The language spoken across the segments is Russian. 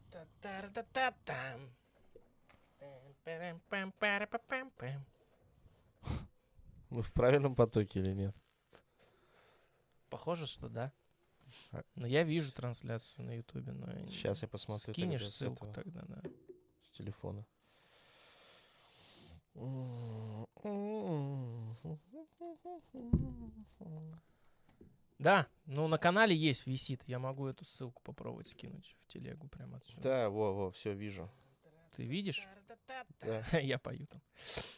Та-та-та-та-там. Пам-пам-пам-пам-пам-пам. Мы в правильном потоке или нет? Похоже, что да. А- Но я вижу трансляцию на Ютубе, но Сейчас я посмотрю скинешь тогда с ссылку этого, тогда, да. с телефона. Да, ну на канале есть, висит. Я могу эту ссылку попробовать скинуть в телегу прямо отсюда. Да, во, все вижу. Ты видишь? Да. Я пою там.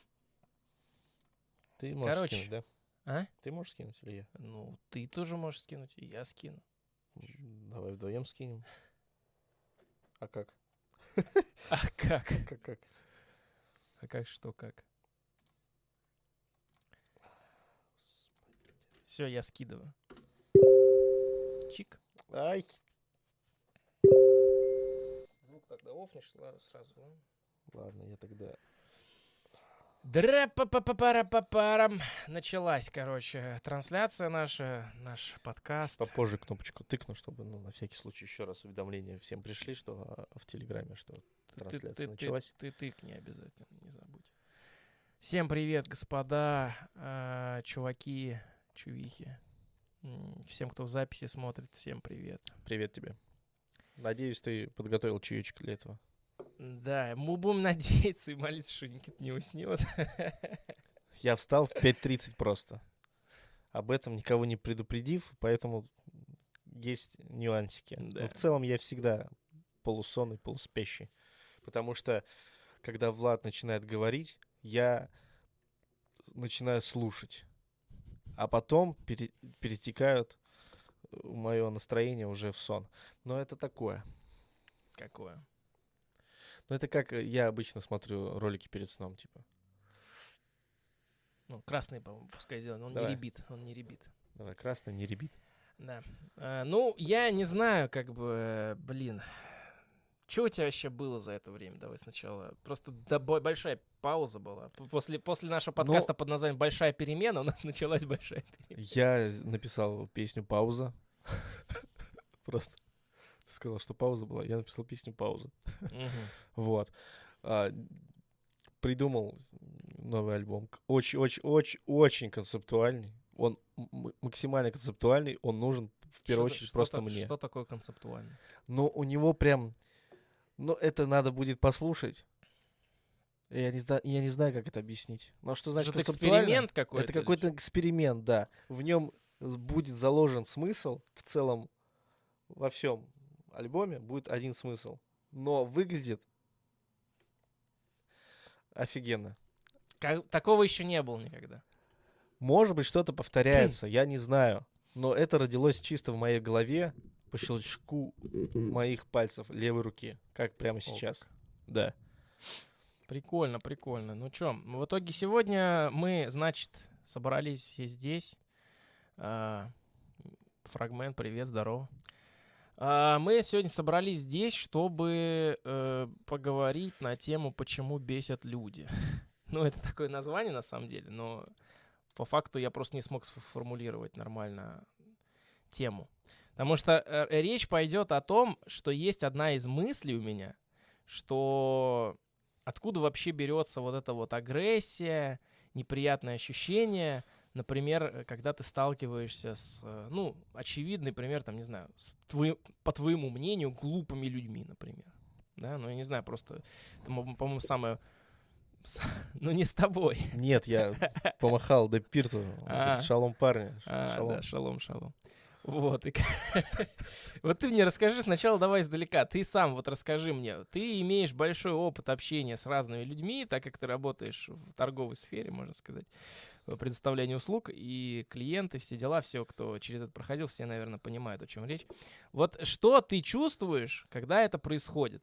Ты можешь Короче, скинуть, да? а? Ты можешь скинуть или я? Ну, ты тоже можешь скинуть, и я скину. Давай вдвоем скинем. А как? А как? Как? А как что, как? Все, я скидываю. Чик. Ай. Звук тогда офнешь сразу, да? Ладно, я тогда... Дра-па-па-па-пара-па-парам. Началась, короче, трансляция наша, наш подкаст. Попозже кнопочку тыкну, чтобы, на всякий случай, еще раз уведомления всем пришли, что в Телеграме, что трансляция началась. Ты тыкни обязательно, не забудь. Всем привет, господа, чуваки, чувихи. Всем, кто в записи смотрит, всем привет. Привет тебе. Надеюсь, ты подготовил чаечек для этого. Да, мы будем надеяться и молиться, что Никита не уснет. Я встал в 5:30 просто. Об этом никого не предупредив, поэтому есть нюансики. Да. Но в целом я всегда полусонный, полуспящий. Потому что, когда Влад начинает говорить, я начинаю слушать. А потом перетекают мое настроение уже в сон. Но это такое. Какое? Ну, это как я обычно смотрю ролики перед сном, типа. Ну, красный, по-моему, пускай сделан. Он Давай. не ребит, он не ребит. Давай, красный, не ребит. Да. Ну, я не знаю, как бы, блин. Что у тебя вообще было за это время? Давай сначала. Просто большая пауза была. После нашего подкаста под названием «Большая перемена» у нас началась большая перемена. Я написал песню «Пауза». Просто ты сказал, что пауза была. Я написал песню «Пауза». Вот. Придумал новый альбом. Очень концептуальный. Он максимально концептуальный. Он нужен в первую очередь просто мне. Что такое концептуальный? Но у него прям... Ну, это надо будет послушать. Я не знаю, как это объяснить. Но что значит Это концептуально? эксперимент какой-то? Это какой-то эксперимент, да. В нем будет заложен смысл. В целом во всем альбоме будет один смысл. Но выглядит офигенно. Такого еще не было никогда. Может быть, что-то повторяется, я не знаю. Но это родилось чисто в моей голове по щелчку моих пальцев левой руки. Как прямо сейчас. Да. Прикольно, прикольно. Ну что, в итоге сегодня мы, значит, собрались все здесь. Фрагмент, привет, здорово. Мы сегодня собрались здесь, чтобы поговорить на тему «Почему бесят люди». Ну, это такое название, на самом деле, но по факту я просто не смог сформулировать нормально тему. Потому что речь пойдет о том, что есть одна из мыслей у меня, что откуда вообще берется вот эта вот агрессия, неприятное ощущение, например, когда ты сталкиваешься с, очевидный пример, там, не знаю, по твоему мнению, глупыми людьми, например. Да, ну, я не знаю, просто, это, по-моему, самое... Ну, не с тобой. Нет, я помахал до пирту. Шалом, парни. Шалом. Да, шалом. Вот. Вот ты мне расскажи сначала, давай издалека. Ты сам вот расскажи мне. Ты имеешь большой опыт общения с разными людьми, так как ты работаешь в торговой сфере, можно сказать, в предоставлении услуг, и клиенты, все дела, все, кто через это проходил, все, наверное, понимают, о чем речь. Вот что ты чувствуешь, когда это происходит?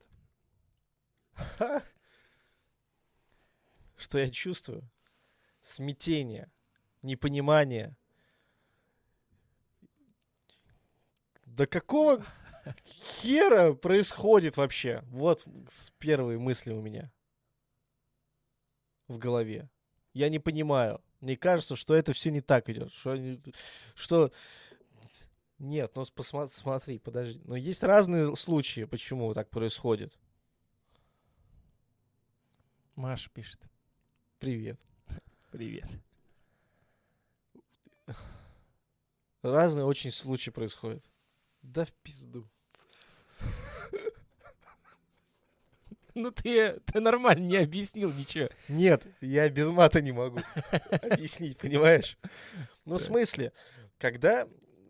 Что я чувствую? Смятение, непонимание. Да какого хера происходит вообще? Вот первые мысли у меня в голове. Я не понимаю. Мне кажется, что это все не так идет. Что Нет, ну смотри, подожди. Но есть разные случаи, почему так происходит. Маша пишет. Привет. Привет. Разные очень случаи происходят. Да в пизду. Ну ты нормально не объяснил ничего. Нет, я без мата не могу объяснить, понимаешь? Ну, в Так. смысле, когда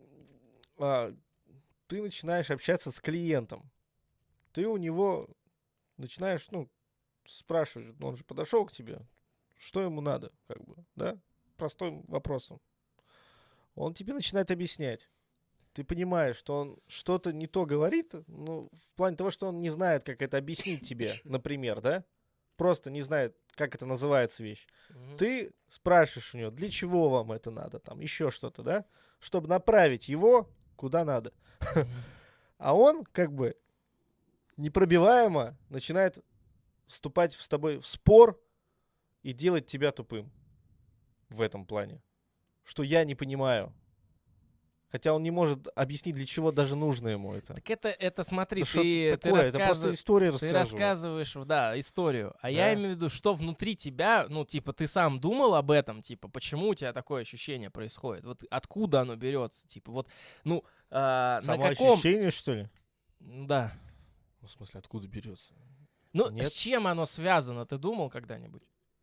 ты начинаешь общаться с клиентом, ты у него начинаешь, ну, спрашивать, он же подошел к тебе, что ему надо, как бы, да? Простым вопросом. Он тебе начинает объяснять. Ты понимаешь, что он что-то не то говорит, ну, в плане того, что он не знает, как это объяснить тебе, например, да? Просто не знает, как это называется вещь. Мгм. Ты спрашиваешь у него, для чего вам это надо, там, еще что-то, да? Чтобы направить его куда надо. Мгм. А он, как бы, непробиваемо начинает вступать с тобой в спор и делать тебя тупым в этом плане. Что я не понимаю. Хотя он не может объяснить, для чего даже нужно ему это. Так это смотри, Это что-то ты такое, это просто история ты рассказываю. рассказываешь, да, историю. А я Да. имею в виду, что внутри тебя, ну, типа, ты сам думал об этом, типа, почему у тебя такое ощущение происходит? Вот откуда оно берется? Типа, вот, ну, на Само каком... ощущение, что ли? Да. Ну, в смысле, откуда берется? Ну, с Нет. чем оно связано, ты думал когда-нибудь?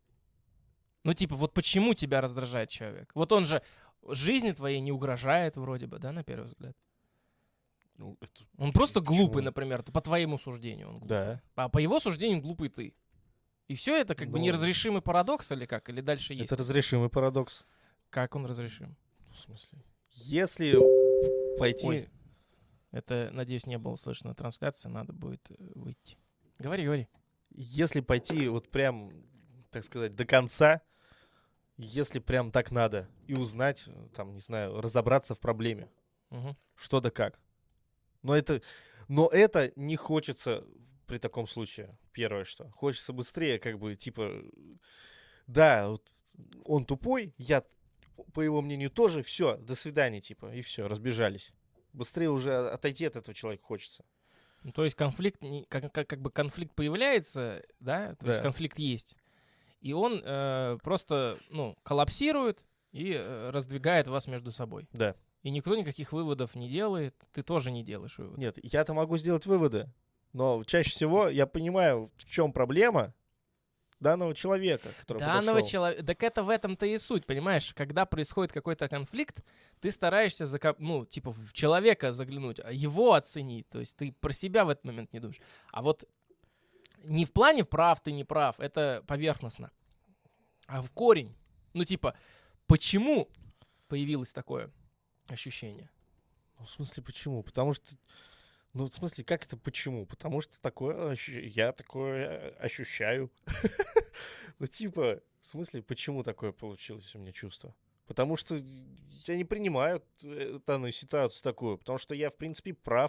Ну, типа, вот почему тебя раздражает человек? Вот он же жизни твоей не угрожает вроде бы, да, на первый взгляд? Ну, это Он просто глупый, почему? например, по твоему суждению он глупый. Да. А по его суждению глупый ты. И все это как бы Ну, неразрешимый парадокс или как? Или дальше есть? это разрешимый парадокс. Как он разрешим? В смысле? Если пойти... Ой. Это, надеюсь, не было слышно на трансляции, надо будет выйти. Говори. Если пойти вот прям, так сказать, до конца, если прям так надо, и узнать, там, не знаю, разобраться в проблеме, Мгм. что да как. Но это не хочется при таком случае. Первое, что. Хочется быстрее, как бы, типа, да, вот он тупой, я, по его мнению, тоже, все, до свидания, типа, и все, разбежались. Быстрее уже отойти от этого человека хочется. Ну, то есть конфликт, как бы конфликт появляется, да, то есть Да. конфликт есть. И он просто, ну, коллапсирует и раздвигает вас между собой. Да. И никто никаких выводов не делает, ты тоже не делаешь выводов. Нет, я-то могу сделать выводы, но чаще всего я понимаю, в чем проблема данного человека, который Данного подошел. человека, так это в этом-то и суть, понимаешь? Когда происходит какой-то конфликт, ты стараешься, ну, типа, в человека заглянуть, а его оценить. То есть ты про себя в этот момент не думаешь. А вот не в плане прав ты не прав, это поверхностно, а в корень. Ну, типа, почему появилось такое ощущение? Ну, в смысле, почему? Потому что... Ну, в смысле, как это почему? Потому что я такое ощущаю. Ну, типа, в смысле, почему такое получилось у меня чувство? Потому что я не принимаю данную ситуацию такую, потому что я, в принципе, прав.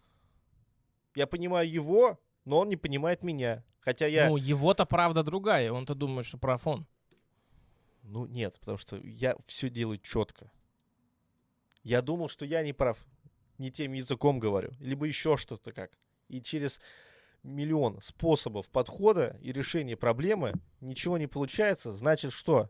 Я понимаю его, но он не понимает меня. Хотя я... Ну, его-то правда другая, он-то думает, что прав он. Ну, нет, потому что я все делаю четко. Я думал, что я не прав, не тем языком говорю, либо еще что-то как. И через миллион способов подхода и решения проблемы ничего не получается, значит что?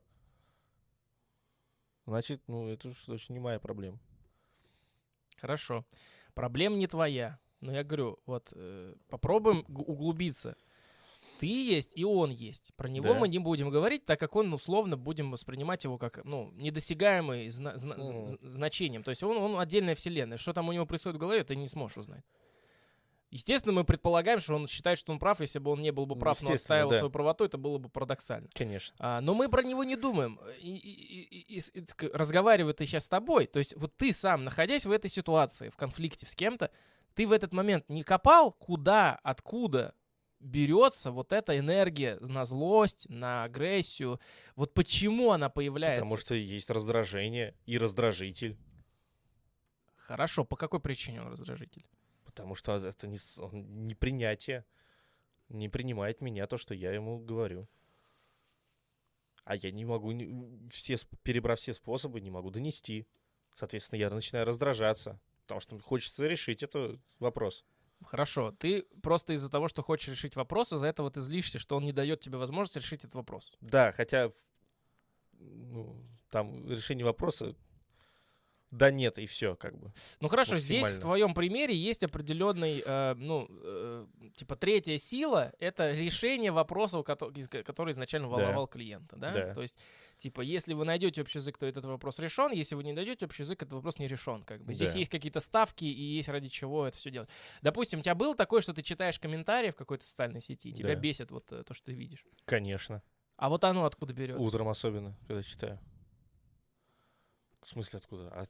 Значит, ну, это уж точно не моя проблема. Хорошо. Проблема не твоя. Но я говорю, вот попробуем углубиться. Ты есть, и он есть. Про него Да. мы не будем говорить, так как он, условно, будем воспринимать его как, ну, недосягаемый значением. То есть он отдельная вселенная. Что там у него происходит в голове, ты не сможешь узнать. Естественно, мы предполагаем, что он считает, что он прав. Если бы он не был бы прав, но Естественно, отстаивал да. свою правоту, это было бы парадоксально. Конечно. Но мы про него не думаем. Разговариваю ты сейчас с тобой. То есть вот ты сам, находясь в этой ситуации, в конфликте с кем-то, ты в этот момент не копал, куда, откуда берется вот эта энергия на злость, на агрессию. Вот почему она появляется? Потому что есть раздражение и раздражитель. Хорошо, по какой причине он раздражитель? Потому что это не принятие. Не принимает меня то, что я ему говорю. А я не могу, перебрав все способы, не могу донести. Соответственно, я начинаю раздражаться. потому что хочется решить этот вопрос. Хорошо, ты просто из-за того, что хочешь решить вопрос, из-за этого ты злишься, что он не дает тебе возможности решить этот вопрос. Да, хотя там решение вопроса да нет, и все, как бы. Ну хорошо, здесь в Максимально. твоем примере есть определенный, типа третья сила, это решение вопросов, который изначально волновал клиента, да? Да. То есть, типа, если вы найдете общий язык, то этот вопрос решен, если вы не найдете общий язык, этот вопрос не решен, как бы. Здесь Да. есть какие-то ставки и есть ради чего это все делать. Допустим, у тебя было такое, что ты читаешь комментарии в какой-то социальной сети, и тебя Да. бесит вот то, что ты видишь. Конечно. А вот оно откуда берется? Утром особенно, когда читаю. В смысле откуда?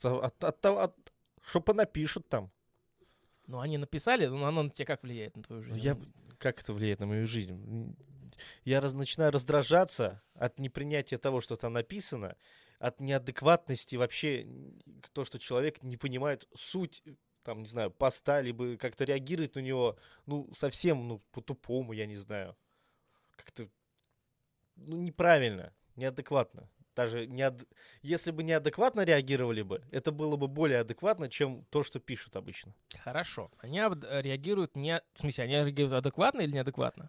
Что понапишут там? Ну, они написали, ну, оно на тебя как влияет на твою жизнь? Как это влияет на мою жизнь? Я начинаю раздражаться от непринятия того, что там написано, от неадекватности вообще, то, что человек не понимает суть, там, не знаю, поста, либо как-то реагирует на него, совсем, по-тупому, я не знаю. Как-то, неправильно, неадекватно. Даже если бы неадекватно реагировали бы, это было бы более адекватно, чем то, что пишут обычно. Хорошо. Они реагируют не... В смысле, они реагируют адекватно или неадекватно?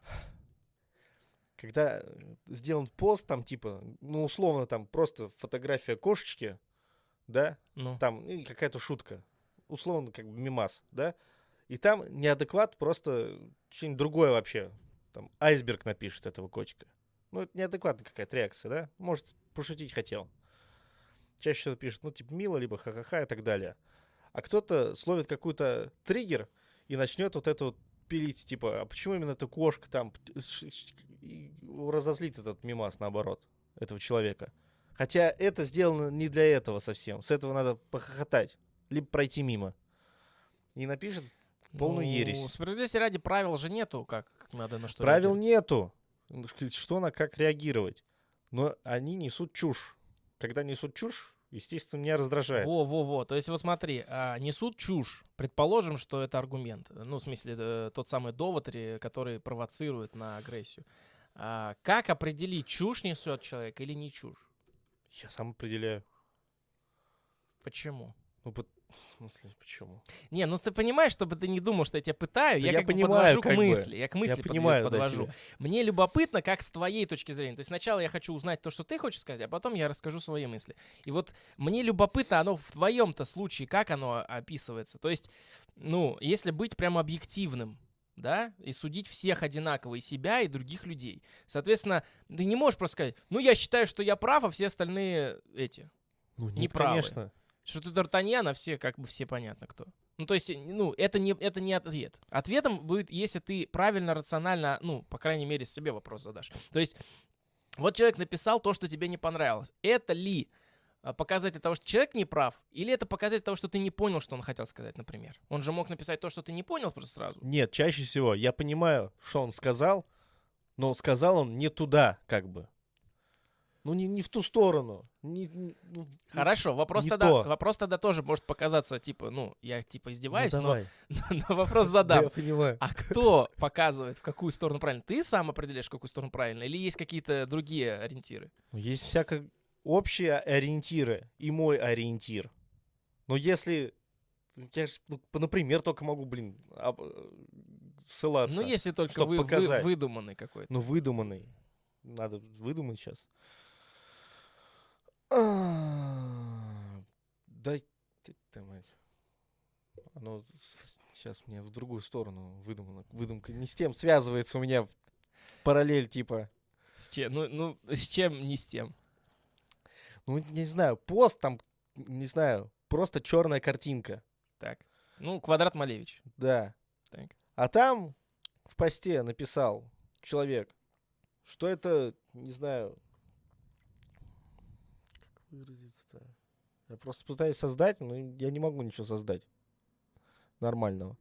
Когда сделан пост, там, типа, условно, там, просто фотография кошечки, да, Ну. там какая-то шутка, условно, как бы мимас, да, и там неадекват просто что-нибудь другое вообще, там, айсберг напишет этого котика. Это неадекватная какая-то реакция, да, может, пошутить хотел. Чаще всего пишет, типа, мило, либо ха-ха-ха и так далее. А кто-то словит какой-то триггер и начнет вот это вот пилить, типа, а почему именно эта кошка там, разозлит этот мимас, наоборот, этого человека. Хотя это сделано не для этого совсем. С этого надо похохотать, либо пройти мимо. И напишет полную ересь. Справедливости ради правил же нету, как надо на что Правил реагировать. нету. Что на как реагировать. Но они несут чушь. Когда несут чушь, естественно, меня раздражает. Во-во-во. То есть вот смотри, несут чушь. Предположим, что это аргумент. Ну, в смысле, тот самый довод, который провоцирует на агрессию. Как определить, чушь несет человек или не чушь? Я сам определяю. Почему? В смысле, почему? Не, ты понимаешь, чтобы ты не думал, что я тебя пытаю, Да я как бы понимаю, подвожу к мысли. Я к мысли подвожу. Да, Мне любопытно, как с твоей точки зрения. То есть сначала я хочу узнать то, что ты хочешь сказать, а потом я расскажу свои мысли. И вот мне любопытно, оно в твоем-то случае, как оно описывается. То есть, если быть прям объективным, да, и судить всех одинаково, и себя, и других людей. Соответственно, ты не можешь просто сказать, я считаю, что я прав, а все остальные нет, неправы. конечно. Что ты Д'Артаньян, а все все понятно кто. То есть, это не ответ. Ответом будет, если ты правильно, рационально, по крайней мере, себе вопрос задашь. То есть, вот человек написал то, что тебе не понравилось. Это ли показатель того, что человек не прав, или это показатель того, что ты не понял, что он хотел сказать, например? Он же мог написать то, что ты не понял просто сразу. Нет, чаще всего я понимаю, что он сказал, но сказал он не туда, как бы. Не в ту сторону. Хорошо, вопрос тогда тоже может показаться, типа, я типа издеваюсь, но вопрос задам. Я понимаю. А кто показывает, в какую сторону правильно? Ты сам определяешь, в какую сторону правильно? Или есть какие-то другие ориентиры? Есть всякие общие ориентиры и мой ориентир. Но если... Я же, например, только могу, ссылаться. Если только чтобы показать. выдуманный какой-то. Выдуманный. Надо выдумать сейчас. Да, ты мать. Оно сейчас мне в другую сторону выдумано. Выдумка не с тем связывается у меня параллель типа. С чем? С чем, не с тем. Не знаю, пост там, не знаю, просто черная картинка. Так. Квадрат Малевич. Да. Так. А там в посте написал человек, что это, не знаю, как выразиться-то. Я просто пытаюсь создать, но я не могу ничего создать нормального.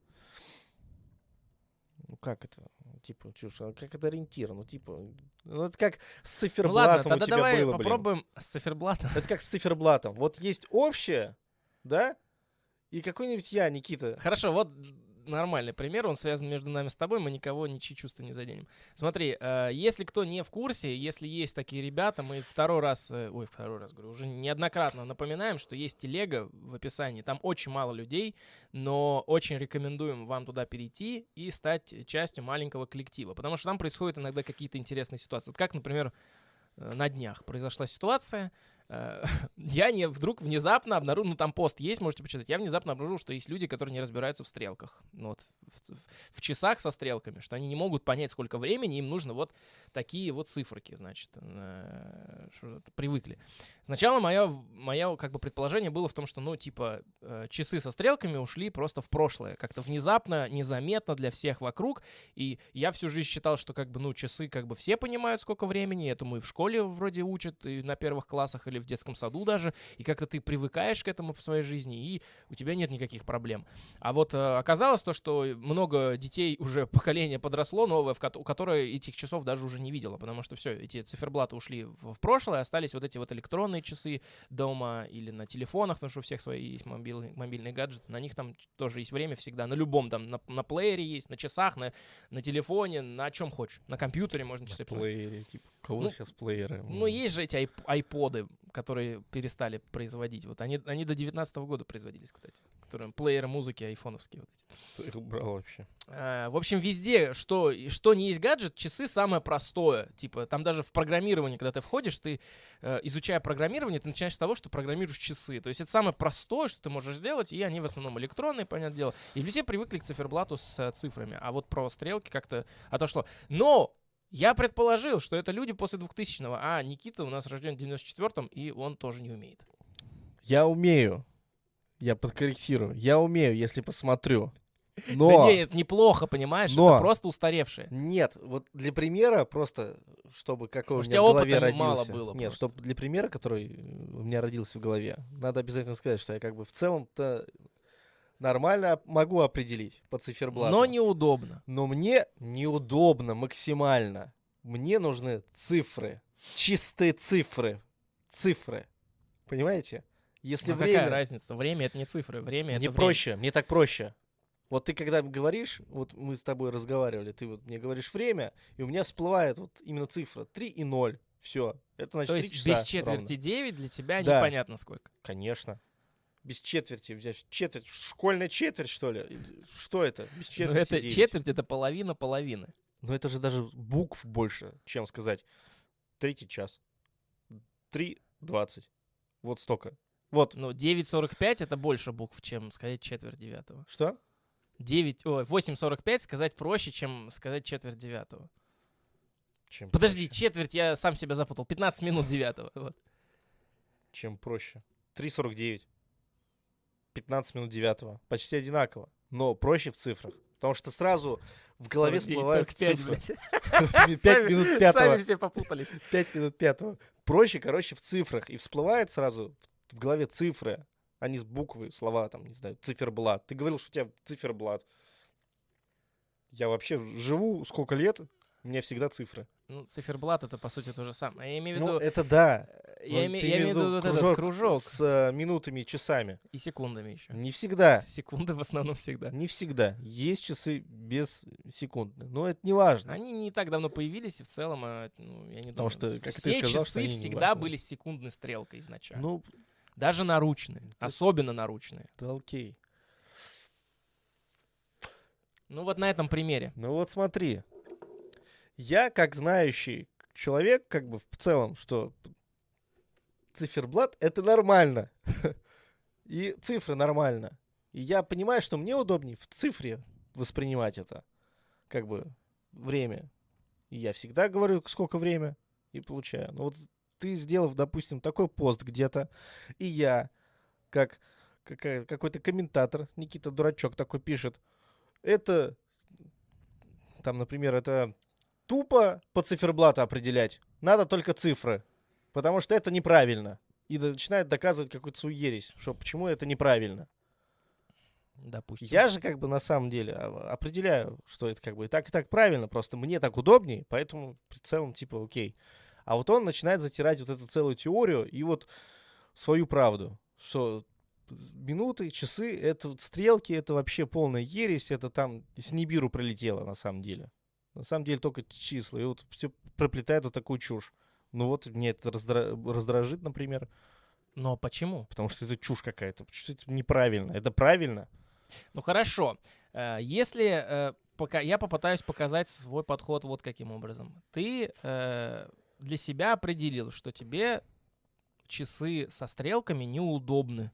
Как это? Типа, чушь, как это ориентир? Это как с циферблатом ладно, у тебя давай было, попробуем с циферблатом. Это как с циферблатом. Вот есть общее, да? И какой-нибудь я, Никита. Хорошо, вот нормальный пример, он связан между нами с тобой, мы никого, ничьи чувства не заденем. Смотри, если кто не в курсе, если есть такие ребята, мы второй раз, говорю, уже неоднократно напоминаем, что есть телега в описании, там очень мало людей, но очень рекомендуем вам туда перейти и стать частью маленького коллектива, потому что там происходят иногда какие-то интересные ситуации. Вот как, например, на днях произошла ситуация, я вдруг внезапно обнаружил, ну там пост есть, можете почитать, я внезапно обнаружил, что есть люди, которые не разбираются в стрелках, ну, вот, в часах со стрелками, что они не могут понять, сколько времени, им нужно вот такие вот циферки, значит, привыкли. Сначала мое как бы предположение было в том, что, ну, типа, часы со стрелками ушли просто в прошлое, как-то внезапно, незаметно для всех вокруг, и я всю жизнь считал, что, как бы, ну, часы, как бы, все понимают, сколько времени, этому и в школе вроде учат, и на первых классах, или в детском саду даже, и как-то ты привыкаешь к этому в своей жизни, и у тебя нет никаких проблем. А вот оказалось то, что много детей уже поколение подросло новое, у которое этих часов даже уже не видело, потому что все, эти циферблаты ушли в прошлое, остались вот эти вот электронные часы дома или на телефонах, потому что у всех свои есть мобильные гаджеты, на них там тоже есть время всегда, на любом там, на плеере есть, на часах, на телефоне, на чем хочешь, на компьютере можно часы посмотреть. На плеере, типа, у кого сейчас плееры? Ну, есть же эти айподы, которые перестали производить. Вот они до 2019 года производились, кстати. Которые плееры музыки айфоновские вот эти. Кто их брал вообще? В общем, везде, что не есть гаджет, часы самое простое. Типа, там даже в программировании, когда ты входишь, ты, изучая программирование, ты начинаешь с того, что программируешь часы. То есть это самое простое, что ты можешь сделать, и они в основном электронные, понятное дело. И все привыкли к циферблату с цифрами. А вот про стрелки как-то отошло. Но я предположил, что это люди после 2000-го. А Никита у нас рожден в 94-м, и он тоже не умеет. Я умею. Я подкорректирую. Я умею, если посмотрю. Но... Да нет, это неплохо, понимаешь? Это просто устаревшее. Нет, вот для примера, просто, чтобы какой Может, у меня в голове опыта родился. мало было Нет, просто. чтобы для примера, который у меня родился в голове, надо обязательно сказать, что я как бы в целом-то нормально могу определить по циферблату. Но неудобно. Но мне неудобно максимально. Мне нужны цифры. Чистые цифры. Цифры. Понимаете? Если время... Какая разница? Время — это не цифры. Время — Мне это проще, время. мне так проще. Вот ты когда говоришь, вот мы с тобой разговаривали, ты вот мне говоришь время, и у меня всплывает вот именно цифра 3 и 0. Все. Это значит То 3 есть часа без четверти ровно. 9 для тебя Да. непонятно сколько. Конечно. Без четверти. Взять четверть. Школьная четверть, что ли? Что это? Без Но четверти это 9. четверть — это половина половины. Но это же даже букв больше, чем сказать третий час. 3:20. Вот столько. Вот. Ну, 9:45 — это больше букв, чем сказать четверть девятого. Что? 8:45 сказать проще, чем сказать четверть девятого. Чем Подожди, проще? четверть, я сам себя запутал. 15 минут девятого. Вот. Чем проще? 3:49. 15 минут 9. Почти одинаково. Но проще в цифрах. Потому что сразу в голове 49, всплывают 45, цифры. блядь. 5 минут 5. Сами все попутались. 5 минут 5. Проще, короче, в цифрах. И всплывает сразу в голове цифры, а не с буквы, слова, там, не знаю, циферблат. Ты говорил, что у тебя циферблат. Я вообще живу сколько лет, у меня всегда цифры. Ну, циферблат — это, по сути, то же самое. Я имею в Ну, виду... это да. Я Но имею ты в имеешь виду вот этот кружок. с минутами и часами. И секундами еще. Не всегда. Секунды в основном всегда. Не всегда. Есть часы без секундных. Но это не важно. Они не так давно появились, и в целом, ну, я не Потому думаю... что, как ты все сказал, что часы они не всегда важны. были с секундной стрелкой изначально. Ну, Даже наручные. Особенно наручные. да окей. Ну, вот на этом примере. Ну вот смотри. Я, как знающий человек, как бы в целом, что циферблат — это нормально. И цифры нормально. И я понимаю, что мне удобнее в цифре воспринимать это. Как бы время. И я всегда говорю, сколько время, и получаю. Но вот ты, сделав, допустим, такой пост где-то, и я, как какой-то комментатор, Никита Дурачок такой пишет, это, там, например, это тупо по циферблату определять. Надо только цифры. Потому что это неправильно. И начинает доказывать какую-то свою ересь, что почему это неправильно. Допустим. Я же как бы на самом деле определяю, что это как бы и так правильно. Просто мне так удобнее, поэтому в целом типа окей. А вот он начинает затирать вот эту целую теорию и вот свою правду. Что минуты, часы, это вот стрелки, это вообще полная ересь, это там с Нибиру прилетело на самом деле. На самом деле только числа. И вот все проплетает вот такую чушь. Ну вот мне это раздражит, например. Но почему? Потому что это чушь какая-то. Потому что это неправильно. Это правильно. Ну хорошо. Если я попытаюсь показать свой подход вот каким образом. Ты для себя определил, что тебе часы со стрелками неудобны.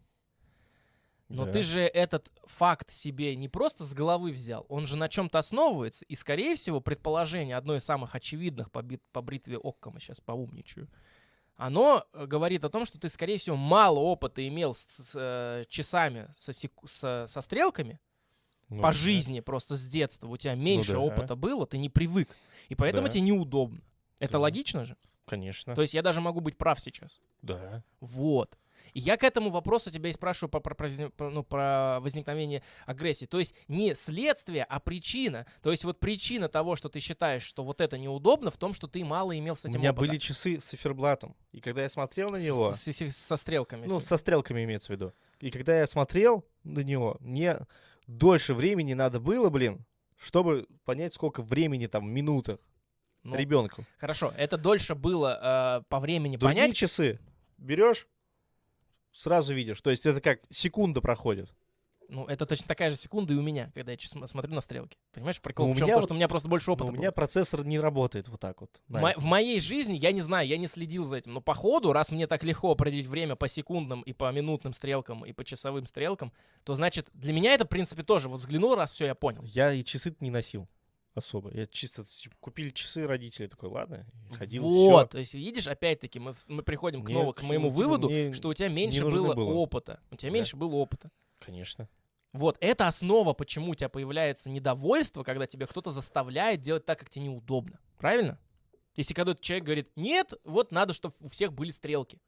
Но Да. ты же этот факт себе не просто с головы взял, он же на чем-то основывается. И, скорее всего, предположение, одно из самых очевидных по бритве Оккама, сейчас поумничаю, оно говорит о том, что ты, скорее всего, мало опыта имел с часами со стрелками Ну, по да. жизни, просто с детства. У тебя меньше да. опыта было, ты не привык. И поэтому Да. тебе неудобно. Это Да. логично же? Конечно. То есть я даже могу быть прав сейчас. Да. Вот. И я к этому вопросу тебя и спрашиваю про возникновение агрессии. То есть не следствие, а причина. То есть вот причина того, что ты считаешь, что вот это неудобно, в том, что ты мало имел с У этим меня опыта. были часы с циферблатом. И когда я смотрел на него... Со стрелками. Ну, со стрелками имеется в виду. И когда я смотрел на него, мне дольше времени надо было, чтобы понять, сколько времени там в минутах Ну, ребенку. Хорошо, это дольше было по времени Другие понять. часы берешь, сразу видишь. То есть это как секунда проходит. Ну, это точно такая же секунда и у меня, когда я смотрю на стрелки. Понимаешь, прикол Ну, в у чем? меня То, вот- что у меня просто больше опыта Но у было. меня процессор не работает вот так вот. В моей жизни, я не знаю, я не следил за этим, но по ходу, раз мне так легко определить время по секундным и по минутным стрелкам и по часовым стрелкам, то значит, для меня это, в принципе, тоже вот взглянул раз, все, я понял. Я и часы не носил особо. Я чисто типа, купили часы родители, такой, ладно, и ходил, Вот, всё. то есть, видишь, опять-таки, мы приходим Мне, к моему типа, выводу, мне что у тебя меньше нужно было. опыта. У тебя Да. меньше было опыта. Конечно. Вот, это основа, почему у тебя появляется недовольство, когда тебя кто-то заставляет делать так, как тебе неудобно. Правильно? Если когда человек говорит, нет, вот надо, чтобы у всех были стрелки.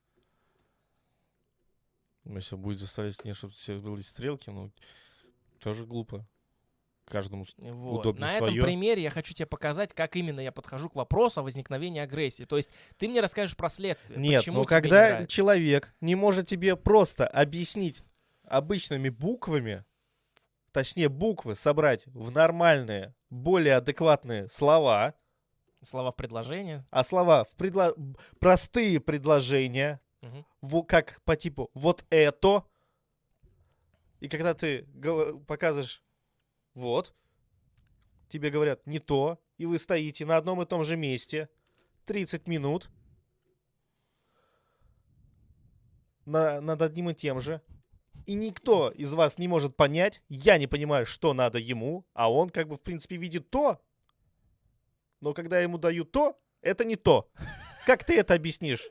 Если будет заставлять меня, чтобы все были стрелки, ну, тоже глупо. Каждому Вот. удобно На этом своё. примере я хочу тебе показать, как именно я подхожу к вопросу о возникновении агрессии. То есть ты мне расскажешь про следствие. Нет, почему но тебе не когда нравится. человек не может тебе просто объяснить обычными буквами, точнее буквы собрать в нормальные, более адекватные слова, Слова в предложении. а слова в простые предложения, Мгм. как по типу «вот это», и когда ты показываешь «вот», тебе говорят «не то», и вы стоите на одном и том же месте 30 минут над одним и тем же, и никто из вас не может понять, я не понимаю, что надо ему, а он как бы в принципе видит то, но когда ему дают то, это не то. Как ты это объяснишь?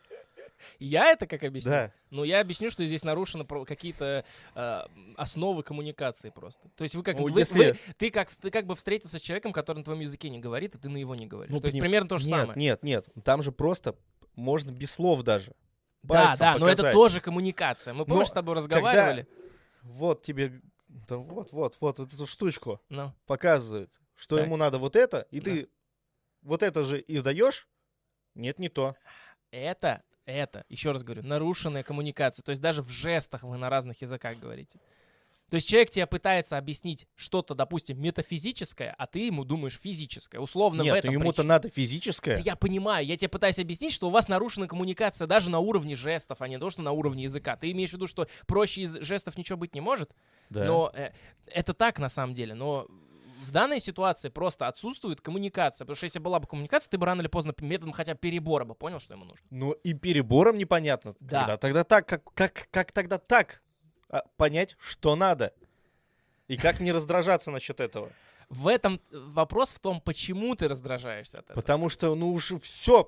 Я это как объясню? Да. Ну, я объясню, что здесь нарушены какие-то основы коммуникации просто. То есть Ну, если- ты как бы встретился с человеком, который на твоем языке не говорит, и ты на его не говоришь. Ну, то есть примерно то же нет, самое. Нет, там же просто можно без слов даже. Да, Пальцем да, но это показать. тоже коммуникация. Мы, помнишь, Но с тобой разговаривали? Вот тебе, да вот эту штучку Ну, показывает, что Так. ему надо вот это, и Да. ты вот это же и даешь? Нет, не то. это, еще раз говорю, нарушенная коммуникация. То есть даже в жестах вы на разных языках говорите. То есть человек тебе пытается объяснить что-то, допустим, метафизическое, а ты ему думаешь физическое. Условно в Нет, этом ну ему-то причина. надо Да физическое. я понимаю, я тебе пытаюсь объяснить, что у вас нарушена коммуникация даже на уровне жестов, а не то, что на уровне языка. Ты имеешь в виду, что проще из жестов ничего быть не может? Да. Но это так на самом деле. Но в данной ситуации просто отсутствует коммуникация. Потому что если была бы коммуникация, ты бы рано или поздно методом хотя бы перебора бы понял, что ему нужно. Ну и перебором непонятно. Да. Когда тогда так, как тогда так понять, что надо? И как не раздражаться насчет этого? В этом вопрос в том, почему ты раздражаешься от этого. Потому что, ну, уже все,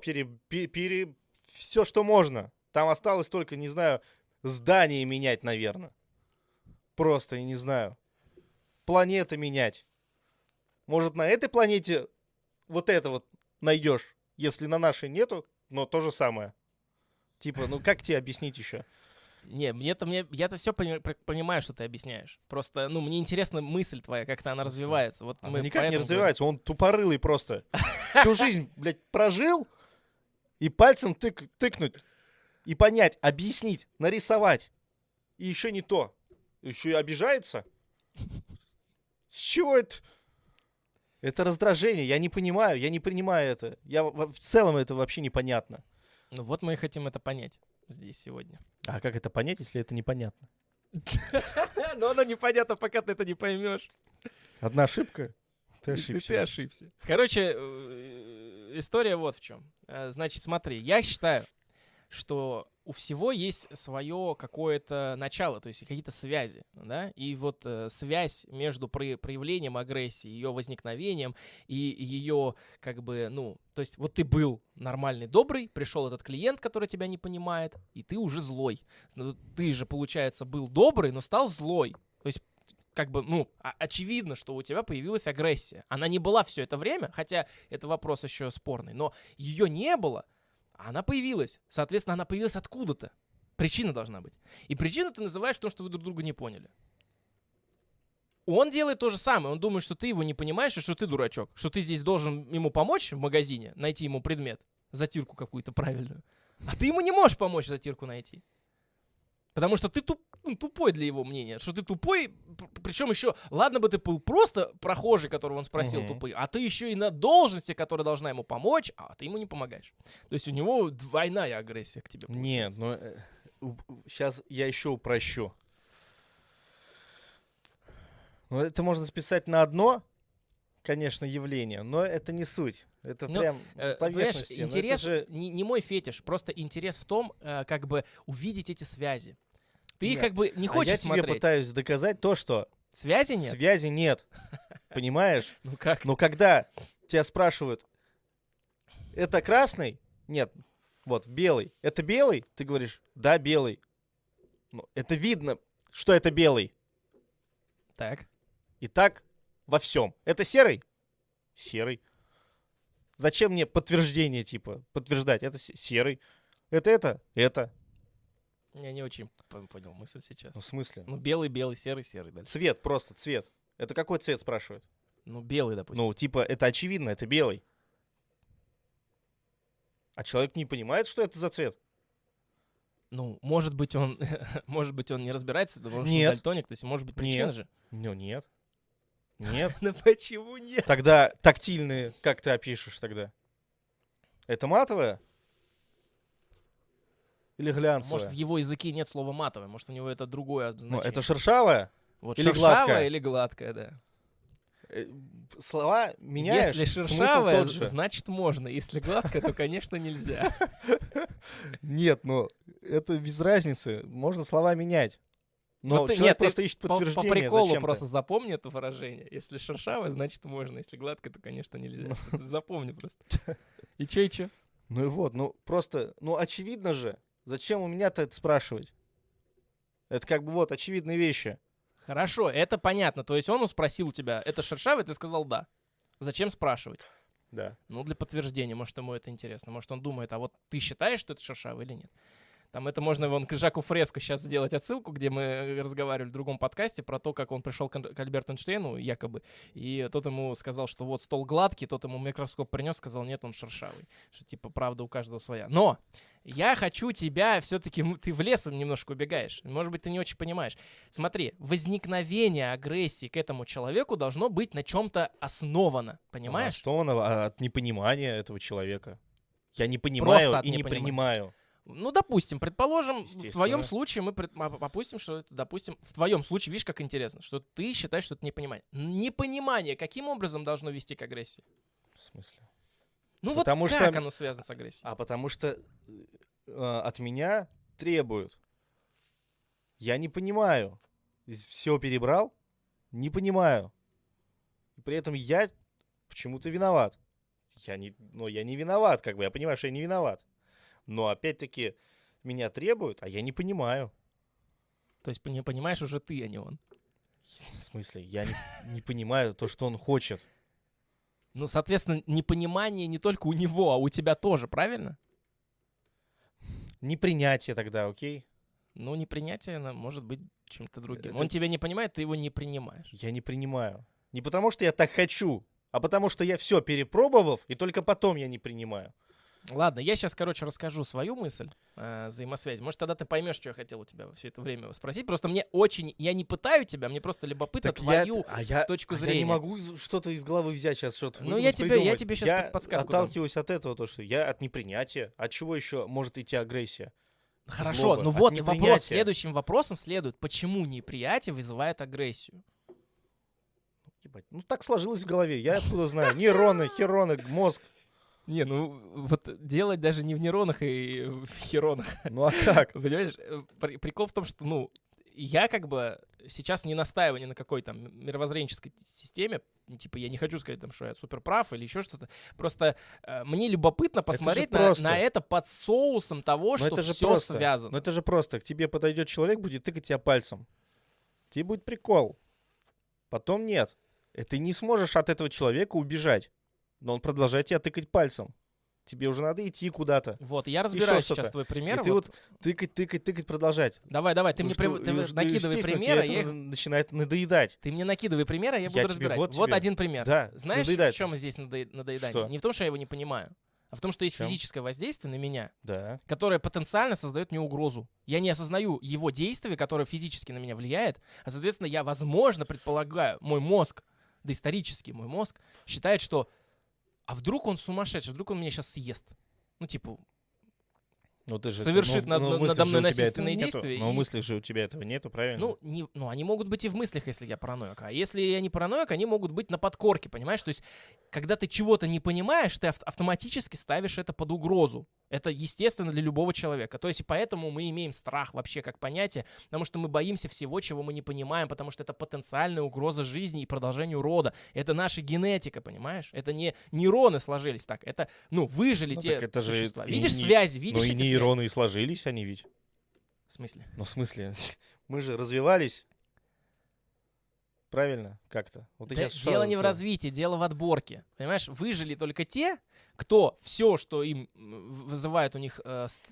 все, что можно. Там осталось только, не знаю, здание менять, наверное. Просто, я не знаю. Планеты менять. Может, на этой планете вот это вот найдешь, если на нашей нету, но то же самое. Типа, ну как тебе объяснить еще? Не, я-то все понимаю, что ты объясняешь. Просто, ну, мне интересна мысль твоя, как-то она развивается. Вот Она мы никак не поэтому развивается, он тупорылый просто. Всю жизнь, блядь, прожил, и пальцем тыкнуть, и понять, объяснить, нарисовать. и еще не то. Еще и обижается. С чего это? Это раздражение. Я не понимаю, я не принимаю это. В целом это вообще непонятно. Ну вот мы и хотим это понять здесь сегодня. А как это понять, если это непонятно? Но оно непонятно, пока ты это не поймешь. Одна ошибка? Ты ошибся. Ты ошибся. Короче, история вот в чем. Значит, смотри, я считаю, что у всего есть свое какое-то начало, то есть какие-то связи, да, и вот связь между проявлением агрессии, ее возникновением и ее как бы, ну, то есть вот ты был нормальный, добрый, пришел этот клиент, который тебя не понимает, и ты уже злой. Ты же, получается, был добрый, но стал злой. То есть как бы, ну, очевидно, что у тебя появилась агрессия. Она не была все это время, хотя это вопрос еще спорный, но ее не было, она появилась. Соответственно, она появилась откуда-то. Причина должна быть. И причину ты называешь то, что вы друг друга не поняли. Он делает то же самое. Он думает, что ты его не понимаешь, и что ты дурачок. Что ты здесь должен ему помочь в магазине, найти ему предмет, затирку какую-то правильную. А ты ему не можешь помочь затирку найти. Потому что ты тупой для его мнения. Что ты тупой, причем еще, ладно бы ты был просто прохожий, которого он спросил, тупый, а ты еще и на должности, которая должна ему помочь, а ты ему не помогаешь. То есть у него двойная агрессия к тебе получается. Нет, ну сейчас я еще упрощу. Ну, это можно списать на одно, конечно, явление, но это не суть. Это прям поверхности. Интерес же не мой фетиш, просто интерес в том, как бы увидеть эти связи. Ты как бы не хочешь смотреть. Я тебе пытаюсь доказать то, что... Связи нет? Связи нет. Понимаешь? Ну как? Но когда тебя спрашивают, это красный? Нет. Вот, белый. Это белый? Ты говоришь, да, белый. Ну, это видно, что это белый. Так. И так во всем. Это серый? Серый. Зачем мне подтверждение, типа, подтверждать? Это серый. Это? Я не очень понял мысль сейчас. Ну, в смысле? Ну, белый, серый дальше. Цвет, просто цвет. Это какой цвет, спрашивают? Ну, белый, допустим. Ну, типа, это очевидно, это белый. А человек не понимает, что это за цвет? Ну, может быть, он не разбирается, может, он дальтоник, то есть, может быть, причина же. Ну, нет. Нет. Ну, почему нет? Тогда тактильные, как ты опишешь тогда? Это матовое? Или глянцевое? Может, в его языке нет слова матовое, может, у него это другое значение. Ну, это шершавое? Вот или шершавое гладкое? или гладкое, да. Слова меняешь, Если смысл шершавое, тот же. значит можно. Если гладкое, то, конечно, нельзя. Нет, ну, это без разницы. Можно слова менять. Но Вот человек нет, просто ищет подтверждение. По приколу зачем-то. просто запомни это выражение. Если шершавое, значит можно. Если гладкое, то, конечно, нельзя. Это запомни просто. И чё? Ну и вот, ну просто, ну очевидно же. Зачем у меня-то это спрашивать? Это как бы вот очевидные вещи. Хорошо, это понятно. То есть он спросил у тебя, это шершавый, ты сказал да. Зачем спрашивать? Да. Ну, для подтверждения, может, ему это интересно. Может, он думает, а вот ты считаешь, что это шершавый или нет? Там это можно вон к Жаку Фреско сейчас сделать отсылку, где мы разговаривали в другом подкасте про то, как он пришел к Альберту Эйнштейну, якобы, и тот ему сказал, что вот стол гладкий, тот ему микроскоп принес, сказал, нет, он шершавый. Что типа правда у каждого своя. Но я хочу тебя все-таки, ты в лес немножко убегаешь. Может быть, ты не очень понимаешь. Смотри, возникновение агрессии к этому человеку должно быть на чем-то основано. Понимаешь? Основано от непонимания этого человека. Я не понимаю Просто и не принимаю. Ну, допустим, предположим, в твоем случае мы опустим, что это, допустим, в твоем случае, видишь, как интересно, что ты считаешь, что это непонимание. Непонимание каким образом должно вести к агрессии? В смысле? Ну потому вот как оно связано с агрессией? А потому что от меня требуют. Я не понимаю. Все перебрал? Не понимаю. И при этом я почему-то виноват. Я не виноват, как бы. Я понимаю, что я не виноват. Но опять-таки меня требуют, а я не понимаю. То есть не понимаешь уже ты, а не он. В смысле? Я не понимаю то, что он хочет. Ну, соответственно, непонимание не только у него, а у тебя тоже, правильно? Непринятие тогда, окей? Ну, непринятие, оно может быть чем-то другим. Он тебя не понимает, ты его не принимаешь. Я не принимаю. Не потому, что я так хочу, а потому, что я все перепробовав, и только потом я не принимаю. Ладно, я сейчас, расскажу свою мысль взаимосвязи. Может, тогда ты поймешь, что я хотел у тебя все это время спросить. Просто мне очень... Я не пытаю тебя, мне просто любопытно твою точку зрения. Я не могу что-то из головы взять сейчас, что-то я тебе сейчас подсказку дам. Я отталкиваюсь от этого, то, что я от непринятия. От чего еще может идти агрессия? Хорошо, злоба, ну вот вопрос. Следующим вопросом следует, почему неприятие вызывает агрессию? Ебать, ну так сложилось в голове, я откуда знаю. Нейроны, хироны, мозг. Не, ну вот делать даже не в нейронах и в хиронах. Ну а как? Понимаешь, прикол в том, что, ну, я как бы сейчас не настаиваю ни на какой там мировоззренческой системе. Типа я не хочу сказать, там, что я суперправ или еще что-то. Просто мне любопытно посмотреть на это под соусом того, что все связано. Ну это же просто. К тебе подойдет человек, будет тыкать тебя пальцем. Тебе будет прикол. Потом нет. И ты не сможешь от этого человека убежать. Но он продолжает тебя тыкать пальцем. Тебе уже надо идти куда-то. Вот, я разбираю сейчас твой пример. И ты вот тыкать, продолжать. Давай, ты мне накидывай примеры. Тебе это начинает надоедать. Ты мне накидывай примеры, я буду разбирать. Вот один пример. Да, знаешь, в чем здесь надоедание? Что? Не в том, что я его не понимаю, а в том, что есть физическое воздействие на меня, да, которое потенциально создает мне угрозу. Я не осознаю его действия, которое физически на меня влияет, а, соответственно, я, возможно, предполагаю, мой мозг, доисторический мой мозг, считает, что а вдруг он сумасшедший, вдруг он меня сейчас съест? Ну, типа, совершит надо мной насильственные действия. Но в мыслях же у тебя этого нету, правильно? Ну, они могут быть и в мыслях, если я параноик. А если я не параноик, они могут быть на подкорке, понимаешь? То есть, когда ты чего-то не понимаешь, ты автоматически ставишь это под угрозу. Это естественно для любого человека. То есть, и поэтому мы имеем страх вообще как понятие, потому что мы боимся всего, чего мы не понимаем, потому что это потенциальная угроза жизни и продолжению рода. Это наша генетика, понимаешь? Это не нейроны сложились так. Это, выжили те существа. Видишь связи, видишь эти связи? Нейроны и сложились они ведь. В смысле? Ну, в смысле? Мы же развивались. Правильно? Как-то. Вот дело не в развитии, дело в отборке. Понимаешь, выжили только те, кто все, что им вызывает у них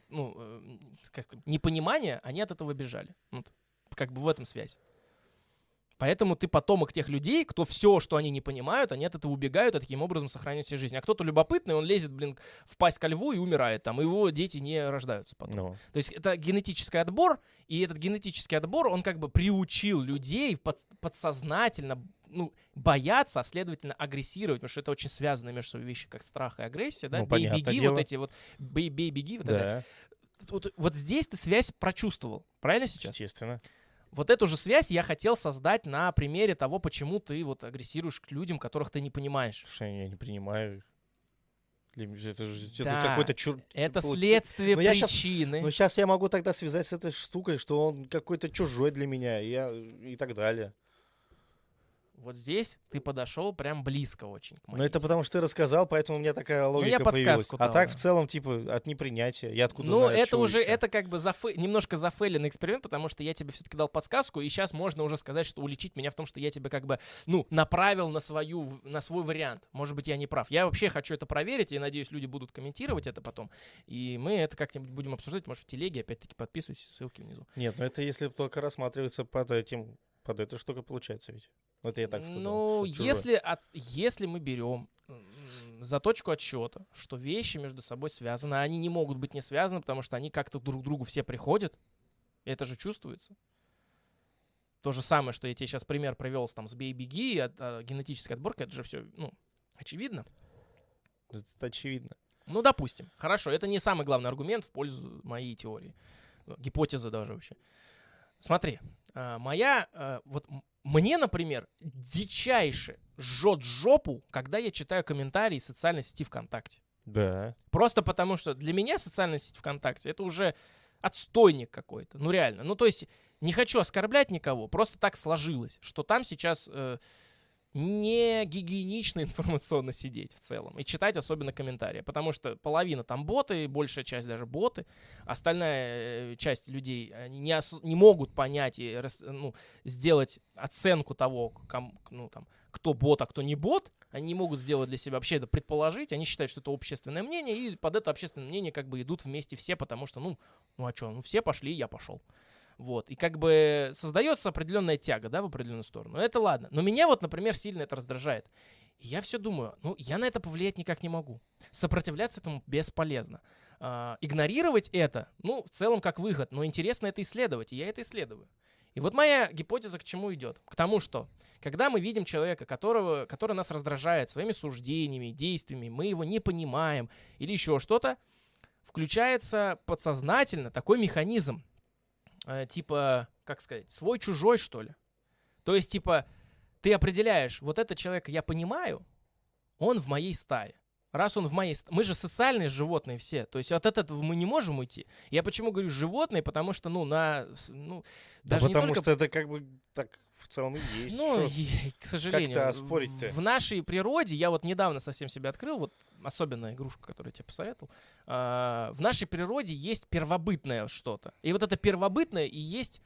непонимание, они от этого бежали. Как бы в этом связь. Поэтому ты потомок тех людей, кто все, что они не понимают, они от этого убегают, и таким образом сохраняют себе жизнь. А кто-то любопытный, он лезет, в пасть ко льву и умирает там, и его дети не рождаются потом. То есть это генетический отбор, и этот генетический отбор, он как бы приучил людей подсознательно бояться, а следовательно агрессировать, потому что это очень связаны между собой вещи, как страх и агрессия, да, бей-беги, вот эти вот, бей-беги, вот это. Вот здесь ты связь прочувствовал, правильно сейчас? Естественно. Вот эту же связь я хотел создать на примере того, почему ты вот агрессируешь к людям, которых ты не понимаешь. Что я не принимаю их. Это какой-то это следствие причины. Но сейчас я могу тогда связать с этой штукой, что он какой-то чужой для меня и так далее. Вот здесь ты подошел прям близко очень к моей. Но это потому, что ты рассказал, поэтому у меня такая логика появилась. А так, в целом, типа, от непринятия. Я откуда знаю, это уже, это как бы немножко зафейленный эксперимент, потому что я тебе все-таки дал подсказку, и сейчас можно уже сказать, что уличить меня в том, что я тебя как бы, направил на свой вариант. Может быть, я не прав. Я вообще хочу это проверить, и надеюсь, люди будут комментировать это потом. И мы это как-нибудь будем обсуждать, может, в телеге, опять-таки, подписывайся, ссылки внизу. Нет, но это если только рассматривается под этой штукой получается ведь. Это я так сказал. Если мы берем за точку отсчета, что вещи между собой связаны, а они не могут быть не связаны, потому что они как-то друг к другу все приходят, это же чувствуется. То же самое, что я тебе сейчас пример привел с бей-беги, генетической отборкой, это же все, очевидно. Это очевидно. Допустим. Хорошо, это не самый главный аргумент в пользу моей теории. Гипотеза даже вообще. Смотри, мне, например, дичайше жжет жопу, когда я читаю комментарии из социальной сети ВКонтакте. Да. Просто потому, что для меня социальная сеть ВКонтакте — это уже отстойник какой-то. Реально. То есть не хочу оскорблять никого, просто так сложилось, что там сейчас не гигиенично информационно сидеть в целом и читать особенно комментарии, потому что половина там боты, большая часть даже боты, остальная часть людей они не могут понять и сделать оценку того, кто бот, а кто не бот, они не могут сделать для себя вообще это предположить, они считают, что это общественное мнение, и под это общественное мнение как бы идут вместе все, потому что, а что, все пошли, я пошел. Вот, и как бы создается определенная тяга, да, в определенную сторону. Это ладно. Но меня например, сильно это раздражает. И я все думаю, ну, я на это повлиять никак не могу. Сопротивляться этому бесполезно. Игнорировать это, ну, в целом как выход, но интересно это исследовать, и я это исследую. И вот моя гипотеза к чему идет? К тому, что когда мы видим человека, который нас раздражает своими суждениями, действиями, мы его не понимаем или еще что-то, включается подсознательно такой механизм, типа, как сказать, свой-чужой, что ли. То есть, типа, ты определяешь, вот этот человек я понимаю, он в моей стае. Раз он в моей стае... Мы же социальные животные все. То есть от этого мы не можем уйти. Я почему говорю животные? Потому что, даже потому не только... что это как бы так в целом и есть. Ну, к сожалению, как-то оспорить-то? в нашей природе, я вот недавно совсем себя открыл, вот особенная игрушка, которую я тебе посоветовал, в нашей природе есть первобытное что-то. И вот это первобытное и есть...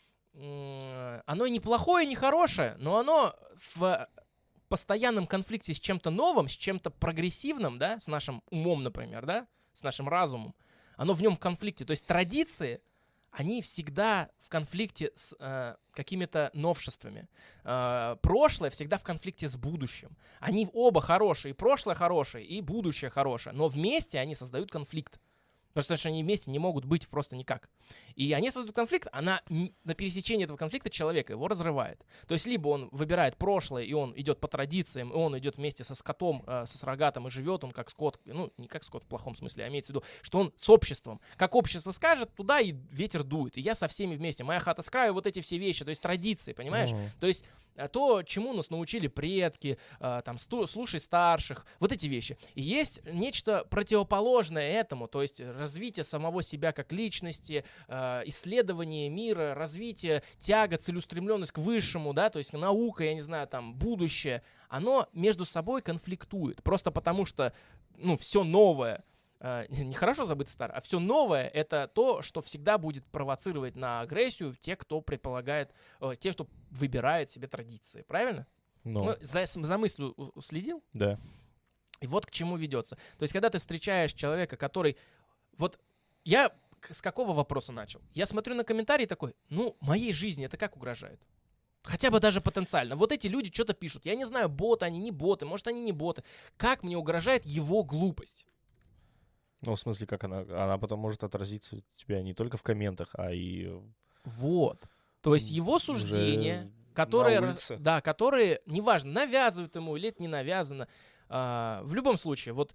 Оно и не плохое, и не хорошее, но оно в постоянном конфликте с чем-то новым, с чем-то прогрессивным, да, с нашим умом, например, да, с нашим разумом, оно в нем в конфликте. То есть традиции, они всегда в конфликте с какими-то новшествами. Прошлое всегда в конфликте с будущим. Они оба хорошие, и прошлое хорошее, и будущее хорошее, но вместе они создают конфликт. Потому что они вместе не могут быть просто никак. И они создают конфликт, а на пересечении этого конфликта человека его разрывает. То есть либо он выбирает прошлое, и он идет по традициям, и он идет вместе со скотом, со суррогатом, и живет он как скот, ну, не как скот в плохом смысле, а имеется в виду, что он с обществом. Как общество скажет, туда и ветер дует. И я со всеми вместе. Моя хата с краю, вот эти все вещи, то есть традиции, понимаешь? То есть то, чему нас научили предки, там, слушай старших, вот эти вещи. И есть нечто противоположное этому, то есть развитие самого себя как личности, исследование мира, развитие, тяга, целеустремленность к высшему, да, то есть наука, я не знаю, там, будущее, оно между собой конфликтует, просто потому что, ну, все новое, не хорошо забыто старое, а все новое — это то, что всегда будет провоцировать на агрессию тех, кто предполагает, тех, кто выбирает себе традиции. Правильно? Ну, за мыслью следил? Да. И вот к чему ведется. То есть, когда ты встречаешь человека, который... Вот я с какого вопроса начал? Я смотрю на комментарии такой, ну, моей жизни это как угрожает? Хотя бы даже потенциально. Вот эти люди что-то пишут. Я не знаю, боты они, не боты, может, они не боты. Как мне угрожает его глупость? Ну, в смысле, как она потом может отразиться у тебя не только в комментах, а и... Вот. То есть его суждения, которые, неважно, навязывают ему или это не навязано. В любом случае, вот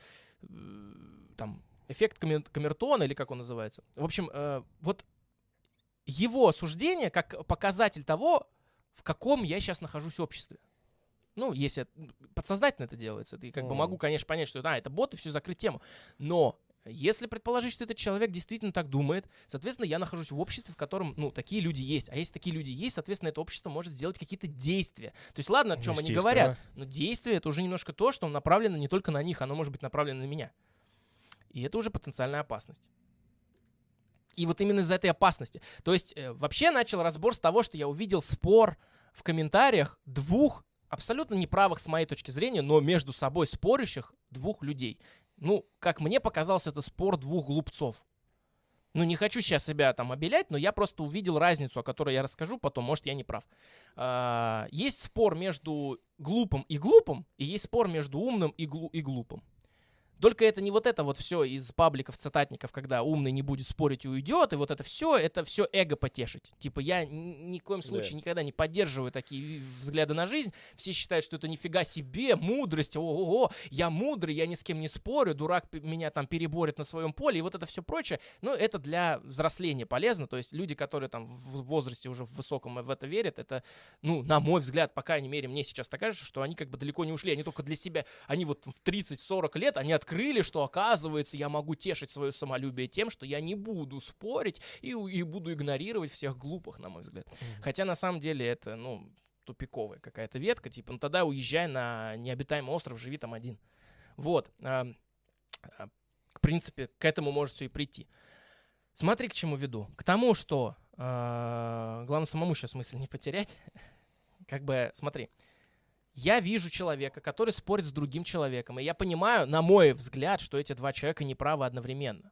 там эффект камертона, или как он называется. В общем, вот его суждение как показатель того, в каком я сейчас нахожусь в обществе. Ну, если подсознательно это делается, ты как бы могу, конечно, понять, что это бот, и все, закрыть тему. Но если предположить, что этот человек действительно так думает, соответственно, я нахожусь в обществе, в котором, ну, такие люди есть. А если такие люди есть, соответственно, это общество может сделать какие-то действия. То есть, ладно, о чем они говорят, но действие — это уже немножко то, что направлено не только на них, оно может быть направлено на меня. И это уже потенциальная опасность. И вот именно из-за этой опасности. То есть, вообще начал разбор с того, что я увидел спор в комментариях двух абсолютно неправых, с моей точки зрения, но между собой спорящих двух людей. Ну, как мне показалось, это спор двух глупцов. Ну, не хочу сейчас себя там обелять, но я просто увидел разницу, о которой я расскажу потом, может, я не прав. Есть спор между глупым, и есть спор между умным и глупым. Только это не вот это вот все из пабликов, цитатников, когда умный не будет спорить и уйдет, и вот это все эго потешить. Типа я ни в коем случае никогда не поддерживаю такие взгляды на жизнь. Все считают, что это нифига себе, мудрость, ого-го, я мудрый, я ни с кем не спорю, дурак меня там переборет на своем поле, и вот это все прочее. Ну, это для взросления полезно, то есть люди, которые там в возрасте уже в высоком в это верят, это, ну, на мой взгляд, по крайней мере, мне сейчас так кажется, что они как бы далеко не ушли, они только для себя, они вот в 30-40 лет, они открыли, что, оказывается, я могу тешить свое самолюбие тем, что я не буду спорить и буду игнорировать всех глупых, на мой взгляд. Хотя, на самом деле, это, ну, тупиковая какая-то ветка, типа, ну, тогда уезжай на необитаемый остров, живи там один. Вот. В принципе, к этому может все и прийти. Смотри, к чему веду. К тому, что главное самому сейчас мысль не потерять. Как бы, смотри. Я вижу человека, который спорит с другим человеком, и я понимаю, на мой взгляд, что эти два человека неправы одновременно.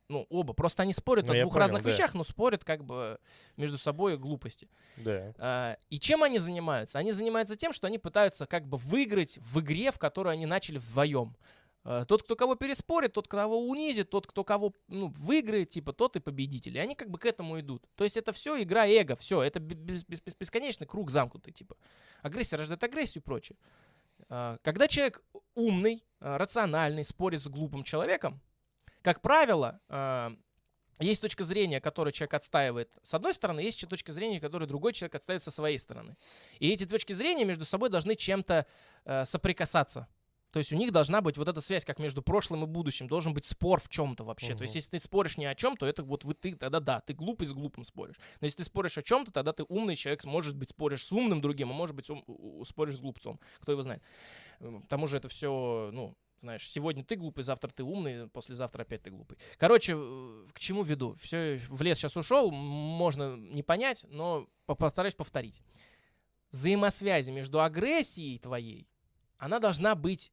Ну, оба. Просто они спорят Ну, о я двух понял, разных да. вещах, но спорят как бы между собой глупости. Да. И чем они занимаются? Они занимаются тем, что они пытаются как бы выиграть в игре, в которую они начали вдвоем. Тот, кто кого переспорит, тот, кого унизит, тот, кто кого выиграет, типа, тот и победитель. И они как бы к этому идут. То есть это все игра эго, все. Это бесконечный круг замкнутый, типа. Агрессия рождает агрессию и прочее. Когда человек умный, рациональный, спорит с глупым человеком, как правило, есть точка зрения, которую человек отстаивает с одной стороны, есть точка зрения, которую другой человек отстаивает со своей стороны. И эти точки зрения между собой должны чем-то соприкасаться. То есть у них должна быть вот эта связь, как между прошлым и будущим. Должен быть спор в чем-то вообще. То есть если ты споришь ни о чем, то это вот ты тогда да, ты глупый с глупым споришь. Но если ты споришь о чем-то, тогда ты умный человек, может быть, споришь с умным другим, а может быть, споришь с глупцом. Кто его знает. К тому же это все, знаешь, сегодня ты глупый, завтра ты умный, послезавтра опять ты глупый. Короче, к чему веду? Все, в лес сейчас ушел, можно не понять, но постараюсь повторить. Взаимосвязи между агрессией твоей, она должна быть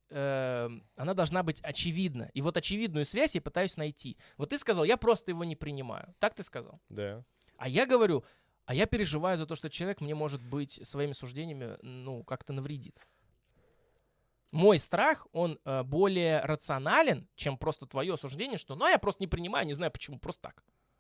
очевидна. И вот очевидную связь я пытаюсь найти. Вот ты сказал, я просто его не принимаю. Так ты сказал? Да. А я говорю, я переживаю за то, что человек мне, может быть, своими суждениями, как-то навредит. Мой страх, он более рационален, чем просто твое суждение, что, я просто не принимаю, не знаю почему, просто так.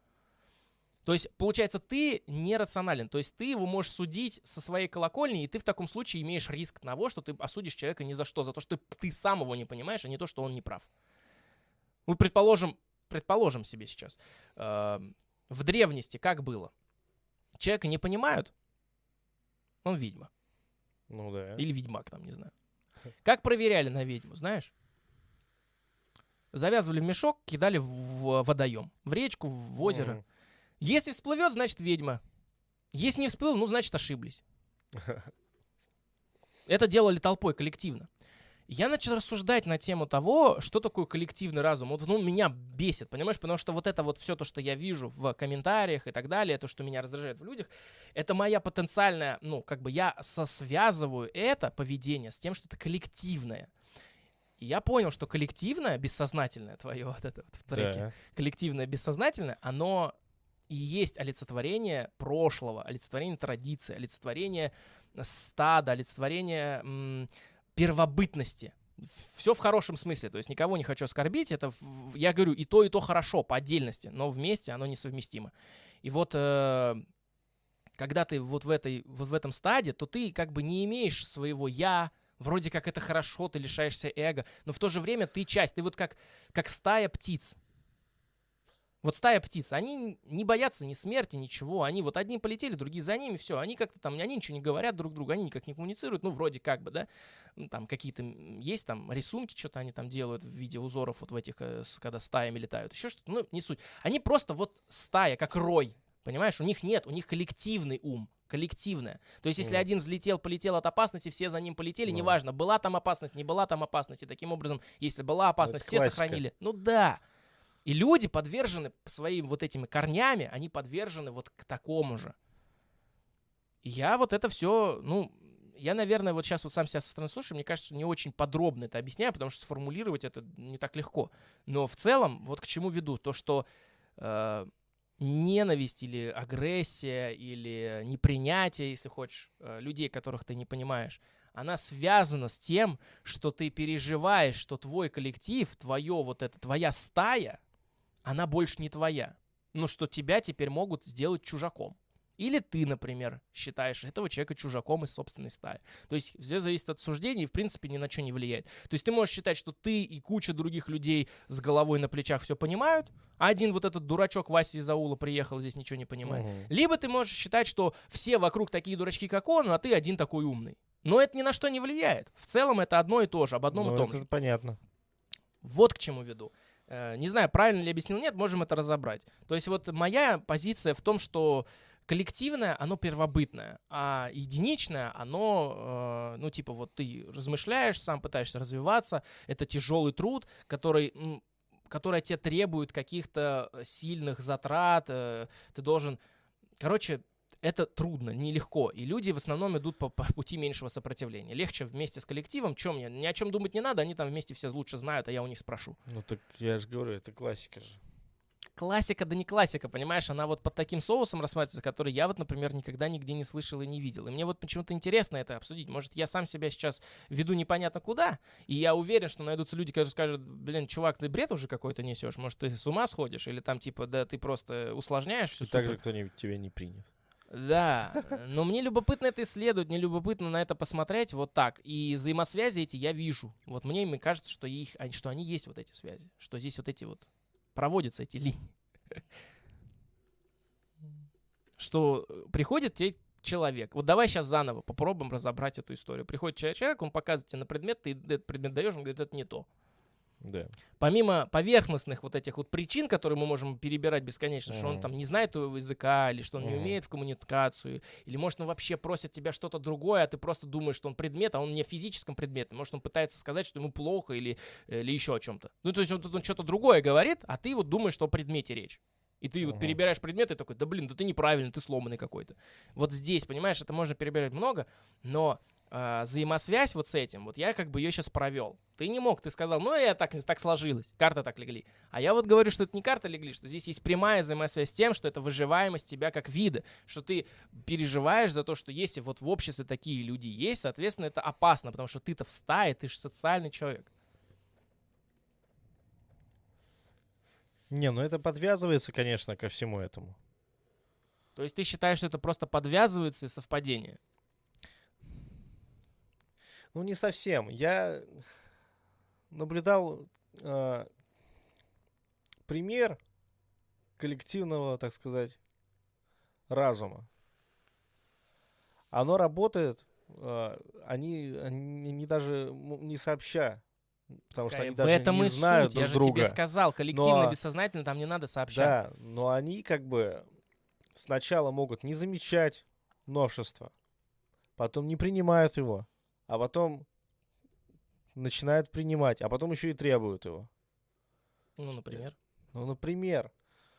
То есть, получается, ты нерационален. То есть ты его можешь судить со своей колокольни, и ты в таком случае имеешь риск того, что ты осудишь человека ни за что. За то, что ты сам его не понимаешь, а не то, что он не прав. Мы предположим себе сейчас. В древности как было? Человека не понимают, он ведьма. Ну да. Или ведьмак там, не знаю. Как проверяли на ведьму, знаешь? Завязывали в мешок, кидали в водоем. В речку, в озеро. Если всплывет, значит ведьма. Если не всплыл, значит ошиблись. Это делали толпой, коллективно. Я начал рассуждать на тему того, что такое коллективный разум. Вот, меня бесит, понимаешь? Потому что вот это вот все то, что я вижу в комментариях и так далее, то, что меня раздражает в людях, это моя потенциальная, я связываю это поведение с тем, что это коллективное. И я понял, что коллективное, бессознательное твое вот это вот в треке, Да. коллективное, бессознательное, оно и есть олицетворение прошлого, олицетворение традиции, олицетворение стада, олицетворение первобытности. Все в хорошем смысле, то есть никого не хочу оскорбить, это, я говорю, и то хорошо по отдельности, но вместе оно несовместимо. И вот когда ты вот в этом стаде, то ты как бы не имеешь своего «я», вроде как это хорошо, ты лишаешься эго, но в то же время ты часть, ты вот как стая птиц. Вот стая птиц, они не боятся ни смерти, ничего. Они вот одни полетели, другие за ними, все. Они как-то там, они ничего не говорят друг другу, они никак не коммуницируют, вроде как бы, да. Там какие-то есть там рисунки, что-то они там делают в виде узоров вот в этих, когда стаями летают, еще что-то, не суть. Они просто вот стая, как рой, понимаешь? У них коллективный ум. Коллективное. То есть, если один взлетел, полетел от опасности, все за ним полетели, неважно, была там опасность, не была там опасности. Таким образом, если была опасность, все сохранили. Да. И люди подвержены своими вот этими корнями, они подвержены вот к такому же. И я вот это все, я, наверное, вот сейчас вот сам себя со стороны слушаю, мне кажется, не очень подробно это объясняю, потому что сформулировать это не так легко. Но в целом, вот к чему веду, то, что ненависть или агрессия или непринятие, если хочешь, людей, которых ты не понимаешь, она связана с тем, что ты переживаешь, что твой коллектив, твоя стая, она больше не твоя. Что тебя теперь могут сделать чужаком. Или ты, например, считаешь этого человека чужаком из собственной стаи. То есть все зависит от суждений и, в принципе, ни на что не влияет. То есть ты можешь считать, что ты и куча других людей с головой на плечах все понимают, а один вот этот дурачок Вася из аула приехал, здесь ничего не понимает. Либо ты можешь считать, что все вокруг такие дурачки, как он, а ты один такой умный. Но это ни на что не влияет. В целом это одно и то же, об одном и том же. Это понятно. Вот к чему веду. Не знаю, правильно ли объяснил, нет, можем это разобрать. То есть вот моя позиция в том, что коллективное, оно первобытное, а единичное, оно, вот ты размышляешь сам, пытаешься развиваться, это тяжелый труд, который тебе требует каких-то сильных затрат, ты должен... Это трудно, нелегко. И люди в основном идут по пути меньшего сопротивления. Легче вместе с коллективом. Мне? Ни о чем думать не надо, они там вместе все лучше знают, а я у них спрошу. Так я же говорю, это классика же. классика, да не классика, понимаешь? Она вот под таким соусом рассматривается, который я вот, например, никогда нигде не слышал и не видел. И мне вот почему-то интересно это обсудить. Может, я сам себя сейчас веду непонятно куда, и я уверен, что найдутся люди, которые скажут, блин, чувак, ты бред уже какой-то несешь, может, ты с ума сходишь, или там типа, да ты просто усложняешь все. И также кто-нибудь тебя не принят. Да, но мне любопытно это исследовать, мне любопытно на это посмотреть вот так. И взаимосвязи эти я вижу. Вот мне кажется, что что они есть, вот эти связи, что здесь вот эти вот проводятся эти линии. Что приходит тебе человек. Вот давай сейчас заново попробуем разобрать эту историю. Приходит человек, он показывает тебе на предмет, ты этот предмет даешь, он говорит, это не то. Да. Помимо поверхностных вот этих вот причин, которые мы можем перебирать бесконечно, что он там не знает твоего языка, или что он не умеет в коммуникацию, или может он вообще просит тебя что-то другое, а ты просто думаешь, что он предмет, а он не физическом предмете. Может он пытается сказать, что ему плохо или еще о чем-то. Ну то есть он что-то другое говорит, а ты вот думаешь, что о предмете речь. И ты вот перебираешь предметы и такой, да блин, да ты неправильный, ты сломанный какой-то. Вот здесь, понимаешь, это можно перебирать много, но взаимосвязь вот с этим, вот я как бы ее сейчас провел. Ты не мог, ты сказал, ну я так сложилось, карта так легли. А я вот говорю, что это не карта легли, что здесь есть прямая взаимосвязь с тем, что это выживаемость тебя как вида, что ты переживаешь за то, что если вот в обществе такие люди есть, соответственно, это опасно, потому что ты-то в стае, ты же социальный человек. Не, ну это подвязывается, конечно, ко всему этому. То есть ты считаешь, что это просто подвязывается и совпадение? Ну, не совсем. Я наблюдал пример коллективного, так сказать, разума. Оно работает, они даже не сообща, потому что они В даже этом не и знают суть. Я друг же тебе друга. сказал, коллективно, Но- бессознательно, там не надо сообща. Да, но они как бы сначала могут не замечать новшество, потом не принимают его, а потом начинают принимать, а потом еще и требуют его. Ну, например. Ну, например,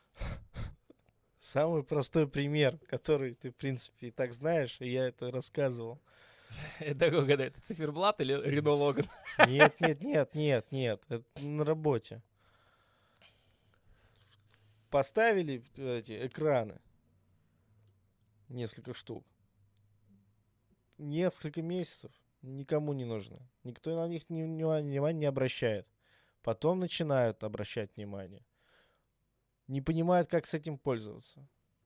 самый простой пример, который ты, в принципе, и так знаешь, и я это рассказывал. Это угадай, это циферблат или Рено Логан? Нет, это на работе. Поставили эти экраны, несколько штук. Несколько месяцев никому не нужно. Никто на них внимания не обращает. Потом начинают обращать внимание. Не понимают, как с этим пользоваться.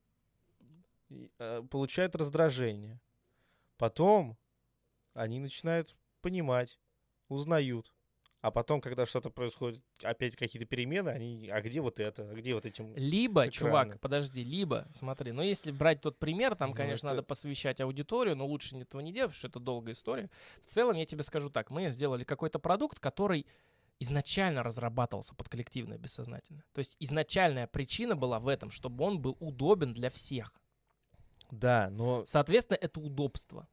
Получают раздражение. Потом они начинают понимать, узнают. А потом, когда что-то происходит, опять какие-то перемены, они, а где вот это, а где вот этим Либо, экраны? чувак, подожди, либо, смотри, ну если брать тот пример, там, Ну, конечно, это- надо посвящать аудиторию, но лучше этого не делать, потому что это долгая история. В целом, я тебе скажу так, мы сделали какой-то продукт, который изначально разрабатывался под коллективное бессознательное. То есть изначальная причина была в этом, чтобы он был удобен для всех. Да, но Соответственно, это удобство.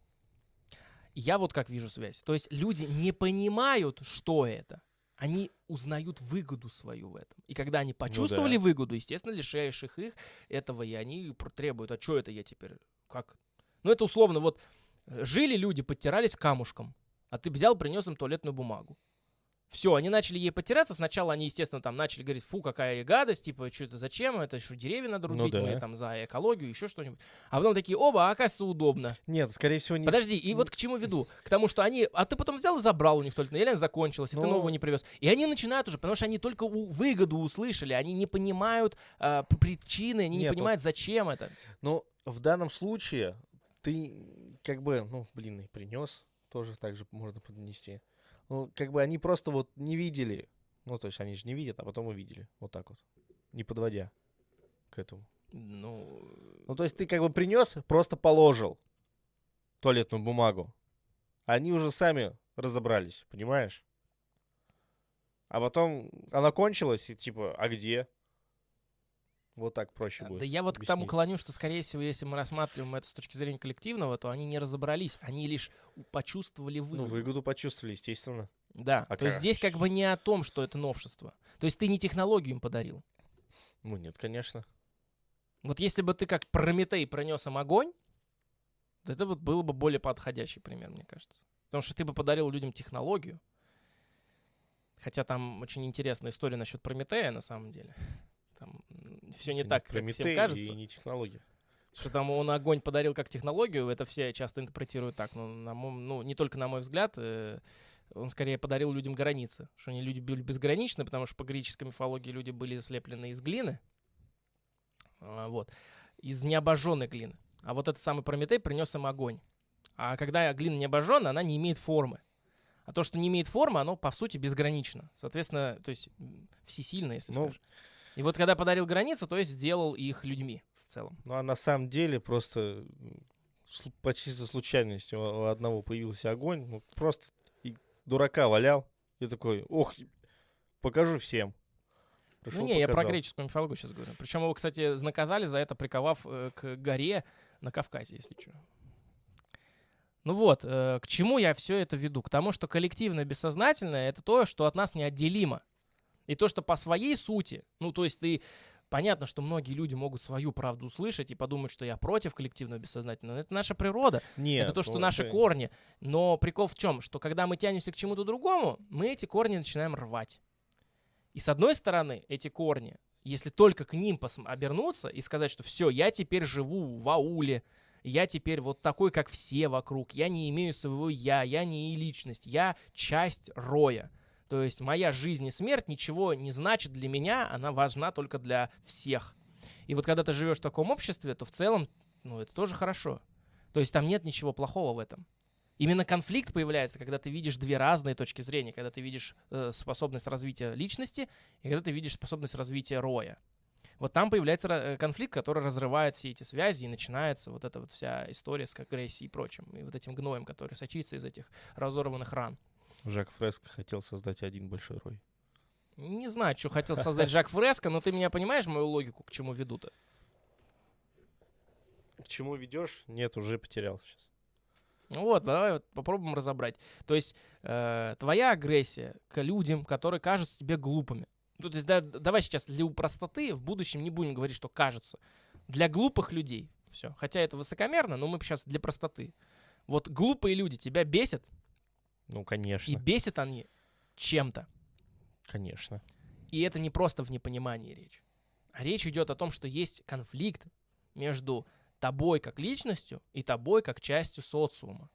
Я вот как вижу связь. То есть люди не понимают, что это. Они узнают выгоду свою в этом. И когда они почувствовали да. выгоду, естественно, лишаешь их этого, и они требуют, а что это я теперь? Как? Ну, это условно, вот жили люди, подтирались камушком, а ты взял, принес им туалетную бумагу. Все, они начали ей потираться. Сначала они, естественно, там начали говорить, фу, какая гадость, типа, что это, зачем, это что, деревья надо рубить, да. мы там за экологию, еще что-нибудь. А потом такие, оба, оказывается, удобно. нет, скорее всего, не... Подожди, и вот к чему веду? К тому, что они... А ты потом взял и забрал у них только, или она закончилась, и ты Ну- нового не привез. И они начинают уже, потому что они только выгоду услышали, они не понимают причины, они не Нет, понимают, зачем это. Но в данном случае ты как бы, и принес, тоже так же можно поднести. Ну, как бы они просто вот не видели, то есть они же не видят, а потом увидели, вот так вот, не подводя к этому. Ну, То есть ты как бы принес, просто положил туалетную бумагу. Они уже сами разобрались, понимаешь? А потом она кончилась, и типа, а где? Вот так проще будет. да я вот к тому объяснить. клоню, что, скорее всего, если мы рассматриваем это с точки зрения коллективного, то они не разобрались, они лишь почувствовали выгоду. Выгоду почувствовали, естественно. Да, А то есть как? здесь как бы не о том, что это новшество. То есть ты не технологию им подарил. Нет, конечно. Вот если бы ты как Прометей принес им огонь, то это вот было бы более подходящий пример, мне кажется. Потому что ты бы подарил людям технологию. Хотя там очень интересная история насчет Прометея, на самом деле. Там все не Это так, как всем Прометей кажется. и не технология. Что там он огонь подарил как технологию, это все часто интерпретируют так. Ну, не только на мой взгляд, он скорее подарил людям границы. Что они люди были безграничны, потому что по греческой мифологии люди были слеплены из глины. Вот. Из необожженной глины. А вот этот самый Прометей принес им огонь. А когда глина не обожжена, она не имеет формы. А то, что не имеет формы, оно, по сути, безгранично. Соответственно, то есть всесильно, если скажешь. И вот когда подарил границы, то есть сделал их людьми в целом. Ну, а на самом деле просто по чистой случайности у одного появился огонь, ну, просто дурака валял. И такой, ох, покажу всем. Пришел, Я про показал. греческую мифологию сейчас говорю. Причем его, кстати, наказали за это, приковав к горе на Кавказе, если что. Ну вот, к чему я все это веду? К тому, что коллективное бессознательное — это то, что от нас неотделимо. И то, что по своей сути, ну, то есть понятно, что многие люди могут свою правду услышать и подумать, что я против коллективного бессознательного. Но это наша природа, Нет, это то, что ну, наши корни. Но прикол в чем? Что когда мы тянемся к чему-то другому, мы эти корни начинаем рвать. И с одной стороны, эти корни, если только к ним обернуться и сказать, что все, я теперь живу в ауле, я теперь вот такой, как все вокруг, я не имею своего я не личность, я часть роя. То есть моя жизнь и смерть ничего не значит для меня, она важна только для всех. И вот когда ты живешь в таком обществе, то в целом, ну, это тоже хорошо. То есть там нет ничего плохого в этом. Именно конфликт появляется, когда ты видишь две разные точки зрения, когда ты видишь способность развития личности и когда ты видишь способность развития роя. Вот там появляется конфликт, который разрывает все эти связи, и начинается вот эта вот вся история с агрессией и прочим, и вот этим гноем, который сочится из этих разорванных ран. Жак Фреско хотел создать один большой рой. Не знаю, что хотел создать Жак Фреско, но ты меня понимаешь, мою логику, к чему веду-то? К чему ведешь? Нет, уже потерял сейчас. Ну вот, давай вот попробуем разобрать. То есть твоя агрессия к людям, которые кажутся тебе глупыми. Ну, то есть давай сейчас для простоты в будущем не будем говорить, что кажутся. Для глупых людей. Все. Хотя это высокомерно, но мы сейчас для простоты. Вот глупые люди тебя бесят. Ну, конечно. И бесят они чем-то. Конечно. И это не просто в непонимании речь. А речь идет о том, что есть конфликт между тобой как личностью и тобой как частью социума.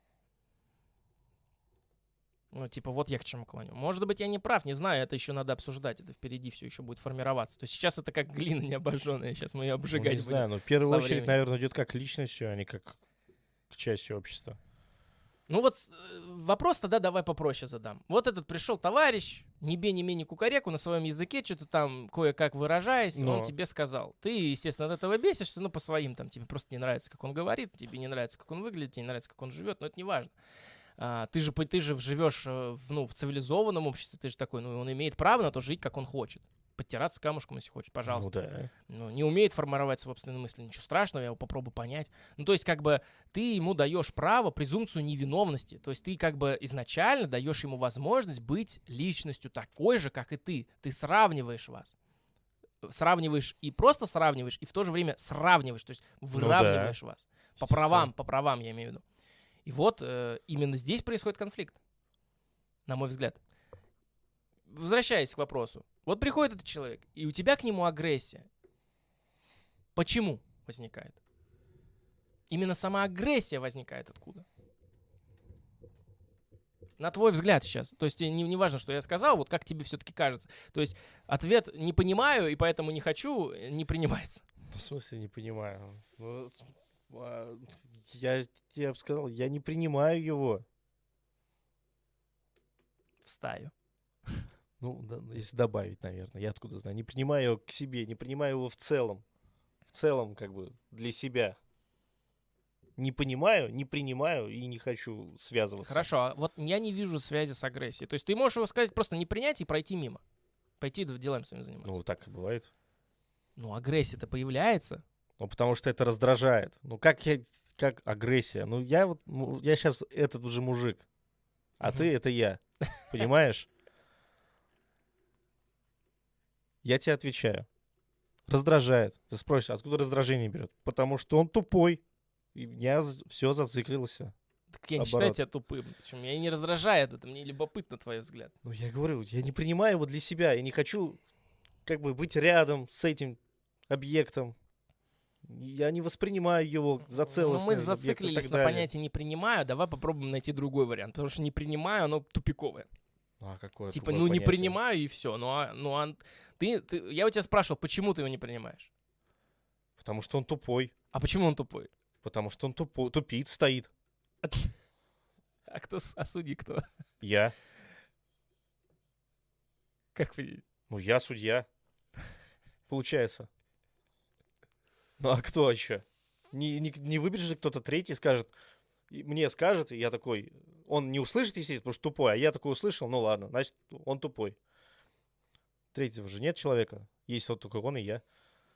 Ну, типа, вот я к чему клоню. Может быть, я не прав, не знаю, это еще надо обсуждать, это впереди все еще будет формироваться. То есть сейчас это как глина необожженная, сейчас мы ее обжигать не будем. знаю, но в первую со очередь, временем. наверное, идет как к личностью, а не как к части общества. Ну вот вопрос тогда давай попроще задам. Вот этот пришел товарищ, ни бе, ни ме, ни кукареку, на своем языке, что-то там кое-как выражаясь, он тебе сказал. Ты, естественно, от этого бесишься, но по своим там, тебе просто не нравится, как он говорит, тебе не нравится, как он выглядит, тебе не нравится, как он живет, но это не важно. Ты же живешь в цивилизованном обществе, ты же такой, ну, он имеет право на то жить, как он хочет. Подтираться камушком, если хочет, пожалуйста. Ну да. Ну, не умеет формировать собственные мысли, ничего страшного, я его попробую понять. Ну, то есть, как бы, ты ему даешь право, презумпцию невиновности. То есть, ты, как бы, изначально даешь ему возможность быть личностью такой же, как и ты. Ты сравниваешь вас. Сравниваешь и просто сравниваешь, и в то же время сравниваешь, то есть, выравниваешь вас. По правам, я имею в виду. И вот именно здесь происходит конфликт, на мой взгляд. Возвращаясь к вопросу. Вот приходит этот человек, и у тебя к нему агрессия. Почему возникает? Именно сама агрессия возникает откуда? На твой взгляд сейчас. То есть не важно, что я сказал, вот как тебе все-таки кажется. То есть ответ «не понимаю, и поэтому не хочу» не принимается. В смысле не понимаю? Ну, я бы сказал, я не принимаю его. В стаю. Ну, да, если добавить, наверное. Я откуда знаю? Не принимаю его к себе, не принимаю его в целом. В целом, как бы, для себя. Не понимаю, не принимаю и не хочу связываться. Хорошо, а вот я не вижу связи с агрессией. То есть ты можешь его сказать, просто не принять и пройти мимо. Пойти делами своими заниматься. Ну, так и бывает. Ну, агрессия-то появляется. Ну, потому что это раздражает. Ну, как агрессия? Ну, я сейчас этот же мужик, а ты — это я. Понимаешь? Я тебе отвечаю. Раздражает. Ты спросишь, откуда раздражение берет? Потому что он тупой. И я все зациклился. Так я не считаю тебя тупым. Причем меня и не раздражает это, мне любопытно твой взгляд. Ну, я говорю, я не принимаю его для себя. Я не хочу, как бы, быть рядом с этим объектом. Я не воспринимаю его за целостный Мы объект и зациклились так на далее. понятие «не принимаю», давай попробуем найти другой вариант, потому что «не принимаю», оно тупиковое. А какое Типа, другое ну не понятие? принимаю и все. Я у тебя спрашивал, почему ты его не принимаешь? Потому что он тупой. А почему он тупой? Потому что он тупит, стоит. А судьи кто? Я. Как вы... Ну, я судья. Получается. Ну, а кто еще? Не выберет же кто-то третий, скажет, мне скажет, и я такой, он не услышит, естественно, потому что тупой, а я такой услышал, ну ладно, значит, он тупой. Третьего же нет человека, есть вот только он и я.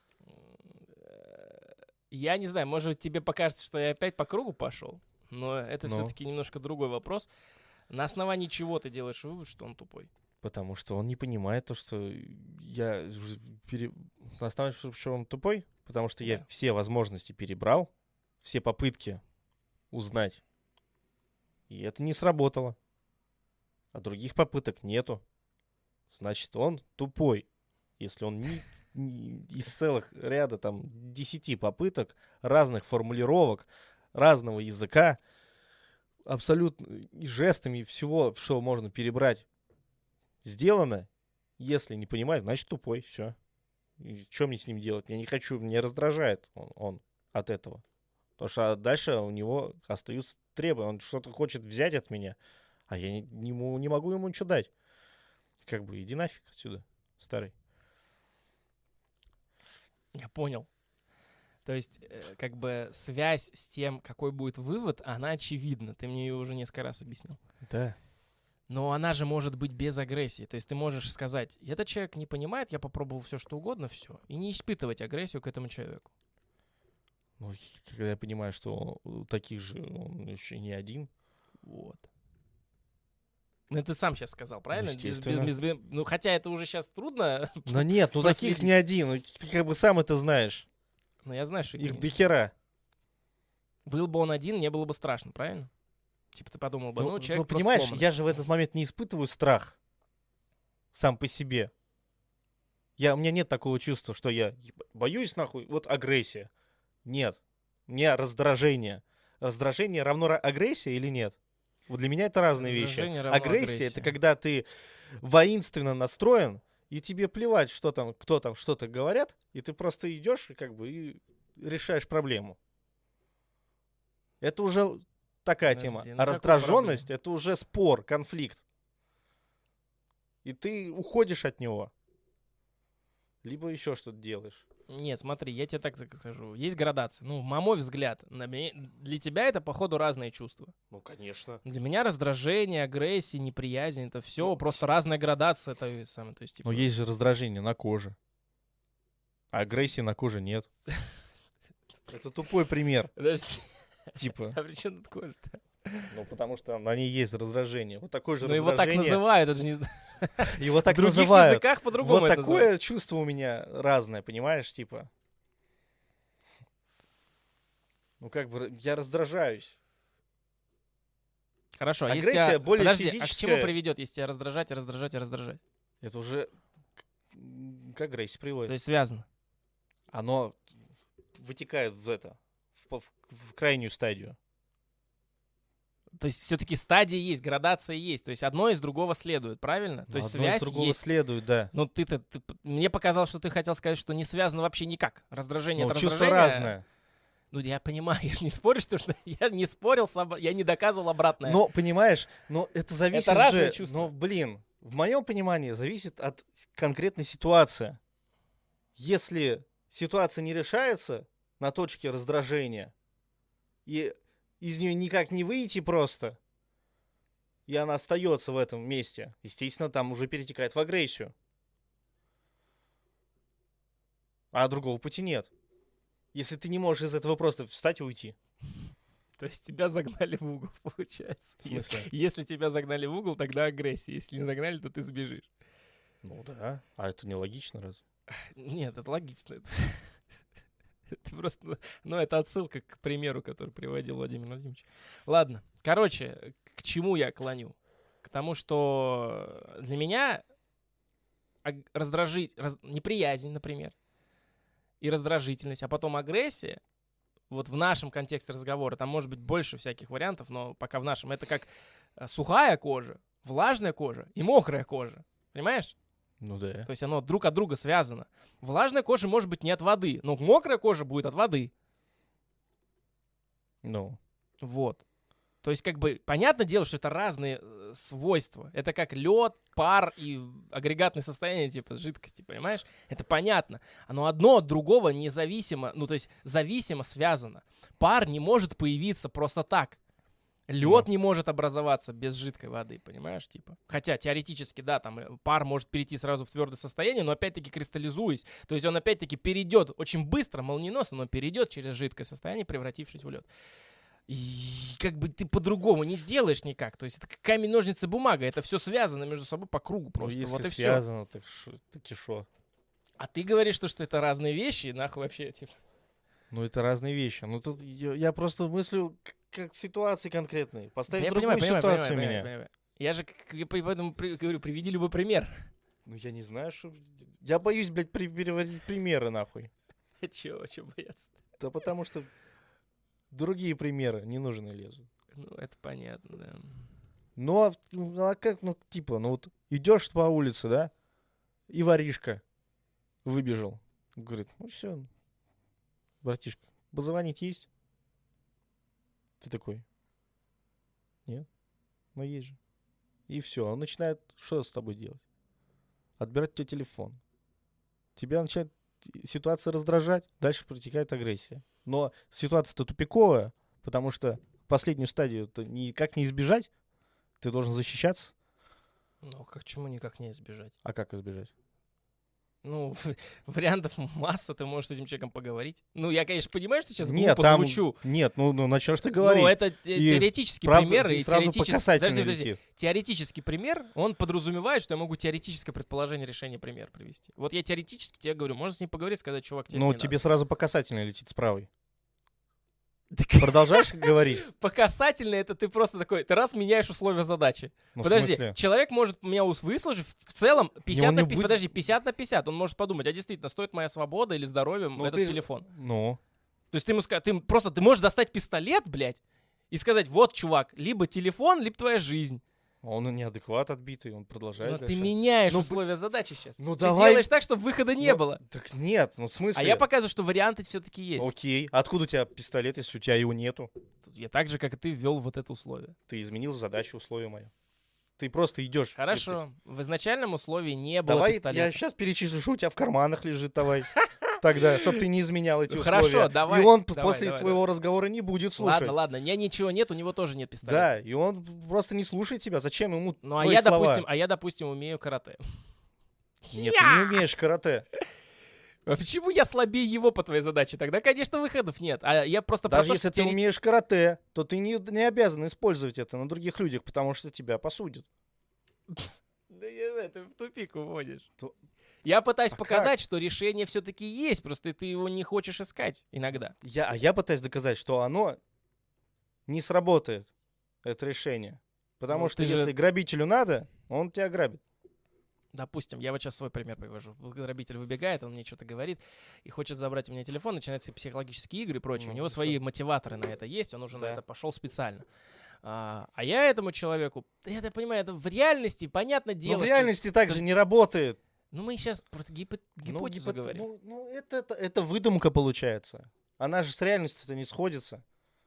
Я не знаю, может, тебе покажется, что я опять по кругу пошел, но это Ну. все-таки немножко другой вопрос. На основании чего ты делаешь вывод, что он тупой? Потому что он не понимает то, что я... На основании, что он тупой? Потому что я Да. все возможности перебрал, все попытки узнать. И это не сработало. А других попыток нету. Значит, он тупой. Если он из целых ряда там 10 попыток, разных формулировок, разного языка, абсолютно и жестами, и всего, что можно перебрать, сделано, если не понимает, значит тупой, все. Что мне с ним делать? Я не хочу, меня раздражает он от этого. Потому что дальше у него остаются требования. Он что-то хочет взять от меня, а я не могу ему ничего дать. Как бы иди нафиг отсюда, старый. Я понял. То есть, как бы связь с тем, какой будет вывод, она очевидна. Ты мне ее уже несколько раз объяснил. Да. Но она же может быть без агрессии. То есть ты можешь сказать, этот человек не понимает, я попробовал все, что угодно, все. И не испытывать агрессию к этому человеку. Ну, когда я понимаю, что у таких же он еще не один. Вот. Ну, ты сам сейчас сказал, правильно? Естественно. Ну, хотя это уже сейчас трудно. Но нет, ну таких проследить. не один. Ну, ты как бы сам это знаешь. Но я знаю, что Их дохера. был бы он один, не было бы страшно, правильно? Типа ты подумал бы, ну, человек ну, понимаешь, просто сломан. я же в этот момент не испытываю страх сам по себе. У меня нет такого чувства, что я боюсь, нахуй, вот агрессия. Нет. У меня раздражение. Раздражение равно агрессия или нет? Вот для меня это разные вещи. Раздражение равно Агрессия — это агрессия. когда ты воинственно настроен, и тебе плевать, что там, кто там что-то говорят, и ты просто идешь и как бы и решаешь проблему. Это уже такая Подожди, тема. ну А какую раздраженность — это уже спор, конфликт. И ты уходишь от него. Либо еще что-то делаешь. Нет, смотри, я тебе так скажу. Есть градация. Ну, на мой взгляд, для тебя это, походу, разные чувства. Ну, конечно. Для меня раздражение, агрессия, неприязнь, это все просто разная градация. То есть, типа... Но есть же раздражение на коже. А агрессии на коже нет. Это тупой пример. Подожди, Типа, а при чем тут кожа-то? ну потому что на ней есть раздражение. Вот такое же Ну, его так раздражение. называют, это же не знаю. Его так В других называют. языках по-другому Вот это называют. такое чувство у меня разное, понимаешь, типа. Ну как бы я раздражаюсь. Хорошо, а если Агрессия более Подожди, а к физическая. чему приведет, если тебя раздражать и раздражать и раздражать? Это уже к агрессии приводит. То есть связано. Оно вытекает в это, в крайнюю стадию. То есть все-таки стадии есть, градация есть. То есть одно из другого следует, правильно? То Но есть одно из связь другого есть. следует, да. Но мне показалось, что ты хотел сказать, что не связано вообще никак. Раздражение Но от чувство раздражения. разное. Ну, я понимаю, я же не спорю, что я не спорил, я не доказывал обратное. Но, понимаешь, но это зависит Это разные же... чувства. Но, блин, в моем понимании зависит от конкретной ситуации. Если ситуация не решается на точке раздражения, и из нее никак не выйти просто, и она остается в этом месте, естественно, там уже перетекает в агрессию. А другого пути нет. Если ты не можешь из этого просто встать и уйти. То есть тебя загнали в угол, получается. В смысле? Если тебя загнали в угол, тогда агрессия. Если не загнали, то ты сбежишь. Ну да. А это нелогично разве? Нет, это логично. Это просто, ну, это отсылка к примеру, который приводил Владимир Владимирович. Ладно, короче, к чему я клоню? К тому, что для меня неприязнь, например, и раздражительность, а потом агрессия, вот в нашем контексте разговора, там может быть больше всяких вариантов, но пока в нашем, это как сухая кожа, влажная кожа и мокрая кожа. Понимаешь? Ну да. То есть оно друг от друга связано. Влажная кожа может быть не от воды, но мокрая кожа будет от воды. Ну. Вот. То есть, как бы, понятное дело, что это разные свойства. Это как лед, пар и агрегатное состояние, типа, жидкости, понимаешь? Это понятно. Но одно от другого независимо, ну, то есть, зависимо связано. Пар не может появиться просто так. Лед не может образоваться без жидкой воды, понимаешь, типа? Хотя, теоретически, да, там пар может перейти сразу в твердое состояние, но опять-таки кристаллизуясь. То есть он опять-таки перейдет очень быстро, молниеносно, но перейдет через жидкое состояние, превратившись в лед. И как бы ты по-другому не сделаешь никак. То есть это как камень, ножницы, бумага. Это все связано между собой по кругу просто. Ну, если вот и связано, так и шо? А ты говоришь, что это разные вещи, и нахуй вообще, типа. Ну, это разные вещи. Ну, тут я просто мыслю как ситуации конкретные. Поставь Я другую понимаю, ситуацию понимаю, меня. понимаю. Я же поэтому говорю, приведи любой пример. Ну, я не знаю, что... Я боюсь, блядь, переводить примеры, нахуй. Чего бояться? Да потому что другие примеры ненужные лезут. Ну, это понятно, да. Ну, а как, ну, типа, ну, вот идешь по улице, да, и воришка выбежал. Говорит, ну, все, братишка, позвонить есть? Ты такой, нет, ну, есть же. И все, он начинает, что с тобой делать? Отбирать у тебя телефон. Тебя начинает ситуация раздражать, дальше протекает агрессия. Но ситуация-то тупиковая, потому что последнюю стадию-то никак не избежать, ты должен защищаться. Ну, чему никак не избежать? А как избежать? Ну, вариантов масса, ты можешь с этим человеком поговорить. Ну, я, конечно, понимаю, что сейчас Нет, глупо там, звучу. нет, ну начнешь ты говорить. Ну, это теоретический правда, пример. и И сразу по теоретически... касательной Подожди. летит. Теоретический пример, он подразумевает, что я могу теоретическое предположение решения пример привести. Вот я теоретически тебе говорю, можно с ним поговорить, сказать, чувак, тебе Ну, не тебе сразу по касательной летит с правой. надо. Продолжаешь говорить? По касательной это ты просто такой, ты раз меняешь условия задачи. Ну, в Подожди, смысле? человек может меня выслушать в целом 50 он на не 50, будет- подожди, 50 на 50. Он может подумать, а действительно, стоит моя свобода или здоровье Ну, этот ты- телефон. Ну, То есть ты ему скажешь, ты можешь достать пистолет, блядь, и сказать, вот, чувак, либо телефон, либо твоя жизнь. он неадекват отбитый, он продолжает Но ты дальше. меняешь Ну, условия задачи сейчас. ну, ты давай- делаешь так, чтобы выхода не Ну, было. Так нет, ну в смысле? А я показываю, что варианты все-таки есть. Окей, откуда у тебя пистолет, если у тебя его нету? Я так же, как и ты, ввел вот это условие. Ты изменил задачу, условия мои. Ты просто идешь. Хорошо. В изначальном условии не было Давай пистолета. я сейчас перечислю, что у тебя в карманах лежит, давай. Тогда, чтобы ты не изменял эти Ну, условия. хорошо, давай, И он давай, после давай, твоего разговора не будет слушать. Ладно, у меня ничего нет, у него тоже нет пистолета. Да, и он просто не слушает тебя. Зачем ему Ну, а твои я, слова? допустим, умею карате. Нет, ты не умеешь карате. А почему я слабее его по твоей задаче? Тогда, конечно, выходов нет. А я просто про Даже то, если что ты умеешь карате, то ты не обязан использовать это на других людях, потому что тебя посудят. Да ты в тупик уводишь. То- Я пытаюсь А показать, что решение все-таки есть, просто ты его не хочешь искать иногда. Я пытаюсь доказать, что оно не сработает, это решение. Потому Ну, что ты же- если грабителю надо, он тебя грабит. Допустим, я вот сейчас свой пример привожу. Грабитель выбегает, он мне что-то говорит и хочет забрать у меня телефон, начинаются психологические игры и прочее. Ну, У него и свои мотиваторы на это есть, он уже на Да. это пошел специально. А я этому человеку, да я понимаю, это в реальности, понятное дело. Но в что- реальности так же не работает. Ну мы сейчас про гипотезу говорим. Ну, это выдумка получается. Она же с реальностью-то не сходится.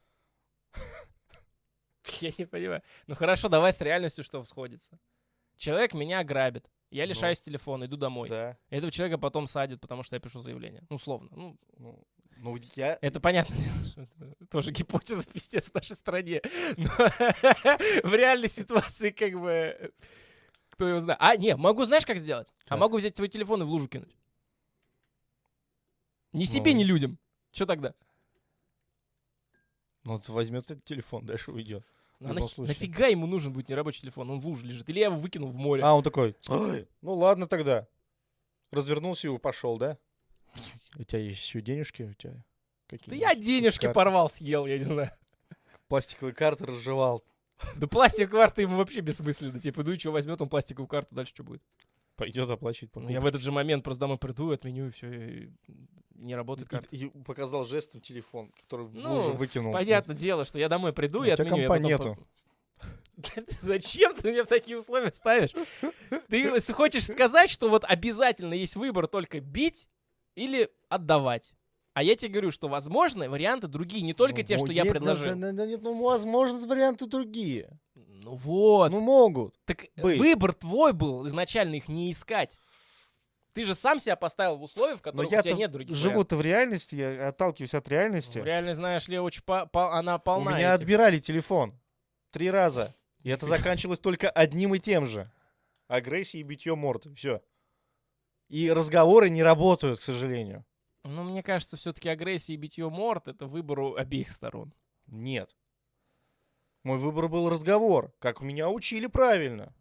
Я не понимаю. Ну хорошо, давай с реальностью что сходится. Человек меня грабит. Я лишаюсь телефона, иду домой. Да. Этого человека потом садят, потому что я пишу заявление. Ну, условно. Ну, Ну, я... это понятно, что это тоже гипотеза пиздец в нашей стране. Но в реальной ситуации как бы... Кто его знает. А, не, могу, знаешь, как сделать? А Как? могу взять твой телефон и в лужу кинуть. Ни себе, Ну. ни людям. Что тогда? Ну, вот возьмет этот телефон, дальше уйдет. Ну, В любом случае. нафига ему нужен будет нерабочий телефон? Он в луже лежит. Или я его выкину в море. А, он такой, «Ой, ну ладно тогда. Развернулся и пошел, да? У тебя есть еще денежки? У тебя Да какие? я денежки карты? порвал, съел, я не знаю. Пластиковые карты разжевал. Да пластиковая карта ему вообще бессмысленно. Типа, ну и что, возьмет он пластиковую карту, дальше что будет? Пойдет оплачивать Ну, покупку. я в этот же момент просто домой приду, отменю и все. не работает карта. И показал жестом телефон, который в Ну, лужу выкинул. Понятное дело, что я домой приду У и тебя отменю. компа я потом нету. Зачем ты меня в такие условия ставишь? Ты хочешь сказать, что вот обязательно есть выбор только бить или отдавать? А я тебе говорю, что возможны варианты другие, не только те, что я предложил. Да нет, ну, возможно, варианты другие. Ну вот. Ну, могут. Так быть. выбор твой был изначально их не искать. Ты же сам себя поставил в условия, в Но которых у я тебя нет других вариантов. живу-то в реальности, я отталкиваюсь от реальности. Реально, знаешь ли, очень она У полна меня этих. отбирали телефон 3 раза. И это заканчивалось только одним и тем же. Агрессией и битьем морды. Все. И разговоры не работают, к сожалению. Ну, мне кажется, все-таки агрессия и битье морд — это выбор у обеих сторон. Нет. Мой выбор был разговор, как меня учили правильно.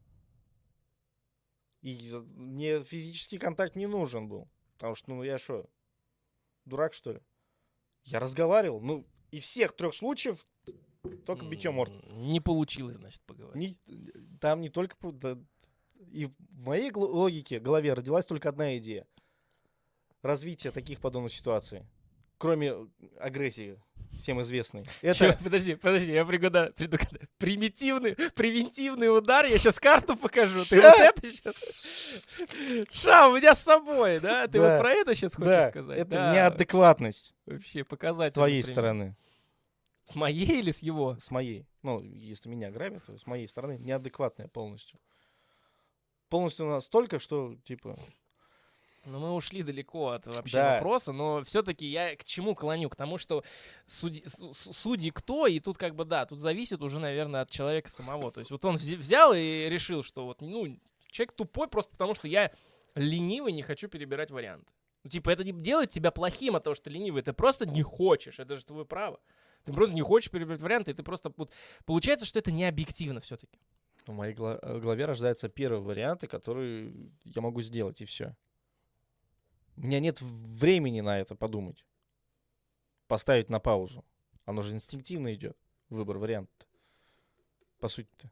И мне физический контакт не нужен был. Потому что, ну, я что, дурак, что ли? Я разговаривал. Ну, и всех 3 случаев только битье морд. Не получилось, значит, поговорить. Там не только... И в моей логике, голове родилась только одна идея. Развитие таких подобных ситуаций. Кроме агрессии, всем известной. Чё, подожди, я предугадаю. Превентивный удар, я сейчас карту покажу. Ты вот это сейчас... Ша, у меня с собой, да? Ты вот про это сейчас хочешь сказать? Это неадекватность. Вообще показательно. С твоей стороны. С моей или с его? С моей. Ну, если меня грабят, то с моей стороны неадекватная полностью. Полностью настолько, что, типа... Ну, мы ушли далеко от вообще вопроса, но все-таки я к чему клоню? К тому, что судьи кто, и тут как бы, да, тут зависит уже, наверное, от человека самого. То есть вот он взял и решил, что вот, ну, человек тупой просто потому, что я ленивый, не хочу перебирать варианты. Ну, типа, это не делает тебя плохим от того, что ты ленивый, ты просто не хочешь, это же твое право. Ты просто не хочешь перебирать варианты, и ты просто... Вот, получается, что это не объективно все-таки. В моей голове рождаются первые варианты, которые я могу сделать, и все. У меня нет времени на это подумать. Поставить на паузу. Оно же инстинктивно идет. Выбор варианта. По сути-то.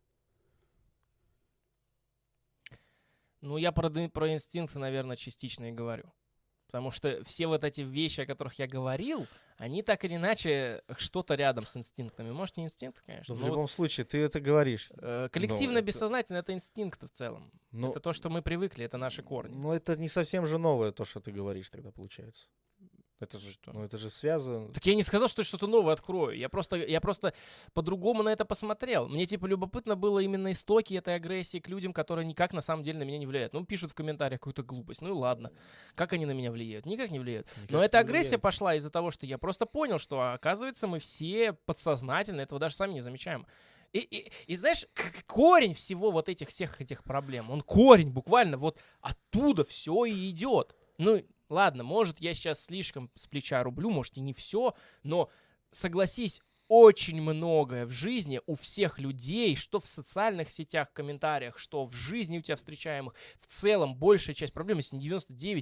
Ну, я про инстинкты, наверное, частично и говорю. Потому что все вот эти вещи, о которых я говорил, они так или иначе что-то рядом с инстинктами. Может, не инстинкт, конечно. Но в любом случае, ты это говоришь. Коллективно-бессознательно это инстинкт в целом. Но, это то, что мы привыкли, это наши корни. Но это не совсем же новое, то, что ты говоришь тогда, получается. Это же что? Ну, это же связано. Так я не сказал, что что-то новое открою. Я просто по-другому на это посмотрел. Мне типа любопытно было именно истоки этой агрессии к людям, которые никак на самом деле на меня не влияют. Ну, пишут в комментариях какую-то глупость. Ну и ладно. Как они на меня влияют? Никак не влияют. Но эта агрессия пошла из-за того, что я просто понял, что, оказывается, мы все подсознательно этого даже сами не замечаем. И знаешь, корень всего вот всех этих проблем, он корень буквально вот оттуда все и идет. Ну, ладно, может, я сейчас слишком с плеча рублю, может, и не все, но согласись, очень многое в жизни у всех людей, что в социальных сетях, комментариях, что в жизни у тебя встречаемых, в целом большая часть проблем, если не 99,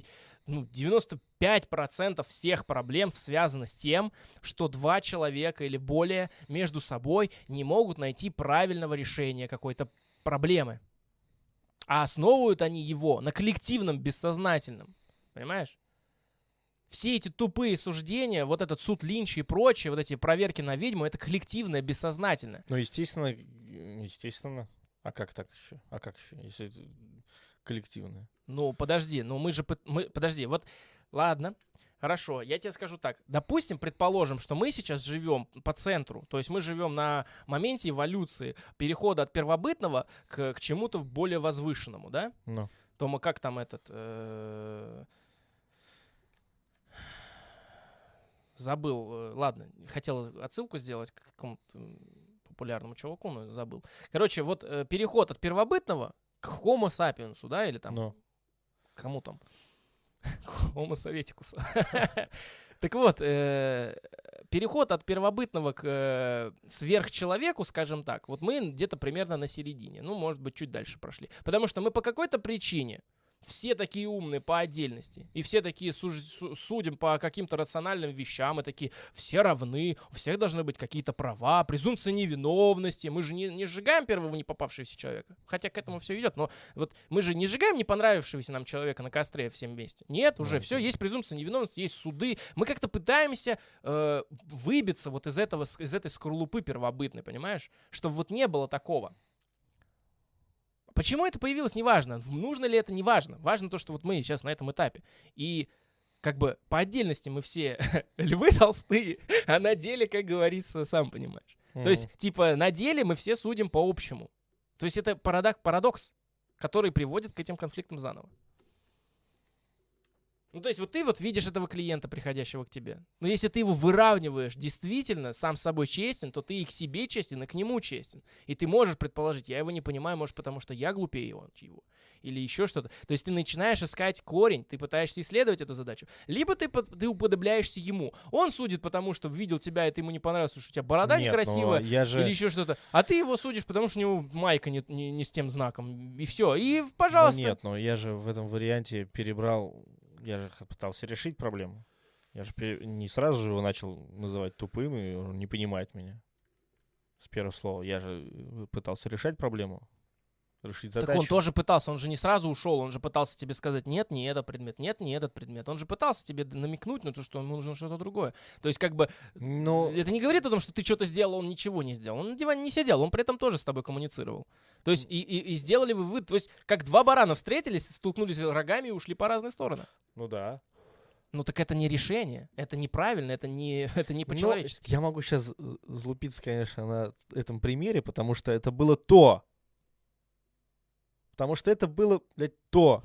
95% всех проблем связаны с тем, что 2 человека или более между собой не могут найти правильного решения какой-то проблемы. А основывают они его на коллективном бессознательном. Понимаешь? Все эти тупые суждения, вот этот суд Линча и прочее, вот эти проверки на ведьму, это коллективное, бессознательное. Ну, естественно. А как так еще? Если это коллективное? Ну, подожди, подожди, вот, ладно, хорошо, я тебе скажу так. Допустим, предположим, что мы сейчас живем по центру, то есть мы живем на моменте эволюции, перехода от первобытного к чему-то более возвышенному, да? Ну. То мы как там забыл, ладно, хотел отсылку сделать к какому-то популярному чуваку, но забыл. Короче, вот переход от первобытного к Homo sapiens, да, или там, кому там? Homo советикус. Так вот, переход от первобытного к сверхчеловеку, скажем так, вот мы где-то примерно на середине, ну, может быть, чуть дальше прошли. Потому что мы по какой-то причине все такие умные по отдельности, и все такие судим по каким-то рациональным вещам, и такие все равны, у всех должны быть какие-то права, презумпция невиновности. Мы же не сжигаем первого не попавшегося человека, хотя к этому все идет, но вот мы же не сжигаем не понравившегося нам человека на костре всем вместе. Нет, уже все, есть презумпция невиновности, есть суды. Мы как-то пытаемся выбиться вот из этой скорлупы первобытной, понимаешь? Чтобы вот не было такого. Почему это появилось, неважно. Нужно ли это, неважно. Важно то, что вот мы сейчас на этом этапе. И как бы по отдельности мы все львы толстые, а на деле, как говорится, сам понимаешь. То есть, типа, на деле мы все судим по общему. То есть это парадокс, который приводит к этим конфликтам заново. Ну, то есть вот ты вот видишь этого клиента, приходящего к тебе. Но если ты его выравниваешь действительно, сам с собой честен, то ты и к себе честен, и к нему честен. И ты можешь предположить, я его не понимаю, может, потому что я глупее его. Или еще что-то. То есть ты начинаешь искать корень, ты пытаешься исследовать эту задачу. Либо ты уподобляешься ему. Он судит, потому что видел тебя, и ты ему не понравилось, что у тебя борода некрасивая, или еще что-то. А ты его судишь, потому что у него майка не с тем знаком. И все. И, пожалуйста. Нет, но я же в этом варианте перебрал... Я же пытался решить проблему. Я же не сразу же его начал называть тупым, и он не понимает меня. С первого слова. Я же пытался решать проблему. Решить задачу. Так он тоже пытался, он же не сразу ушел, он же пытался тебе сказать, нет, не этот предмет, нет, не этот предмет. Он же пытался тебе намекнуть на то, что ему нужно что-то другое. То есть как бы это не говорит о том, что ты что-то сделал, он ничего не сделал. Он на диване не сидел, он при этом тоже с тобой коммуницировал. То есть и сделали вы, то есть как два барана встретились, столкнулись рогами и ушли по разные стороны. Ну да. Ну так это не решение, это неправильно, это не по-человечески. Я могу сейчас злупиться, конечно, на этом примере, потому что это было то. Потому что это было, блядь, то.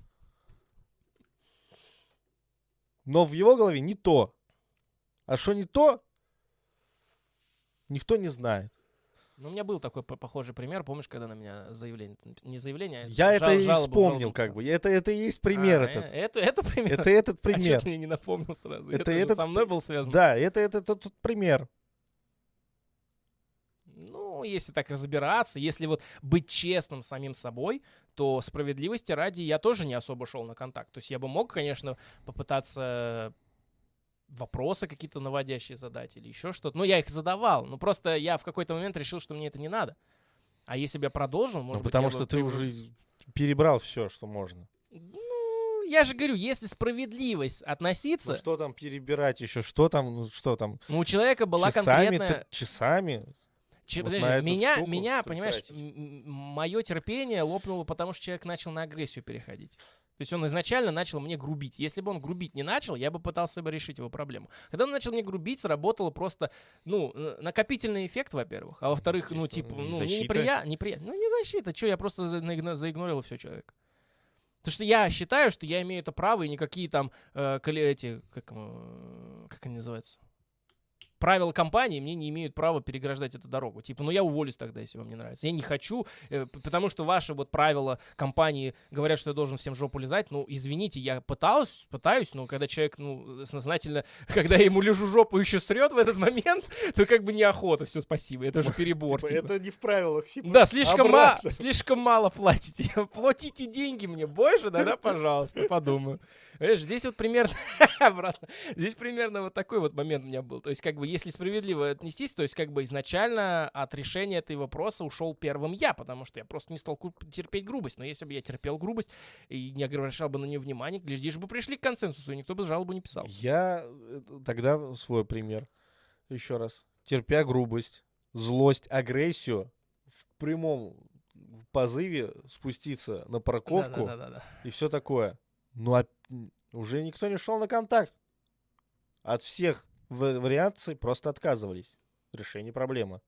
Но в его голове не то. А что не то, никто не знает. Ну, у меня был такой похожий пример, помнишь, когда на меня заявление, не заявление, а я это и вспомнил, как бы. Это и есть пример этот. Это пример? Это этот пример. А что ты мне не напомнил сразу? Это со мной был связан? Да, это тот пример. Ну, если так разбираться, если вот быть честным самим собой, то справедливости ради я тоже не особо шел на контакт. То есть я бы мог, конечно, попытаться вопросы какие-то наводящие задать или еще что-то. Но я их задавал. Но просто я в какой-то момент решил, что мне это не надо. А если бы я продолжил, может быть, потому что ты уже перебрал все, что можно. Ну, я же говорю, если справедливость относиться... Ну, что там перебирать еще? Что там? Ну, у человека была конкретная... Часами? Подожди, меня, понимаешь, мое терпение лопнуло, потому что человек начал на агрессию переходить. То есть он изначально начал мне грубить. Если бы он грубить не начал, я бы пытался бы решить его проблему. Когда он начал мне грубить, сработало просто, накопительный эффект, во-первых. А во-вторых, мне неприятно. Ну, не защита. Что, я просто заигнорил все человека. Потому что я считаю, что я имею это право, и никакие там, как они называются? Правила компании мне не имеют права переграждать эту дорогу. Типа, я уволюсь тогда, если вам не нравится. Я не хочу, потому что ваши вот правила компании говорят, что я должен всем жопу лизать. Ну, извините, я пытаюсь, но когда человек, сознательно, когда я ему лежу жопу еще срет в этот момент, то как бы неохота, все, спасибо, это же перебор. Типа. Это не в правилах. Да, слишком мало платите. Платите деньги мне больше, да, пожалуйста, подумаю. Видишь, здесь вот примерно обратно. Здесь примерно вот такой вот момент у меня был. То есть, как бы, если справедливо отнестись, то есть, как бы, изначально от решения этого вопроса ушел первым я, потому что я просто не стал терпеть грубость. Но если бы я терпел грубость и не обращал бы на нее внимания, глядишь бы пришли к консенсусу, и никто бы жалобу не писал. Я тогда свой пример. Еще раз. Терпя грубость, злость, агрессию, в прямом позыве спуститься на парковку и все такое. Ну, уже никто не шел на контакт. От всех вариаций просто отказывались. Решение проблемы.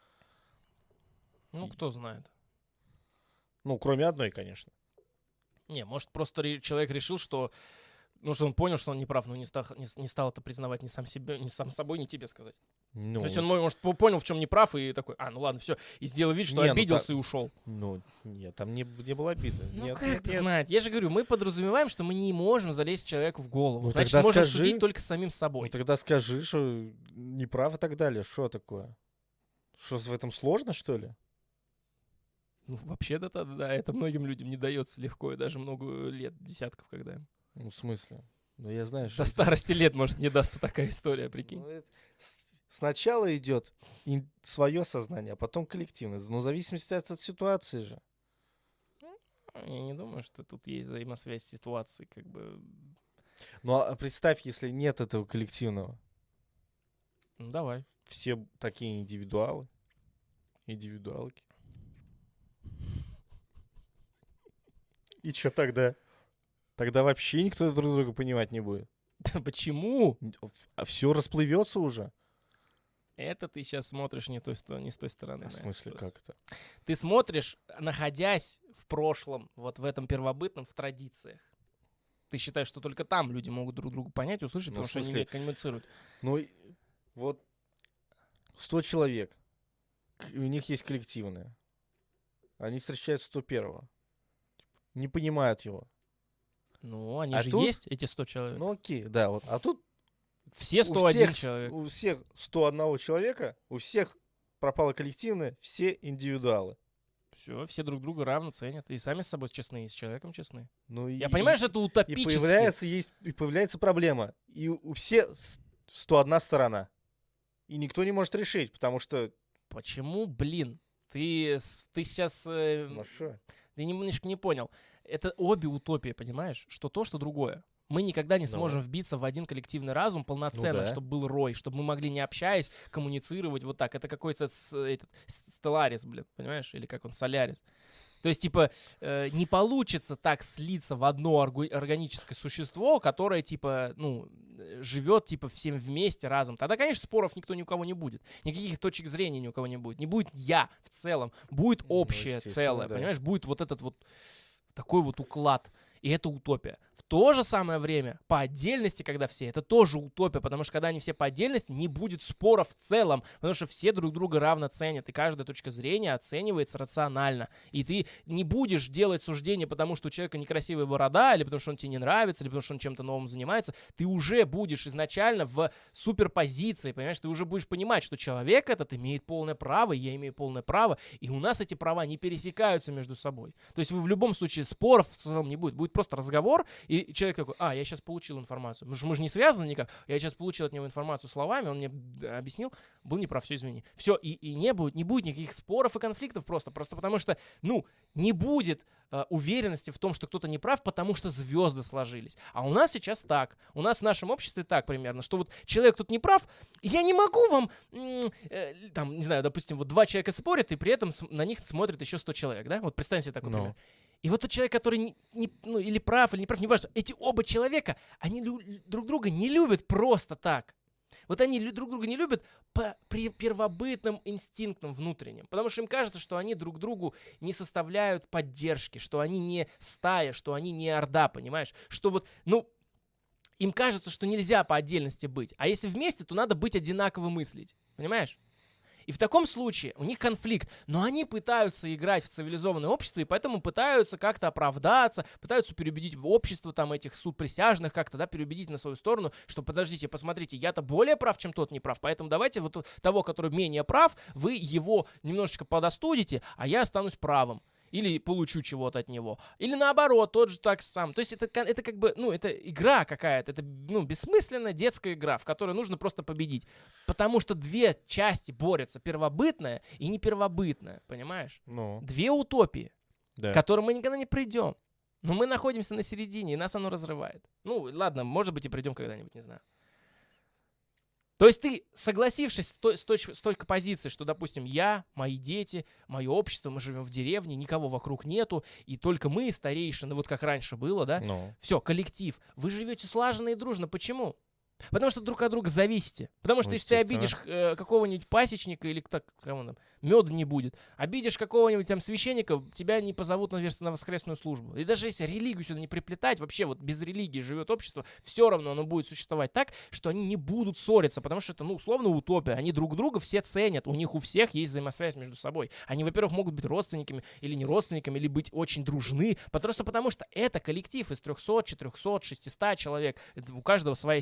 Ну, кто знает. Ну, кроме одной, конечно. Не, может, просто человек решил, что... что он понял, что он не прав, но не стал это признавать ни сам собой, ни тебе сказать. То есть он, может, понял, в чем не прав, и такой, ну ладно, все, и сделал вид, что обиделся и ушел. Нет, там не было обиды. Как ты знаешь? Я же говорю, мы подразумеваем, что мы не можем залезть человеку в голову. Значит, можем судить только самим собой. Ну тогда скажи, что не прав и так далее. Что такое? Что в этом сложно, что ли? Ну, вообще-то, да, это многим людям не дается легко, и даже много лет, десятков, когда им. Ну, в смысле? Ну, я знаю, что... До старости лет, может, не дастся такая история, прикинь. Ну, сначала идет свое сознание, а потом коллективное. Ну, в зависимости от ситуации же. Я не думаю, что тут есть взаимосвязь ситуации, как бы... Ну, а представь, если нет этого коллективного. Ну, давай. Все такие индивидуалы. Индивидуалки. И что тогда? Тогда вообще никто друг друга понимать не будет. Почему? А все расплывется уже. Это ты сейчас смотришь не с той стороны. В смысле, как это? Ты смотришь, находясь в прошлом, вот в этом первобытном, в традициях. Ты считаешь, что только там люди могут друг друга понять, услышать, потому что они коммуницируют. Ну, вот 100 человек, у них есть коллективное. Они встречаются 101-го. Не понимают его. Ну, они же тут есть, эти 100 человек. Ну, окей, да. Вот. А тут все 101 человек. У всех 101 человека, у всех пропало коллективное, все индивидуалы. Все друг друга равно ценят. И сами с собой честны, и с человеком честны. Ну, я понимаю, что это утопически. И появляется проблема. И у всех 101 сторона. И никто не может решить, потому что... Почему, блин? Ты сейчас... Ты немножко не понял. Это обе утопии, понимаешь? Что то, что другое. Мы никогда не сможем вбиться в один коллективный разум полноценно, чтобы был рой, чтобы мы могли, не общаясь, коммуницировать вот так. Это какой-то стелларис, блин, понимаешь? Или как он, солярис. То есть, типа, не получится так слиться в одно органическое существо, которое, типа, ну, живет, типа, всем вместе, разом. Тогда, конечно, споров никто ни у кого не будет. Никаких точек зрения ни у кого не будет. Не будет я в целом. Будет общее целое, понимаешь? Будет вот этот вот такой вот уклад. И это утопия. В то же самое время, по отдельности, когда все, это тоже утопия, потому что когда они все по отдельности, не будет споров в целом, потому что все друг друга равно ценят, и каждая точка зрения оценивается рационально. И ты не будешь делать суждение, потому что у человека некрасивая борода, или потому что он тебе не нравится, или потому что он чем-то новым занимается. Ты уже будешь изначально в суперпозиции, понимаешь? Ты уже будешь понимать, что человек этот имеет полное право, и я имею полное право, и у нас эти права не пересекаются между собой. То есть в любом случае споров в целом не будет. Будет просто разговор, и человек такой: я сейчас получил информацию. Потому что мы же не связаны никак. Я сейчас получил от него информацию словами, он мне объяснил, был неправ, все, извини. Все, и не будет никаких споров и конфликтов просто потому что, не будет уверенности в том, что кто-то не прав, потому что звезды сложились. А у нас сейчас так. У нас в нашем обществе так примерно, что вот человек тут не прав, я не могу вам, там, не знаю, допустим, вот 2 человека спорят, и при этом на них смотрит еще 100 человек, да? Вот представьте себе такой пример. И вот тот человек, который или прав, или не прав, не важно, эти оба человека, они друг друга не любят просто так. Вот они друг друга не любят по первобытным инстинктам внутренним, потому что им кажется, что они друг другу не составляют поддержки, что они не стая, что они не орда, понимаешь? Что вот, им кажется, что нельзя по отдельности быть, а если вместе, то надо быть одинаково мыслить, понимаешь? И в таком случае у них конфликт, но они пытаются играть в цивилизованное общество, и поэтому пытаются как-то оправдаться, пытаются переубедить общество там этих судприсяжных как-то, да, переубедить на свою сторону, что подождите, посмотрите, я-то более прав, чем тот не прав, поэтому давайте вот того, который менее прав, вы его немножечко подостудите, а я останусь правым. Или получу чего-то от него. Или наоборот, тот же так сам. То есть это как бы, это игра какая-то. Это, бессмысленная детская игра, в которой нужно просто победить. Потому что 2 части борются. Первобытная и непервобытная. Понимаешь? 2 утопии, к которым мы никогда не придем. Но мы находимся на середине, и нас оно разрывает. Ладно, может быть, и придем когда-нибудь, не знаю. То есть ты, согласившись с той позиции, что, допустим, я, мои дети, мое общество, мы живем в деревне, никого вокруг нету, и только мы, старейшины, вот как раньше было, да? Все, коллектив. Вы живете слаженно и дружно. Почему? Потому что друг от друга зависите. Потому что если ты обидишь какого-нибудь пасечника или меда не будет, обидишь какого-нибудь там священника, тебя не позовут на воскресную службу. И даже если религию сюда не приплетать, вообще вот без религии живет общество, все равно оно будет существовать так, что они не будут ссориться, потому что это, условно, утопия. Они друг друга все ценят, у них у всех есть взаимосвязь между собой. Они, во-первых, могут быть родственниками или не родственниками, или быть очень дружны, просто потому что это коллектив из 300, 400, 600 человек. У каждого своя семья есть,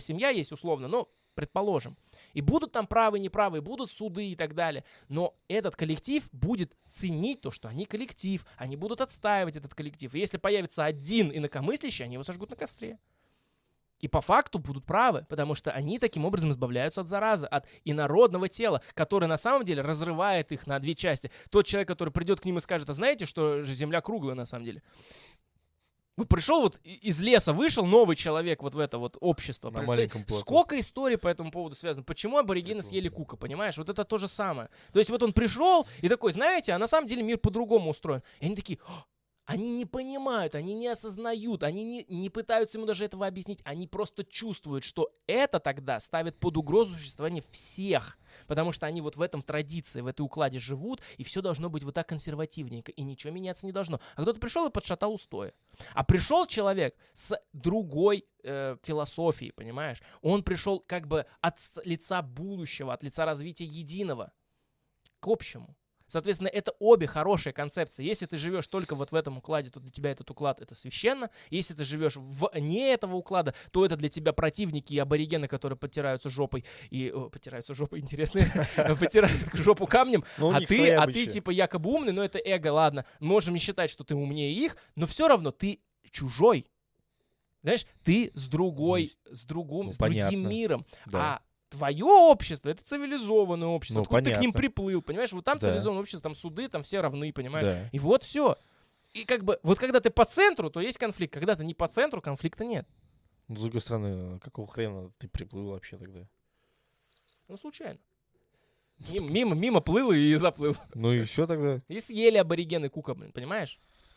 есть условно, но предположим. И будут там правы, неправы, будут суды и так далее. Но этот коллектив будет ценить то, что они коллектив. Они будут отстаивать этот коллектив. И если появится один инакомыслящий, они его сожгут на костре. И по факту будут правы, потому что они таким образом избавляются от заразы, от инородного тела, которое на самом деле разрывает их на две части. Тот человек, который придет к ним и скажет: а знаете, что же Земля круглая на самом деле? Вот пришел вот из леса, вышел новый человек вот в это вот общество. На маленьком плоту. Сколько историй по этому поводу связано? Почему аборигены съели Кука, понимаешь? Вот это то же самое. То есть вот он пришел и такой: знаете, а на самом деле мир по-другому устроен. И они такие: они не понимают, они не осознают, они не пытаются ему даже этого объяснить. Они просто чувствуют, что это тогда ставит под угрозу существование всех. Потому что они вот в этом традиции, в этой укладе живут, и все должно быть вот так консервативненько, и ничего меняться не должно. А кто-то пришел и подшатал устои. А пришел человек с другой философией, понимаешь? Он пришел как бы от лица будущего, от лица развития единого к общему. Соответственно, это обе хорошие концепции. Если ты живешь только вот в этом укладе, то для тебя этот уклад — это священно. Если ты живешь вне этого уклада, то это для тебя противники и аборигены, которые потираются жопой. Потираются жопой, интересно. Потирают жопу камнем. А ты типа якобы умный, но это эго, ладно. Можем не считать, что ты умнее их, но все равно ты чужой. Знаешь, ты с другим миром. Да. А твое общество — это цивилизованное общество. Ну, откуда понятно. ты к ним приплыл, понимаешь? Вот там Да. цивилизованное общество, там суды, там все равны, понимаешь? Да. И вот все. И как бы, вот когда ты по центру, то есть конфликт. Когда ты не по центру, конфликта нет. Ну, с другой стороны, какого хрена ты приплыл вообще тогда? Ну, случайно. Мимо плыл и заплыл. Ну и все тогда. И съели аборигены Кука, блин, понимаешь?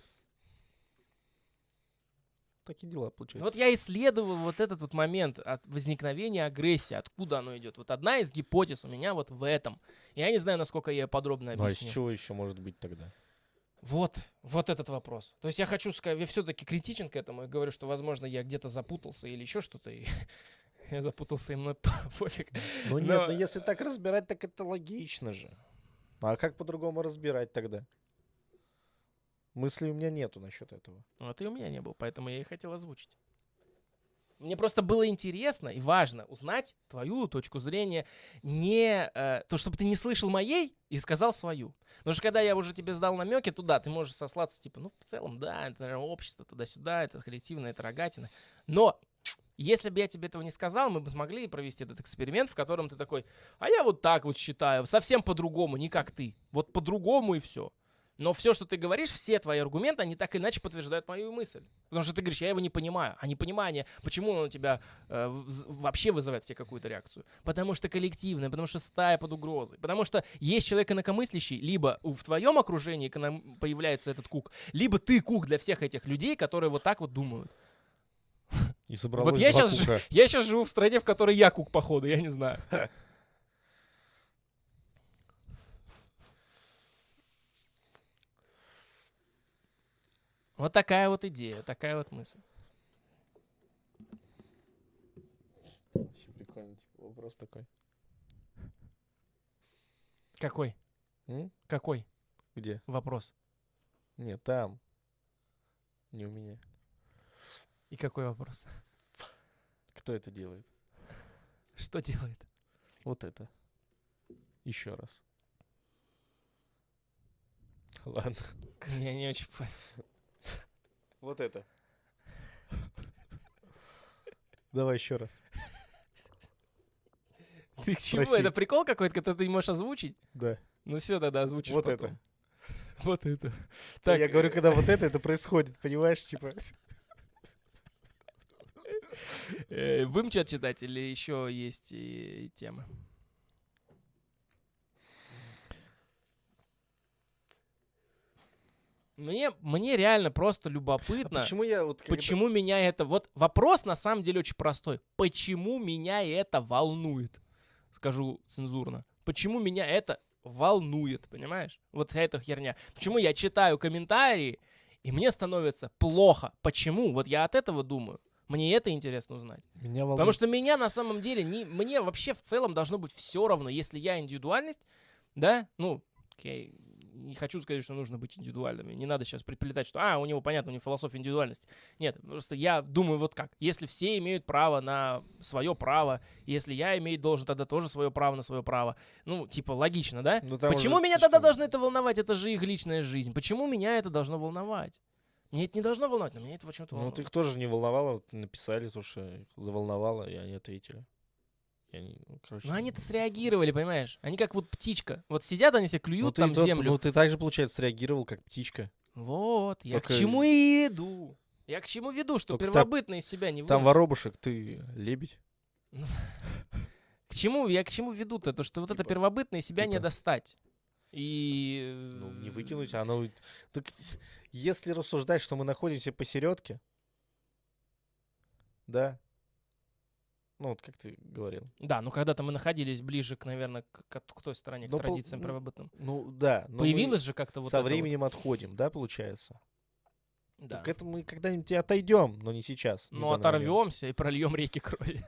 Такие дела получаются. Вот я исследовал вот этот вот момент от возникновения агрессии, откуда оно идет. Вот одна из гипотез у меня вот в этом. Я не знаю, насколько я ее подробно Ну, а из объясню. чего еще может быть тогда? Вот этот вопрос. То есть я хочу сказать, я все-таки критичен к этому и говорю, что, возможно, я где-то запутался или еще что-то. И я запутался, и мной пофиг. Ну нет, но если так разбирать, так это логично же. А как по-другому разбирать тогда? Мыслей у меня нету насчет этого. Вот и у меня не было, поэтому я и хотел озвучить. Мне просто было интересно и важно узнать твою точку зрения, не то, чтобы ты не слышал моей и сказал свою. Потому что когда я уже тебе сдал намеки, туда ты можешь сослаться, типа, ну, в целом, да, это, наверное, общество, туда-сюда, это коллективное, это рогатина. Но если бы я тебе этого не сказал, мы бы смогли провести этот эксперимент, в котором ты такой: а я вот так вот считаю, совсем по-другому, не как ты. Вот по-другому и все. Но все, что ты говоришь, все твои аргументы, они так или иначе подтверждают мою мысль. Потому что ты говоришь: я его не понимаю. А непонимание, почему он у тебя вообще вызывает в тебе какую-то реакцию? Потому что коллективное, потому что стая под угрозой. Потому что есть человек инакомыслящий, либо в твоем окружении появляется этот Кук, либо ты Кук для всех этих людей, которые вот так вот думают. И собралось Вот два я сейчас живу в стране, в которой я Кук, походу, я не знаю. Вот такая вот идея, такая вот мысль. Прикольный вопрос такой. Какой? Какой Где? вопрос? Нет, там. Не у меня. И какой вопрос? Кто это делает? Что делает? Вот это. Еще раз. Ладно. Я не очень понял. Вот это. Давай еще раз. Ты к чему? Спроси. Это прикол какой-то, который ты не можешь озвучить? Да. Ну все, тогда озвучишь Вот потом. это. Вот это. Так, я говорю, когда вот это происходит, понимаешь, типа. Будем что-то читать или еще есть и темы? Мне реально просто любопытно. Почему я вот... Почему меня это... Вот вопрос на самом деле очень простой. Почему меня это волнует? Скажу цензурно. Почему меня это волнует, понимаешь? Вот вся эта херня. Почему я читаю комментарии, и мне становится плохо? Почему? Вот я от этого думаю. Мне это интересно узнать. Меня волнует. Потому что меня на самом деле... мне вообще в целом должно быть все равно. Если я индивидуальность, да, ну, окей, не хочу сказать, что нужно быть индивидуальными. Не надо сейчас приплетать, что, у него, понятно, у него философия индивидуальности. Нет, просто я думаю вот как. Если все имеют право на свое право, если я должен тогда тоже свое право на свое право. Ну, типа, логично, да? Ну, там Почему уже меня тогда слишком- должно это волновать? Это же их личная жизнь. Почему меня это должно волновать? Мне это не должно волновать, но меня это почему-то Ну, волнует. их тоже не волновало, вот написали то, что их заволновало, и они ответили. И они, короче, Но они-то среагировали, понимаешь? Они как вот птичка. Вот сидят они все, клюют там землю. Ну, ты также, получается, среагировал, как птичка. Вот, я к Только- чему и веду. Я к чему веду, что Только первобытное из себя не Там выносит. воробушек, ты лебедь. К чему веду-то? То, что вот это Типа- первобытное из себя не типа. достать. И... Ну, не выкинуть, а оно... Так, если рассуждать, что мы находимся посередке, да, ну, вот как ты говорил. Да, ну когда-то мы находились ближе, наверное, к той стороне, к Но традициям первобытным. Ну, да. Но Появилось мы же как-то вот со это вот. временем отходим, да, получается? Да. Так это мы когда-нибудь и отойдем, но не сейчас. не в Ну, данный момент. оторвемся и прольем реки крови.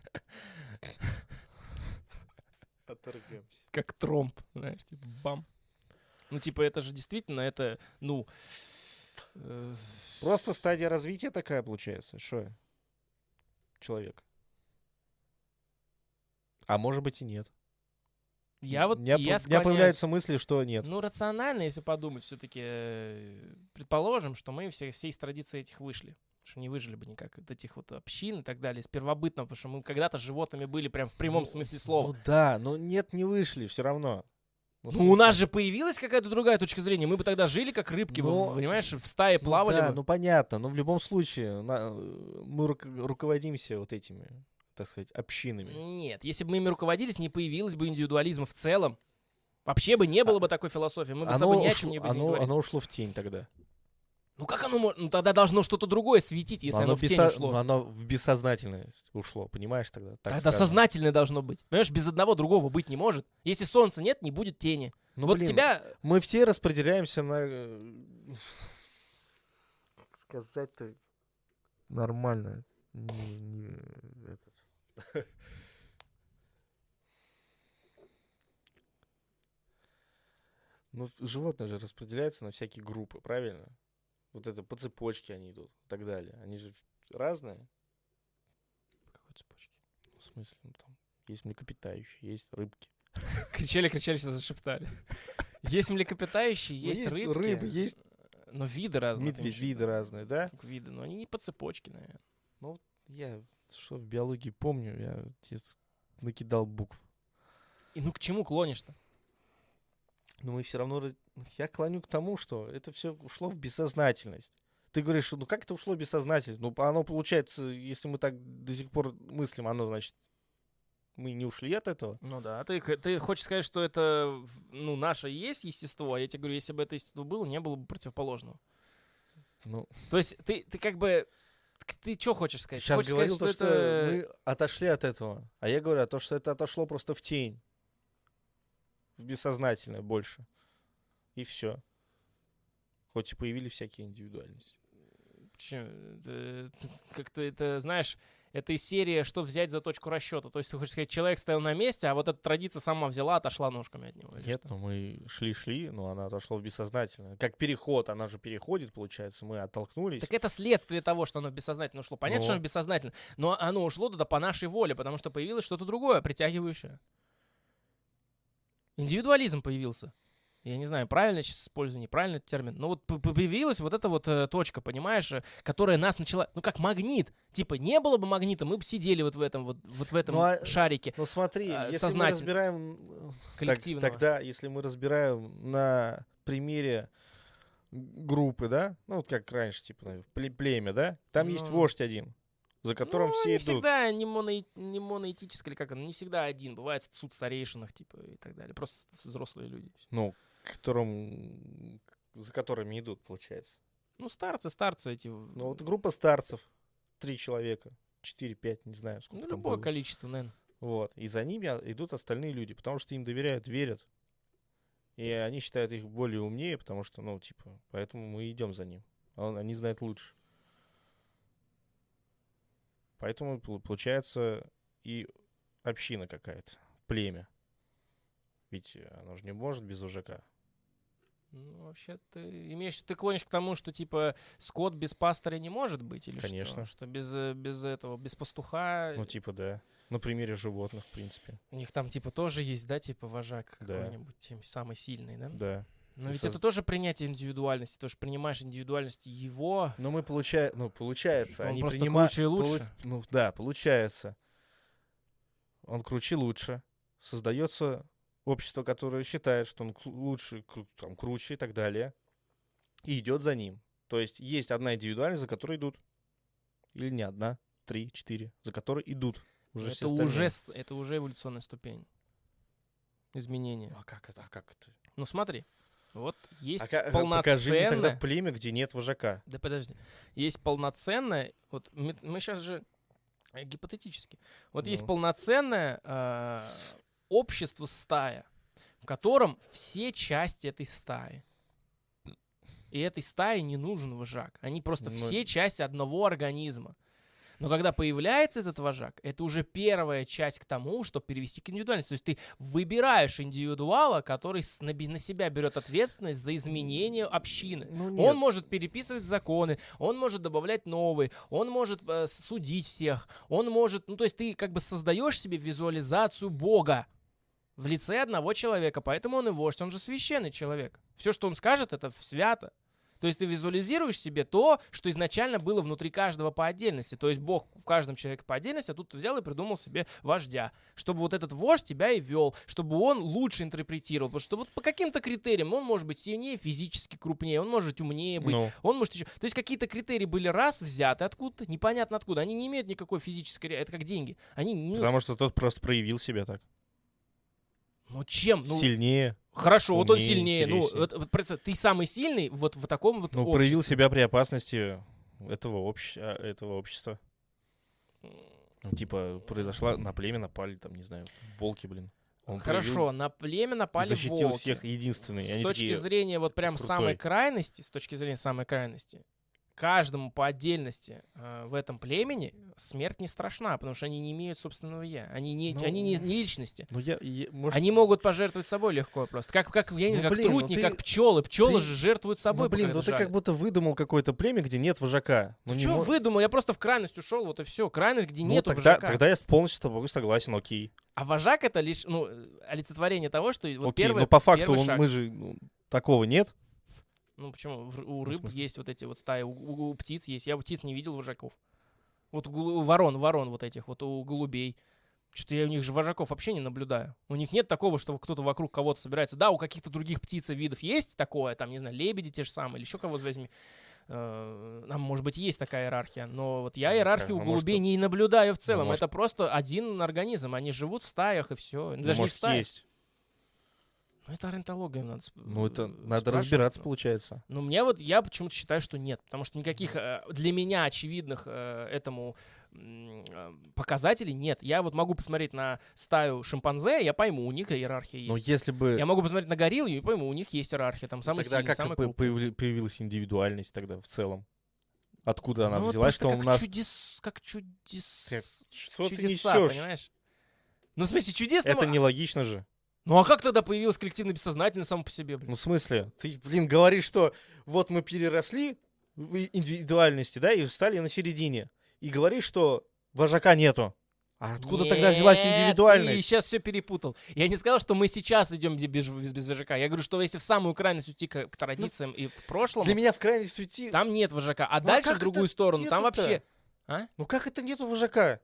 Оторвемся. Как тромб, знаешь, типа бам. Ну, типа, это же действительно, это, ну... Просто стадия развития такая получается. Что? Человек. А может быть и нет. Я вот, У меня склоняюсь. появляются мысли, что нет. Ну, рационально, если подумать, все-таки предположим, что мы все из традиций этих вышли. Потому что не выжили бы никак от этих вот общин и так далее, из первобытного, потому что мы когда-то животными были прям в прямом смысле слова. Ну да, но нет, не вышли все равно. Ну, в Ну, у смысле? нас же появилась какая-то другая точка зрения. Мы бы тогда жили как рыбки, Но- понимаешь, в стае Ну плавали да, бы. ну понятно, но в любом случае мы руководимся вот этими, так сказать, общинами. Нет, если бы мы ими руководились, не появилось бы индивидуализма в целом. Вообще бы не было бы такой философии. Мы бы с тобой ни о чем не бы здесь не говорили. Оно ушло в тень тогда. Ну как оно может? Ну тогда должно что-то другое светить, если оно в тень ушло. Но оно в бессознательность ушло, понимаешь тогда? Так Тогда скажем. сознательное должно быть. Понимаешь, без одного другого быть не может. Если солнца нет, не будет тени. Ну, Вот блин, тебя... мы все распределяемся на... Как сказать-то нормально. Ну, животные же распределяются на всякие группы, правильно? Вот это по цепочке они идут и так далее. Они же разные. По какой цепочке? В смысле, ну там есть млекопитающие, есть рыбки. Кричали, сейчас зашептали. Есть млекопитающие, Ну, есть рыбки. рыбы, есть Но виды разные. виды разные, да? Виды, но они не по цепочке, наверное. Ну, я что в биологии помню, я тебе накидал букв. И ну к чему клонишь-то? Но мы все равно... Я клоню к тому, что это все ушло в бессознательность. Ты говоришь, что ну как это ушло в бессознательность? Ну, оно получается, если мы так до сих пор мыслим, оно, значит, мы не ушли от этого. Ну да, ты хочешь сказать, что это, ну, наше и есть естество, а я тебе говорю, если бы это естество было, не было бы противоположного. Ну, То есть ты как бы... Ты что хочешь сказать? сейчас Хочешь говорил сказать, то, что мы отошли от этого. А я говорю о том, что это отошло просто в тень. В бессознательное больше. И все. Хоть и появились всякие индивидуальности. Как-то это, знаешь, это из серии «Что взять за точку расчета». То есть ты хочешь сказать, человек стоял на месте, а вот эта традиция сама взяла, отошла ножками от него. или Нет, что? ну мы шли, но она отошла в бессознательное. Как переход, она же переходит, получается. Мы оттолкнулись. Так это следствие того, что оно в бессознательно ушло. Понятно, что Ну. оно в бессознательно, но оно ушло туда по нашей воле, потому что появилось что-то другое, притягивающее. Индивидуализм появился. Я не знаю, правильно сейчас использую, неправильно этот термин. Но вот появилась вот эта вот точка, понимаешь, которая нас начала... Ну, как магнит. Типа, не было бы магнита, мы бы сидели вот в этом, вот в этом Ну, а шарике Ну смотри, если мы сознательно, разбираем... коллективного. Тогда, если мы разбираем на примере группы, да? Ну, вот как раньше, типа, племя, да? Там есть Ну. вождь один, за которым Ну, все не идут. всегда не моноэтическое, или как оно, не всегда один. Бывает суд старейшинах, типа, и так далее. Просто взрослые люди. Ну, за которыми идут, получается. Ну, старцы эти. Ну, вот группа старцев, 3 человека, 4-5, не знаю, сколько Ну, там любое было. количество, наверное. Вот. И за ними идут остальные люди, потому что им доверяют, верят. И они считают их более умнее, потому что, ну, типа, поэтому мы идем за ним. Они знают лучше. Поэтому получается и община какая-то, племя. Ведь оно же не может без УЖК. Ну, вообще, ты клонишь к тому, что, типа, скот без пастыря не может быть, или Конечно. что? Что без этого, без пастуха... Ну, типа, да. На примере животных, в принципе. У них там, типа, тоже есть, да, типа, вожак Да. какой-нибудь, самый сильный, да? Да. Но И ведь это тоже принятие индивидуальности, ты же принимаешь индивидуальность его... Но мы получается, Он они просто принимают... круче и лучше. Ну, да, получается. Он круче и лучше. Создается общество, которое считает, что он лучше, там, круче и так далее. И идет за ним. То есть одна индивидуальность, за которой идут. Или не одна, 3, 4, за которой идут. Уже все остальные. Это уже эволюционная ступень. Изменения. А как это? Ну смотри, вот есть Покажи мне тогда полноценное... племя, где нет вожака. Да подожди. Есть полноценное... Вот мы сейчас же гипотетически. Вот есть Ну. полноценное общество стая, в котором все части этой стаи. И этой стае не нужен вожак. Они просто все части одного организма. Но когда появляется этот вожак, это уже первая часть к тому, чтобы перевести к индивидуальности. То есть ты выбираешь индивидуала, который на себя берет ответственность за изменение общины. Он может переписывать законы, он может добавлять новые, он может судить всех, он может... Ну, то есть ты как бы создаешь себе визуализацию Бога в лице одного человека, поэтому он и вождь, он же священный человек. Все, что он скажет, это свято. То есть ты визуализируешь себе то, что изначально было внутри каждого по отдельности. То есть Бог в каждом человеке по отдельности, а тут взял и придумал себе вождя. Чтобы вот этот вождь тебя и вел, чтобы он лучше интерпретировал. Потому что вот по каким-то критериям он может быть сильнее, физически крупнее, он может умнее быть, он может еще... То есть какие-то критерии были раз взяты откуда-то, непонятно откуда. Они не имеют никакой физической... Это как деньги. Потому что тот просто проявил себя так. Ну чем? Сильнее. Хорошо, умнее, вот он сильнее. интереснее. Ты самый сильный вот в таком вот обществе. Проявил себя при опасности этого общества. Ну, типа, произошла, на племя напали, там, не знаю, волки, блин. Хорошо, на племя напали волки. Защитил всех единственный. С точки зрения вот прям самой крайности, каждому по отдельности в этом племени смерть не страшна, потому что они не имеют собственного «я». Они не личности. Они могут пожертвовать собой легко просто. Как трутни, как пчелы. Пчелы же жертвуют собой. Ты как будто выдумал какое-то племя, где нет вожака. Что выдумал? Я просто в крайность ушел, вот и все. Крайность, где нету вожака. Тогда я полностью с тобой согласен, окей. А вожак — это лишь олицетворение того, что вот первый но по факту шаг. мы же такого нет. Ну почему? У рыб есть вот эти вот стаи, у птиц есть. Я у птиц не видел вожаков. Вот у ворон вот этих, вот у голубей. Что-то я у них же вожаков вообще не наблюдаю. У них нет такого, что кто-то вокруг кого-то собирается. Да, у каких-то других птиц и видов есть такое, там, не знаю, лебеди те же самые, или еще кого-то возьми. Там, может быть, есть такая иерархия, но вот я иерархию у голубей не наблюдаю в целом. Это просто один организм, они живут в стаях и все. Даже не в стаях. Есть. Ну, это орнитология надо. Это надо разбираться, получается. Ну, я почему-то считаю, что нет. Потому что никаких для меня очевидных этому показателей нет. Я вот могу посмотреть на стаю шимпанзе, я пойму, у них иерархия есть. Но если бы... Я могу посмотреть на гориллу и пойму, у них есть иерархия. Там самый сильный, самый крупный. Тогда как появилась индивидуальность тогда в целом? Откуда она взялась, что у нас... Как чудеса, что ты несешь? Понимаешь? Ну, в смысле, чудесно... Это нелогично же. Ну а как тогда появилось коллективное бессознательное само по себе, блин? Ну в смысле? Ты, говоришь, что вот мы переросли в индивидуальности, да, и встали на середине. И говоришь, что вожака нету. А откуда тогда взялась индивидуальность? Ты сейчас все перепутал. Я не сказал, что мы сейчас идем без вожака. Я говорю, что если в самую крайность уйти к традициям и к прошлому... Для меня в крайность уйти... Там нет вожака. А дальше в другую сторону, там вообще... Ну как это нету вожака?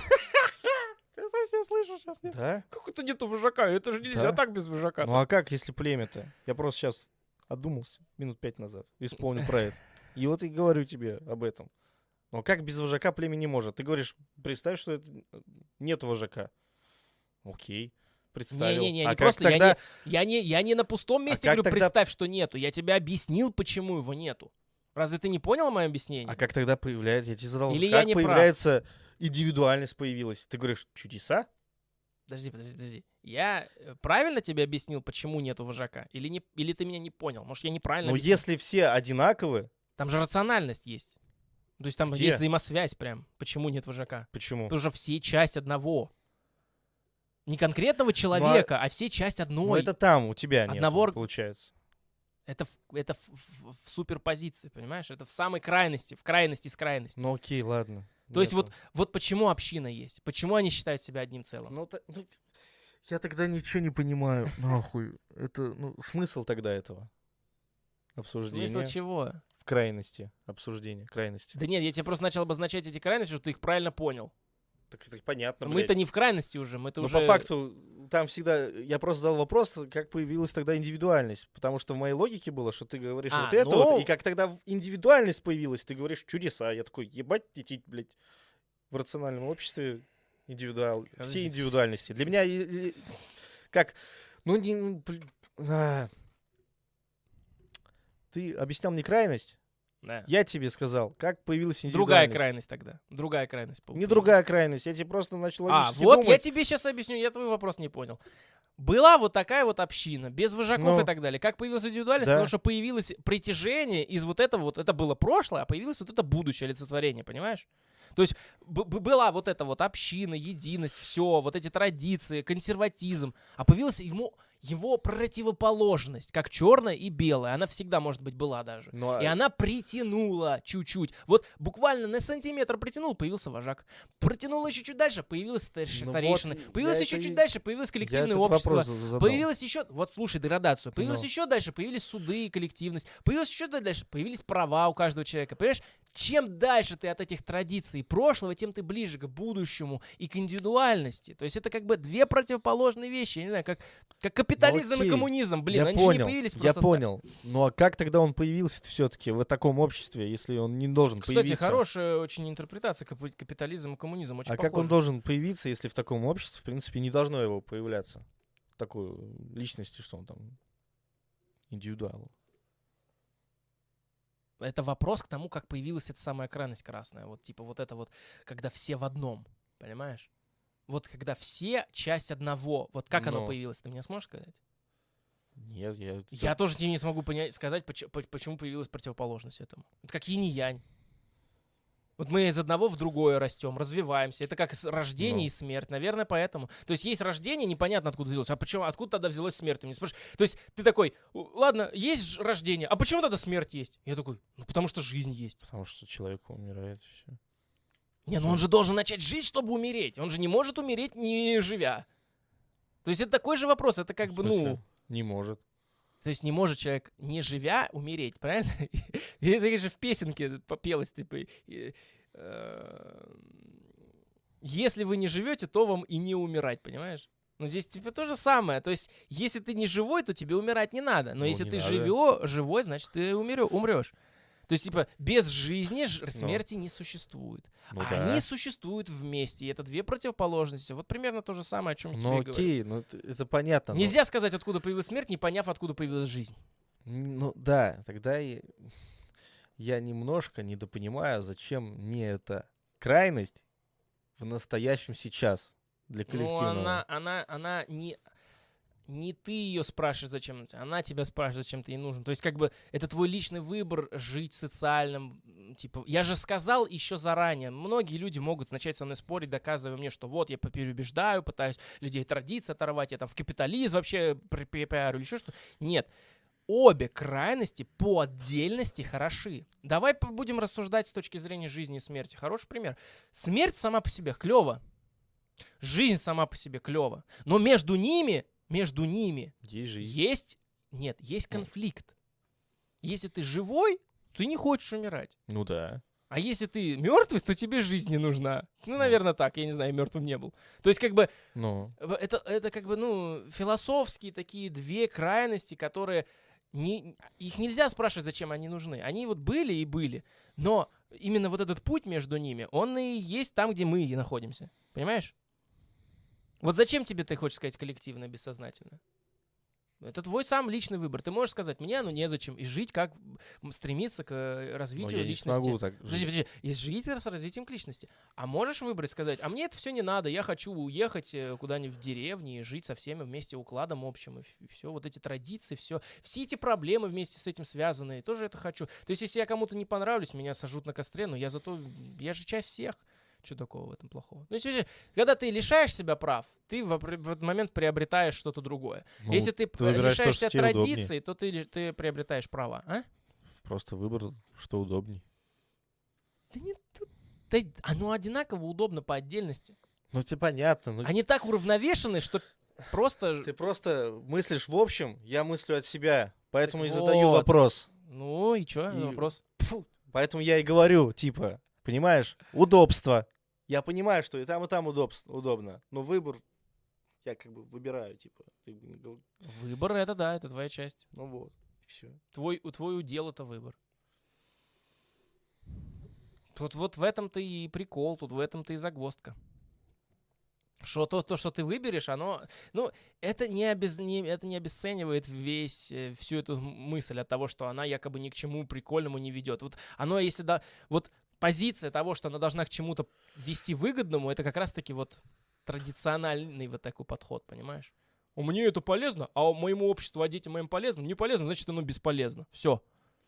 Ты совсем слышишь сейчас, нет? Да? Как это нету вожака? Это же нельзя так без вожака. Ну а как, если племя-то? Я просто сейчас одумался минут 5 назад и вспомнил про это. И вот и говорю тебе об этом. Но как без вожака племя не может? Ты говоришь, представь, что это нет вожака. Окей, представил. Не, а просто тогда... я не на пустом месте говорю, тогда... представь, что нету. Я тебе объяснил, почему его нету. Разве ты не понял мое объяснение? А как тогда появляется? Я тебе задал, или как я не появляется прав? Индивидуальность появилась? Ты говоришь, чудеса? Подожди. Я правильно тебе объяснил, почему нету вожака? Или ты меня не понял? Может, я неправильно объяснил? Если все одинаковы... Там же рациональность есть. То есть там есть взаимосвязь прям. Почему нет вожака? Почему? Потому что все часть одного. Не конкретного человека, а все часть одной. Ну это там у тебя одного нет, получается. Это в суперпозиции, понимаешь? Это в самой крайности, в крайности из крайности. Ну окей, ладно. То есть вот почему община есть? Почему они считают себя одним целым? Ну, я тогда ничего не понимаю. Нахуй. Это, смысл тогда этого? Обсуждение. Смысл чего? В крайности. Обсуждение. Крайности. Да нет, я тебе просто начал обозначать эти крайности, чтобы ты их правильно понял. Так это понятно, блядь. Мы-то не в крайности уже, мы-то уже... Но по факту там всегда... Я просто задал вопрос, как появилась тогда индивидуальность. Потому что в моей логике было, что ты говоришь вот это вот, и как тогда индивидуальность появилась, ты говоришь чудеса. Я такой, ебать, тетить, блядь. В рациональном обществе все индивидуальности. Для меня как... Ты объяснял мне крайность, Да. я тебе сказал, как появилась индивидуальность. Другая крайность тогда. Другая крайность. Не другая крайность, я тебе просто начал логически вот думать. я тебе сейчас объясню, я твой вопрос не понял. Была вот такая вот община, без вожаков и так далее. Как появилась индивидуальность? Да. Потому что появилось притяжение из вот этого вот, это было прошлое, а появилось вот это будущее, олицетворение, понимаешь? То есть была вот эта вот община, единость, все, вот эти традиции, консерватизм, а появилась его противоположность, как черная и белая. Она всегда, может быть, была даже. И она притянула чуть-чуть. Вот буквально на сантиметр притянул, появился вожак. Протянула еще чуть дальше, появилась старейшина. Появилась еще чуть дальше, появилось коллективное общество. Появилось еще... Вот слушай, градацию. Появилось еще дальше, появились суды и коллективность. Появилось еще дальше, появились права у каждого человека. Понимаешь? Чем дальше ты от этих традиций прошлого, тем ты ближе к будущему и к индивидуальности. То есть это как бы две противоположные вещи. Я не знаю, как капитализм и коммунизм. Блин, они же не появились просто Я понял. Ну а как тогда он появился все-таки в таком обществе, если он не должен появиться? Кстати, хорошая очень интерпретация капитализм и коммунизм. Очень похожа. Как он должен появиться, если в таком обществе, в принципе, не должно его появляться? Такой личности, что он там индивидуал. Это вопрос к тому, как появилась эта самая крайность красная. Вот типа вот это вот, когда все в одном, понимаешь? Вот когда все часть одного. Вот как оно появилось, ты мне сможешь сказать? Нет, я тоже тебе не смогу сказать, почему появилась противоположность этому. Это как инь и янь. Вот мы из одного в другое растем, развиваемся. Это как рождение и смерть. Наверное, поэтому. То есть есть рождение, непонятно откуда взялось. А почему? Откуда тогда взялась смерть? Ты мне спрашиваешь. То есть ты такой, ладно, есть рождение, а почему тогда смерть есть? Я такой, потому что жизнь есть. Потому что человек умирает, все. Не, ну он же должен начать жить, чтобы умереть. Он же не может умереть, не живя. То есть это такой же вопрос. Это как бы, Не может. То есть не может человек, не живя, умереть, правильно? Это же в песенке попелось, типа, если вы не живете, то вам и не умирать, понимаешь? Ну, здесь типа то же самое. То есть, если ты не живой, то тебе умирать не надо. Но если ты живой, значит, ты умрешь. То есть, типа, без жизни смерти не существует. Они существуют вместе, и это две противоположности. Вот примерно то же самое, о чем я тебе говорю. Окей, это понятно. Нельзя сказать, откуда появилась смерть, не поняв, откуда появилась жизнь. Ну да, тогда я немножко недопонимаю, зачем мне эта крайность в настоящем сейчас для коллективного. Ну, она не ты ее спрашиваешь, зачем она тебя спрашивает, зачем ты ей нужен. То есть, как бы, это твой личный выбор жить социальным. Типа, я же сказал еще заранее. Многие люди могут начать со мной спорить, доказывая мне, что вот, я переубеждаю, пытаюсь людей традиции оторвать, я там в капитализм вообще пиарю или еще что. Нет. Обе крайности по отдельности хороши. Давай будем рассуждать с точки зрения жизни и смерти. Хороший пример. Смерть сама по себе клево. Жизнь сама по себе клево. Но между ними есть конфликт. Если ты живой, ты не хочешь умирать. Ну да. А если ты мертвый, то тебе жизнь не нужна. Ну, наверное, так. Я не знаю, мертвым не был. То есть, как бы, это как бы, философские такие две крайности, которые их нельзя спрашивать, зачем они нужны. Они вот были и были. Но именно вот этот путь между ними, он и есть там, где мы и находимся. Понимаешь? Вот зачем тебе, ты хочешь сказать, коллективно, бессознательно? Это твой сам личный выбор. Ты можешь сказать, мне незачем. И жить, как стремиться к развитию личности. Я не смогу так жить. Подожди. И жить с развитием к личности. А можешь выбрать, сказать, а мне это все не надо. Я хочу уехать куда-нибудь в деревню и жить со всеми вместе укладом общим. И все, вот эти традиции, все эти проблемы вместе с этим связанные. Тоже это хочу. То есть, если я кому-то не понравлюсь, меня сожрут на костре, но я же часть всех. Что такого в этом плохого? Ну, если, когда ты лишаешь себя прав, ты в этот момент приобретаешь что-то другое. Ну, Если ты выбираешь то, лишаешь что себя тебе удобнее. традиций, то ты приобретаешь права. А? Просто выбор, что удобней. Да нет, да, оно одинаково удобно по отдельности. Ну, тебе понятно. Ну, Они так уравновешены, что просто... ты просто мыслишь в общем, я мыслю от себя. Поэтому Так и задаю вот. вопрос. Ну и что? И- Вопрос. Фу, поэтому я и говорю, типа, понимаешь, удобство. Я понимаю, что и там удобно. Но выбор, я как бы выбираю, типа. Выбор это да, это твоя часть. Ну вот, и все. Твой удел это выбор. Тут вот в этом-то и прикол, тут в этом-то и загвоздка. Что то, что ты выберешь, оно... Ну, это не обесценивает всю эту мысль от того, что она якобы ни к чему прикольному не ведет. Вот оно, если да... Вот позиция того, что она должна к чему-то вести выгодному, это как раз-таки вот традициональный вот такой подход, понимаешь? Мне это полезно, а моему обществу, а детям моим полезно? Не полезно, значит, оно бесполезно. Все.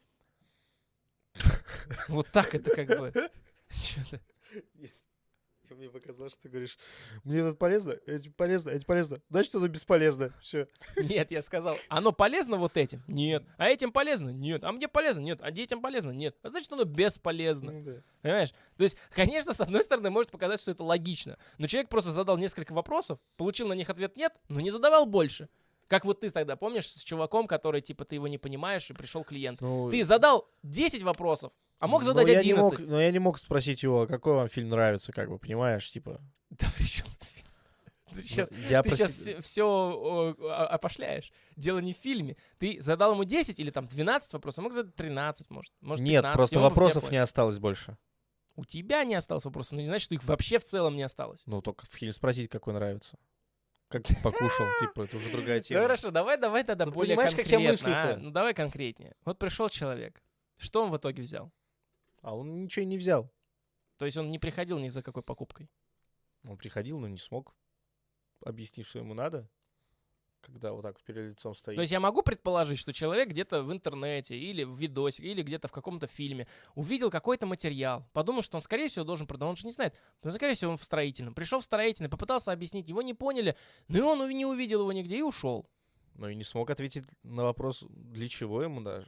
Вот так это как бы... Что-то... Мне показалось, что ты говоришь, мне это полезно, это полезно, значит, это бесполезно. Все. Нет, я сказал, оно полезно вот этим? Нет. А этим полезно? Нет. А мне полезно? Нет. А детям полезно? Нет. А значит, оно бесполезно. Ну, да. Понимаешь? То есть, конечно, с одной стороны, может показать, что это логично. Но человек просто задал несколько вопросов, получил на них ответ «нет», но не задавал больше. Как вот ты тогда, помнишь, с чуваком, который, типа, ты его не понимаешь, и пришел клиент. Ну, Ты задал 10 вопросов, а мог задать но я 11. но я не мог спросить его, какой вам фильм нравится, как бы, понимаешь, типа. Да при чем ты сейчас, Я ты сейчас все опошляешь. Дело не в фильме. Ты задал ему 10 или там 12 вопросов, а мог задать 13, может 15. Нет, просто и он бы в тебя вопросов понял. не осталось больше. У тебя не осталось вопросов, но не значит, что их вообще в целом не осталось. Ну, только в фильм спросить, какой нравится. Как ты покушал, типа, это уже другая Ну тема. хорошо, давай тогда Ну, более понимаешь, как конкретно. я мыслю-то? Ну давай конкретнее. Вот пришел человек. Что он в итоге взял? А он ничего и не взял. То есть он не приходил ни за какой покупкой. Он приходил, но не смог объяснить, что ему надо, когда вот так перед лицом стоит. То есть я могу предположить, что человек где-то в интернете или в видосе, или где-то в каком-то фильме увидел какой-то материал, подумал, что он, скорее всего, должен продавать. Он же не знает. Но, скорее всего, он в строительном. Пришел в строительный, попытался объяснить, его не поняли, но и он не увидел его нигде и ушел. Но и не смог ответить на вопрос, для чего ему даже.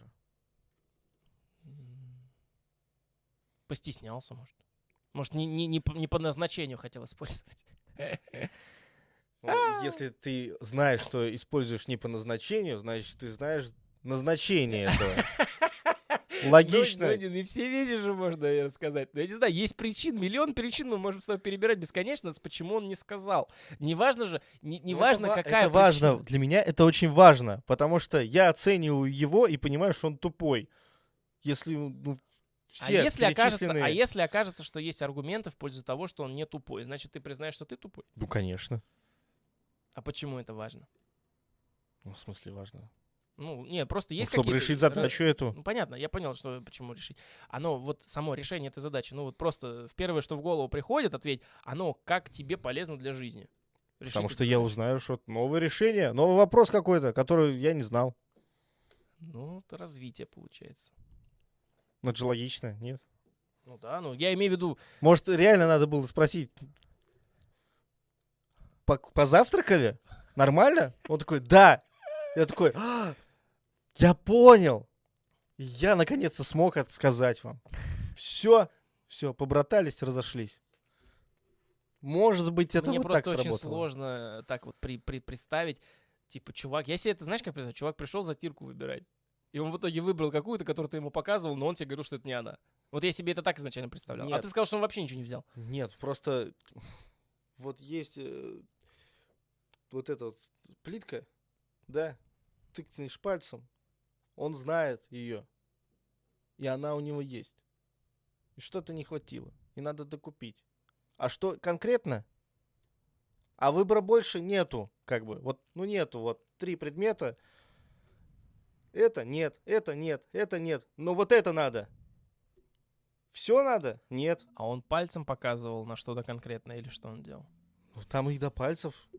Постеснялся, может. Может, не по назначению хотел использовать. Ну, если ты знаешь, что используешь не по назначению, значит, ты знаешь назначение этого. Логично. Ну, не все вещи же можно рассказать. Но я не знаю, есть причин, миллион причин мы можем с тобой перебирать бесконечно, почему он не сказал. Неважно же, неважно, какая это важно. причина. Для меня это очень важно, потому что я оцениваю его и понимаю, что он тупой. Если все перечисленные... если окажется, что есть аргументы в пользу того, что он не тупой, значит, ты признаешь, что ты тупой? Ну, конечно. А почему это важно? Ну, в смысле важно? Ну, не, просто есть чтобы какие-то... решить задачу эту. Ну, понятно, я понял, что почему решить. Оно, вот само решение этой задачи, ну, вот просто первое, что в голову приходит, ответь, оно как тебе полезно для жизни? Решить Потому эту что я задачу. узнаю, что это новое решение, новый вопрос какой-то, который я не знал. Ну, это развитие получается. Ну, это же логично, нет? Ну да, ну я имею в виду... Может, реально надо было спросить, позавтракали? Нормально? Он такой, да. Я такой, я понял. Я наконец-то смог это сказать вам. Все, побратались, разошлись. Может быть, это Мне вот просто так очень сработало. сложно так вот представить, типа, чувак... Я себе это, знаешь, как представляю? Чувак пришел затирку выбирать. И он в итоге выбрал какую-то, которую ты ему показывал, но он тебе говорил, что это не она. Вот я себе это так изначально представлял. А Нет. ты сказал, что он вообще ничего не взял. Нет, просто вот есть вот эта вот плитка, да, тыкнешь пальцем, он знает ее, и она у него есть. И что-то не хватило, и надо докупить. А что конкретно? А выбора больше нету, как бы. Вот, ну нету, вот 3 предмета. Это нет, это нет, это нет. Но вот это надо. Все надо? Нет. А он пальцем показывал на что-то конкретное или что он делал? Ну, там и до пальцев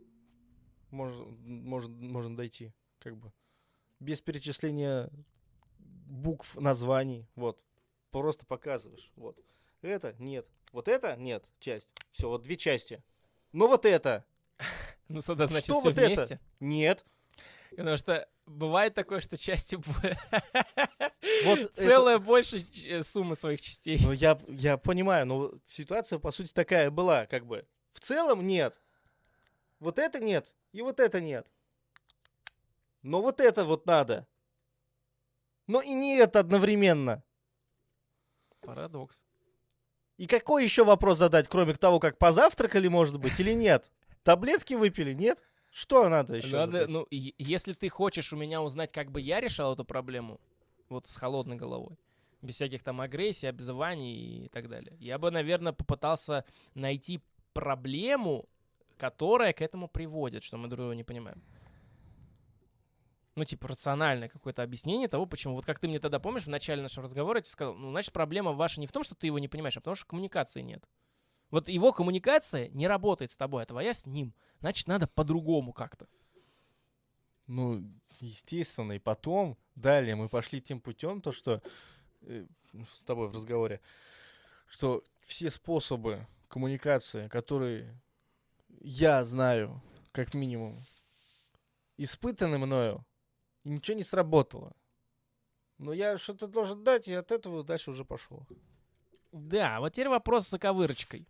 можно дойти, как бы. Без перечисления букв, названий. Вот. Просто показываешь. Вот. Это нет. Вот это нет, часть. Все, вот 2 части. Но вот это. Ну, тогда, значит, Что все вот вместе. это? Нет. Потому что бывает такое, что части Вот целая больше суммы своих частей. Ну, я понимаю, но ситуация, по сути, такая была, как бы. В целом нет. Вот это нет, и вот это нет. Но вот это вот надо. Но и не это одновременно. Парадокс. И какой еще вопрос задать, кроме того, как позавтракали, может быть, или нет? Таблетки выпили, нет? Что надо еще? Надо, ну, если ты хочешь у меня узнать, как бы я решал эту проблему, вот с холодной головой, без всяких там агрессий, обзываний и так далее, я бы, наверное, попытался найти проблему, которая к этому приводит, что мы друг друга не понимаем. Ну, типа, рациональное какое-то объяснение того, почему. Вот как ты мне тогда, помнишь, в начале нашего разговора я тебе сказал, ну, значит, проблема ваша не в том, что ты его не понимаешь, а потому что коммуникации нет. Вот его коммуникация не работает с тобой, а твоя с ним. Значит, надо по-другому как-то. Ну, естественно, и потом, далее мы пошли тем путем, то, что с тобой в разговоре, что все способы коммуникации, которые я знаю, как минимум, испытаны мною, и ничего не сработало. Но я что-то должен дать, и от этого дальше уже пошел. Да, вот теперь вопрос с заковырочкой.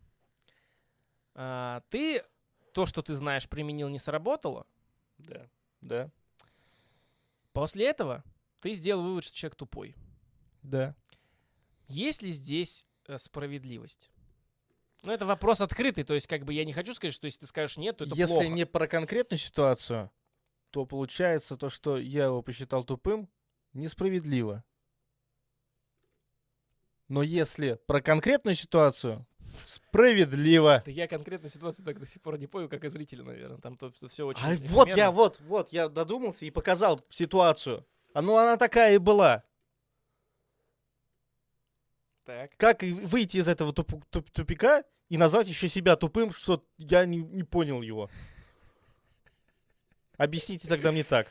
Ты то, что ты знаешь, применил, не сработало. Да. Да. После этого ты сделал вывод, что человек тупой. Да. Есть ли здесь справедливость? Ну, это вопрос открытый, то есть, как бы я не хочу сказать, что если ты скажешь нет, то это Если плохо. не про конкретную ситуацию, то получается то, что я его посчитал тупым, несправедливо. Но если про конкретную ситуацию, справедливо. Да я конкретную ситуацию так до сих пор не понял, как и зрители, наверное. Там все очень А вот эфемерно. я додумался и показал ситуацию. Она такая и была. Так. Как выйти из этого тупика и назвать еще себя тупым, что я не понял его? Объясните тогда мне так.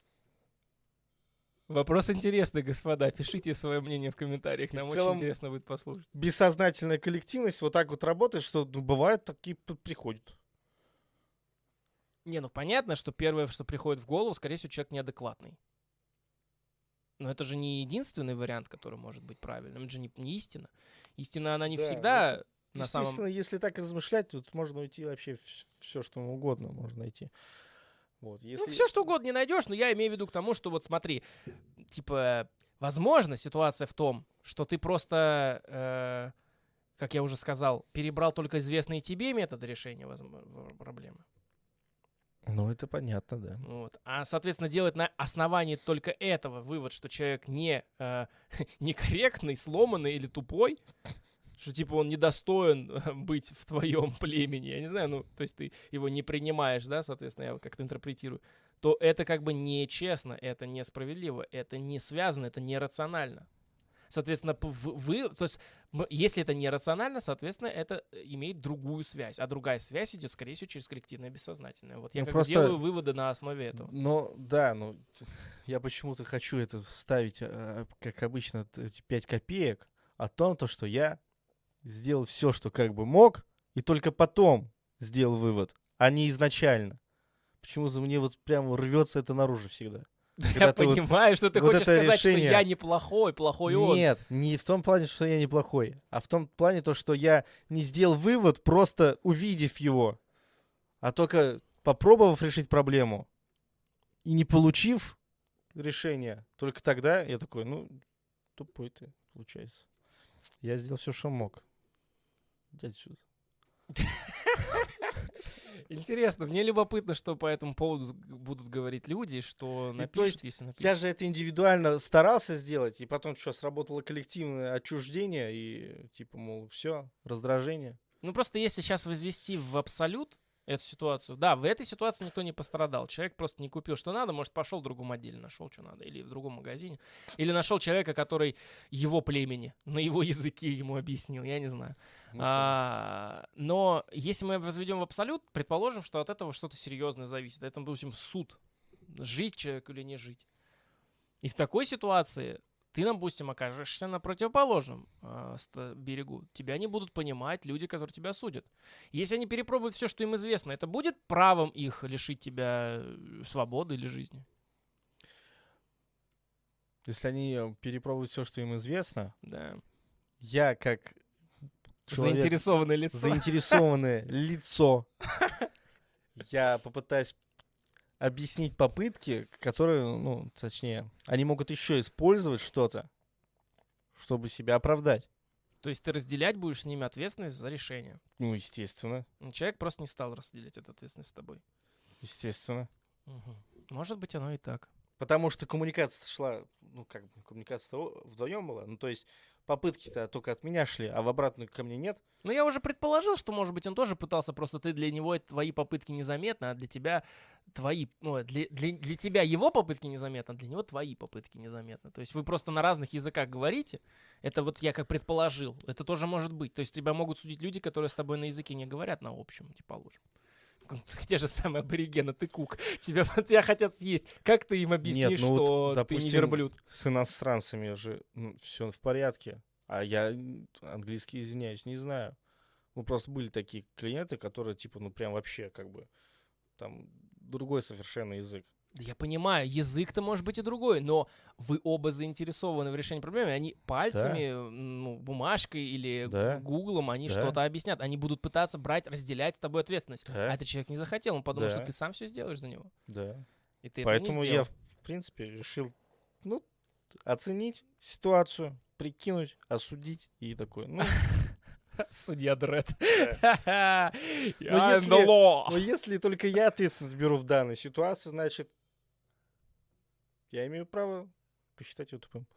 Вопрос интересный, господа. Пишите свое мнение в комментариях. И Нам в целом, очень интересно будет послушать. бессознательная коллективность вот так вот работает, что бывает такие приходят. Не, ну понятно, что первое, что приходит в голову, скорее всего, человек неадекватный. Но это же не единственный вариант, который может быть правильным. Это же не истина. Истина, она не Да, всегда на Естественно, самом... если так размышлять, тут можно уйти вообще все, что угодно можно найти. Вот, если... Ну, все что угодно не найдешь, но я имею в виду к тому, что вот смотри, типа, возможно, ситуация в том, что ты просто, как я уже сказал, перебрал только известные тебе методы решения проблемы. Ну, это понятно, да. Вот. А, соответственно, делать на основании только этого вывод, что человек некорректный, сломанный или тупой, что типа он недостоин быть в твоем племени, я не знаю, ну, то есть ты его не принимаешь, да, соответственно, я как-то интерпретирую, то это как бы нечестно, это несправедливо, это не связано, это нерационально. Соответственно, то есть, если это нерационально, соответственно, это имеет другую связь. А другая связь идет, скорее всего, через коллективное бессознательное. Вот я просто делаю выводы на основе этого. Ну, да, я почему-то хочу это ставить, как обычно, эти 5 копеек о том, то, что я сделал все, что как бы мог, и только потом сделал вывод, а не изначально. Почему-то мне вот прямо рвется это наружу всегда. Я понимаю, что ты хочешь сказать, что я неплохой, плохой он. Нет, не в том плане, что я неплохой, а в том плане, то, что я не сделал вывод, просто увидев его, а только попробовав решить проблему и не получив решения, только тогда я такой, тупой ты, получается. Я сделал все, что мог. Иди отсюда. Интересно, мне любопытно, что по этому поводу будут говорить люди, что напишут, если напишут. Я же это индивидуально старался сделать, и потом что, сработало коллективное отчуждение, и типа, мол, все, раздражение. Ну просто если сейчас возвести в абсолют эту ситуацию, да, в этой ситуации никто не пострадал. Человек просто не купил, что надо, может, пошел в другом отделе, нашел, что надо, или в другом магазине, или нашел человека, который его племени, на его языке ему объяснил, я не знаю. Но если мы возведем в абсолют, предположим, что от этого что-то серьезное зависит. Это, допустим, суд. Жить человеку или не жить. И в такой ситуации ты, допустим, окажешься на противоположном берегу. Тебя не будут понимать люди, которые тебя судят. Если они перепробуют все, что им известно, это будет правом их лишить тебя свободы или жизни? Если они перепробуют все, что им известно, Да. я как человек, Заинтересованное лицо, я попытаюсь объяснить попытки, которые, ну, точнее, они могут еще использовать что-то, чтобы себя оправдать. То есть ты разделять будешь с ними ответственность за решение? Ну, естественно. Человек просто не стал разделять эту ответственность с тобой. Естественно. Угу. Может быть, оно и так. Потому что коммуникация шла, ну, как бы, коммуникация вдвоем была. Ну, то есть попытки-то только от меня шли, а в обратную ко мне нет. Ну, я уже предположил, что, может быть, он тоже пытался, просто ты для него твои попытки незаметны, а для тебя твои, ну, для тебя его попытки незаметны, а для него твои попытки незаметны. То есть вы просто на разных языках говорите. Это вот я как предположил. Это тоже может быть. То есть тебя могут судить люди, которые с тобой на языке не говорят на общем, предположим. Те же самые аборигены, ты кук. Тебя хотят съесть. Как ты им объяснишь, Нет, ну что вот, допустим, ты не верблюд? с иностранцами же все в порядке. А я английский, извиняюсь, не знаю. Ну, просто были такие клиенты, которые, типа, ну, прям вообще, как бы, там, другой совершенно язык. Да я понимаю, язык-то может быть и другой, но вы оба заинтересованы в решении проблемы, они пальцами, ну, бумажкой или гуглом, они что-то объяснят. Они будут пытаться брать, разделять с тобой ответственность. А этот человек не захотел, он подумал, что ты сам все сделаешь за него. Да. И ты Поэтому это не я, в принципе, решил, ну, оценить ситуацию, прикинуть, осудить и такой, ну... Судья Дред. Но если только я ответственность беру в данной ситуации, значит, я имею право посчитать его тупым.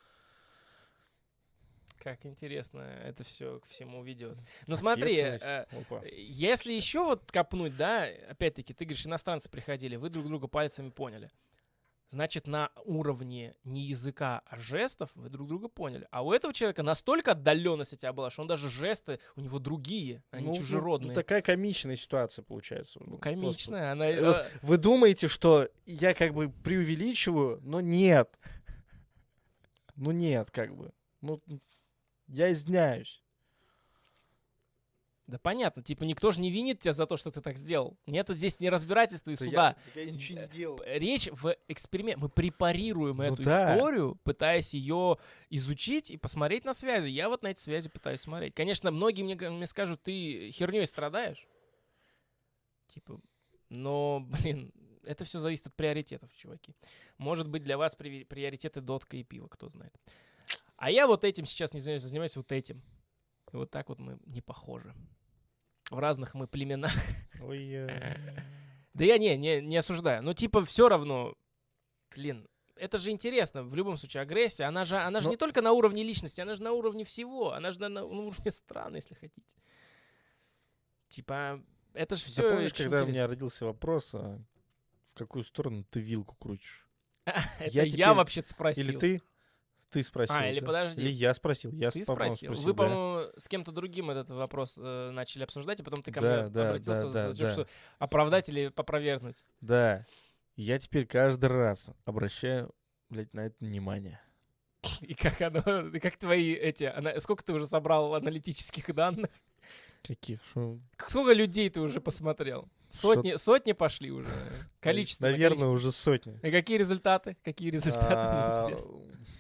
Как интересно это все к всему ведет. Ну смотри, если еще вот копнуть, да, опять-таки, ты говоришь, иностранцы приходили, вы друг друга пальцами поняли. Значит, на уровне не языка, а жестов вы друг друга поняли. А у этого человека настолько отдаленность от тебя была, что он даже жесты у него другие, они чужеродные. Ну, такая комичная ситуация получается. Ну, комичная. Она... Вот вы думаете, что я как бы преувеличиваю, но нет. Ну нет, как бы. Ну, я извиняюсь. Да понятно, типа никто же не винит тебя за то, что ты так сделал. Нет здесь не разбирательства и суда. Я ничего не делал. Речь в эксперименте. Мы препарируем эту историю, пытаясь ее изучить и посмотреть на связи. Я вот на эти связи пытаюсь смотреть. Конечно, многие мне скажут, ты херней страдаешь. Типа, но, блин, это все зависит от приоритетов, чуваки. Может быть, для вас приоритеты дотка и пиво, кто знает. А я вот этим сейчас не занимаюсь вот этим. И вот так вот мы не похожи. В разных мы племенах. Да я не осуждаю. Но типа все равно, блин, это же интересно. В любом случае агрессия, она же не только на уровне личности, она же на уровне всего. Она же на уровне стран, если хотите. Типа, это же все. Ты помнишь, когда у меня родился вопрос, в какую сторону ты вилку крутишь? Я вообще-то спросил. Или ты спросил. Или подожди. Или я спросил. Ты спросил. Вы, по-моему, с кем-то другим этот вопрос начали обсуждать, и потом ты ко мне обратился за тем, что оправдать или опровергнуть. Да. Я теперь каждый раз обращаю, блядь, на это внимание. И как оно, как твои сколько ты уже собрал аналитических данных? Каких? Сколько людей ты уже посмотрел? Сотни пошли уже. Количество. Наверное, уже сотни. И какие результаты? Мне интересно.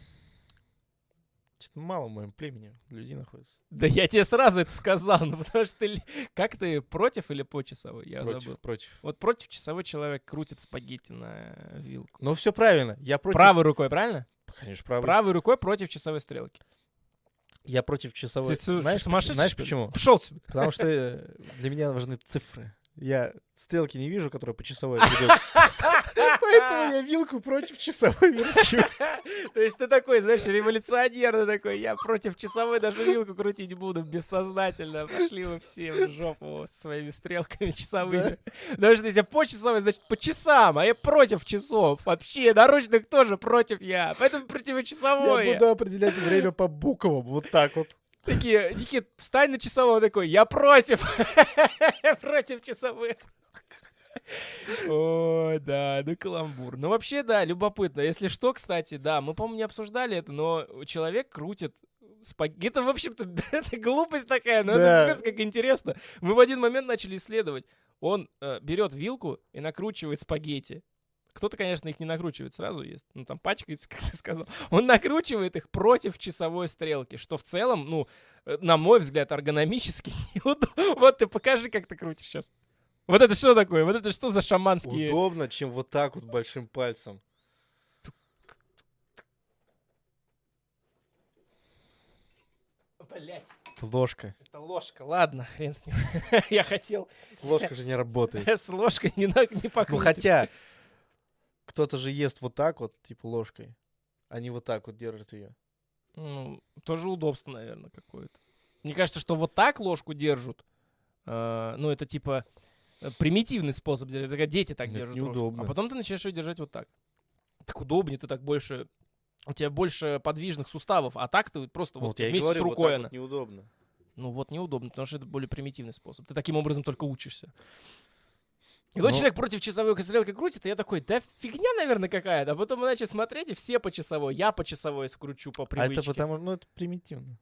Что-то мало в моем племени людей находится. Да я тебе сразу это сказал, ну потому что как ты против или по часовой? Я забыл. Против. Вот против часовой человек крутит спагетти на вилку. Ну все правильно. Я против. Правой рукой, правильно? Конечно, правой. Правой рукой против часовой стрелки. Я против часовой. Ты знаешь почему? Пошел сюда. Потому что для меня важны цифры. Я стрелки не вижу, которые по часовой идут. Поэтому я вилку против часовой верчу. То есть ты такой, знаешь, революционер такой. Я против часовой даже вилку крутить буду бессознательно. Пошли вы все в жопу со своими стрелками часовыми. Потому что если по часовой, значит по часам, а я против часов. Вообще наручных тоже против я. Поэтому противочасовой. Я буду определять время по буквам. Вот так вот. Такие, Никит, встань на часового такой, я против. Против часовых. Ой, да, ну каламбур. Ну вообще, да, любопытно. Если что, кстати, да, мы, по-моему, не обсуждали это, но человек крутит спагетти. Это, в общем-то, это глупость такая, но это Да. пипец как интересно. Мы в один момент начали исследовать. Он берет вилку и накручивает спагетти. Кто-то, конечно, их не накручивает, сразу ест. Ну, там пачкается, как ты сказал. Он накручивает их против часовой стрелки, что в целом, ну, на мой взгляд, эргономически неудобно. Вот ты покажи, как ты крутишь сейчас. Вот это что такое? Вот это что за шаманские... Удобно, чем вот так вот большим пальцем. Блять, Это ложка. это ложка. Ладно, хрен с ним. Я хотел Ложка же не работает. с ложкой не Ну, покрутить. хотя, кто-то же ест вот так вот, типа ложкой, а не вот так вот держит ее. Ну, тоже удобство, наверное, какое-то. Мне кажется, что вот так ложку держат. Ну, это типа примитивный способ держать. Это когда дети так Это держат ложку. неудобно. А потом ты начинаешь ее держать вот так. Так удобнее, ты так больше... У тебя больше подвижных суставов, а так ты просто вот я и вместе говорю, с вот рукой так она. вот неудобно. Ну вот неудобно, потому что это более примитивный способ. Ты таким образом только учишься. И вот Ну- человек против часовой стрелки крутит, и я такой, да фигня, наверное, какая-то. А потом мы начали смотреть, и все по часовой. Я по часовой скручу по А привычке. это потому, ну, это примитивно.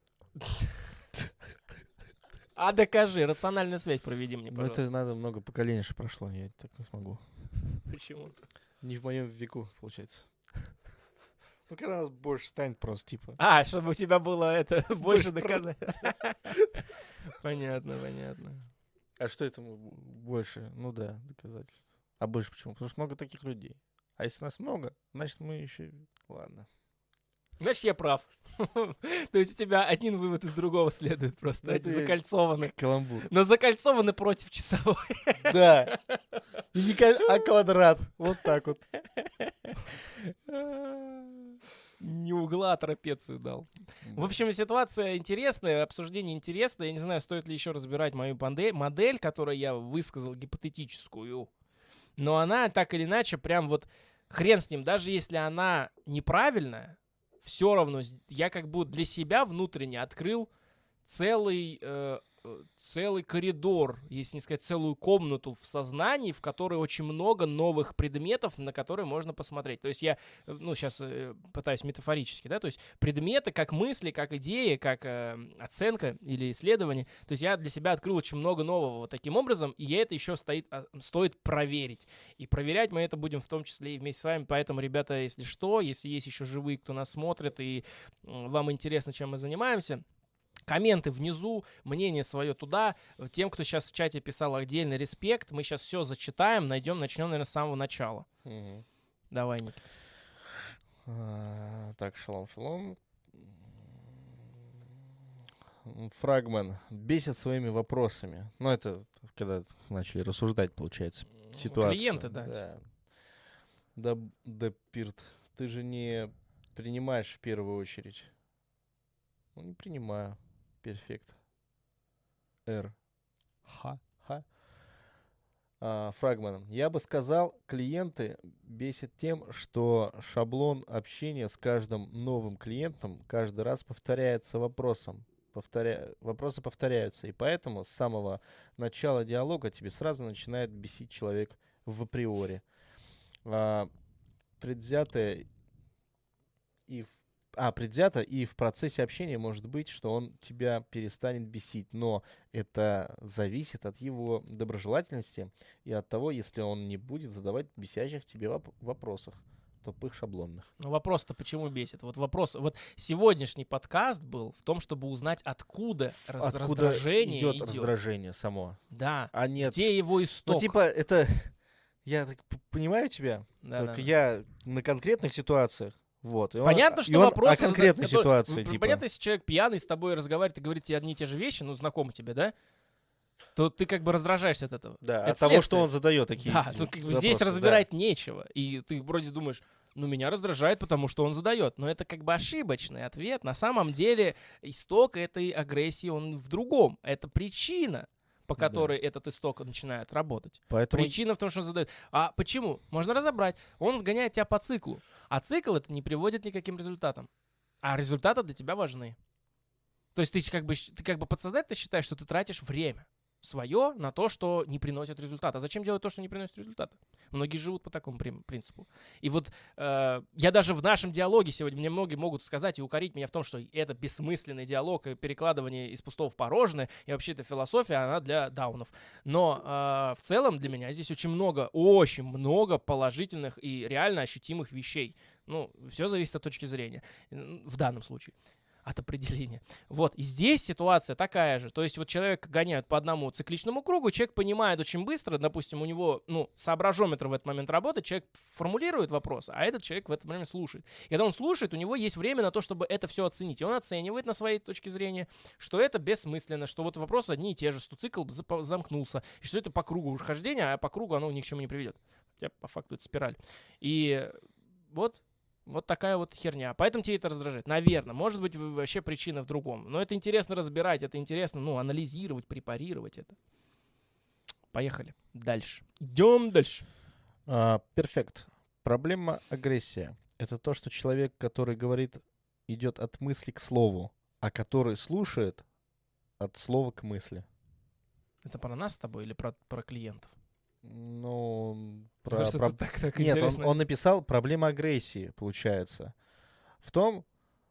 А докажи, рациональную связь проведи мне, Ну, пожалуйста. это надо много поколений же прошло, я так не смогу. Почему? Не в моем веку, получается. Ну, когда нас больше станет просто, типа. А, чтобы у тебя было это больше Больше доказать. Понятно, понятно. А что этому больше? Ну да, доказательств. А больше почему? Потому что много таких людей. А если нас много, значит мы еще... Ладно. Значит, я прав. То есть у тебя один вывод из другого следует просто. Ну, Они это я- закольцованы. Каламбур. Но закольцованы против часовой. Да. И не а квадрат. Вот так вот. Не угла, а трапецию дал. В общем, ситуация интересная, обсуждение интересное. Я не знаю, стоит ли еще разбирать мою модель, которую я высказал, гипотетическую. Но она так или иначе прям вот хрен с ним. Даже если она неправильная, все равно я как бы для себя внутренне открыл целый коридор, если не сказать целую комнату в сознании, в которой очень много новых предметов, на которые можно посмотреть. То есть я, ну, сейчас пытаюсь метафорически, да, то есть предметы, как мысли, как идеи, как оценка или исследование. То есть я для себя открыл очень много нового вот таким образом, и это еще стоит проверить. И проверять мы это будем в том числе и вместе с вами. Поэтому, ребята, если что, если есть еще живые, кто нас смотрит, и вам интересно, чем мы занимаемся, комменты внизу, мнение свое туда. Тем, кто сейчас в чате писал отдельный респект, мы сейчас все зачитаем, начнем, наверное, с самого начала. Давай, Ник. Так, шалом. Фрагман бесит своими вопросами. Ну, это когда начали рассуждать, получается, ситуацию. Клиенты, да. Да, Пирт, ты же не принимаешь в первую очередь. Ну, не принимаю. Перфект. Ха. Фрагман. Я бы сказал, клиенты бесит тем, что шаблон общения с каждым новым клиентом каждый раз повторяется вопросом. Вопросы повторяются. И поэтому с самого начала диалога тебе сразу начинает бесить человек в априори. Предвзято и в процессе общения может быть, что он тебя перестанет бесить, но это зависит от его доброжелательности и от того, если он не будет задавать бесящих тебе вопросов, тупых шаблонных. Ну вопрос-то почему бесит? Вот вопрос, вот сегодняшний подкаст был в том, чтобы узнать, откуда раздражение идет. Раздражение само. Да, А нет. где его исток. Ну типа это, я так понимаю тебя, только я на конкретных ситуациях. Вот. Понятно, что вопрос о конкретной ситуации. Типа. Понятно, если человек пьяный с тобой разговаривает и говорит тебе одни и те же вещи, ну, знакомы тебе, да? То ты как бы раздражаешься от этого. Да, это от того, что он задает такие Да, тут как бы здесь разбирать нечего. И ты вроде думаешь, ну, меня раздражает, потому что он задает. Но это как бы ошибочный ответ. На самом деле исток этой агрессии, он в другом. Это причина, по которой этот исток начинает работать. Поэтому... Причина в том, что он задает. А почему? Можно разобрать. Он гоняет тебя по циклу. А цикл это не приводит ни к каким результатам. А результаты для тебя важны. То есть ты как бы подсознательно считаешь, что ты тратишь время свое на то, что не приносит результата. А зачем делать то, что не приносит результата? Многие живут по такому принципу. И вот я даже в нашем диалоге сегодня, мне многие могут сказать и укорить меня в том, что это бессмысленный диалог и перекладывание из пустого в порожное, и вообще эта философия, она для даунов. Но в целом для меня здесь очень много положительных и реально ощутимых вещей. Ну, все зависит от точки зрения в данном случае. От определения. Вот, и здесь ситуация такая же. То есть вот человек гоняют по одному цикличному кругу, человек понимает очень быстро, допустим, у него, соображометр в этот момент работает, человек формулирует вопрос, а этот человек в этот момент слушает. И когда он слушает, у него есть время на то, чтобы это все оценить. И он оценивает на своей точке зрения, что это бессмысленно, что вот вопросы одни и те же, что цикл замкнулся, и что это по кругу хождения, а по кругу оно ни к чему не приведет. Хотя по факту это спираль. И вот такая вот херня. Поэтому тебе это раздражает. Наверное. Может быть, вообще причина в другом. Но это интересно разбирать, это интересно, анализировать, препарировать это. Поехали. Дальше. Идем дальше. Перфект. Проблема агрессия. Это то, что человек, который говорит, идет от мысли к слову, а который слушает от слова к мысли. Это про нас с тобой или про клиентов? Нет, он написал проблема агрессии, получается. В том,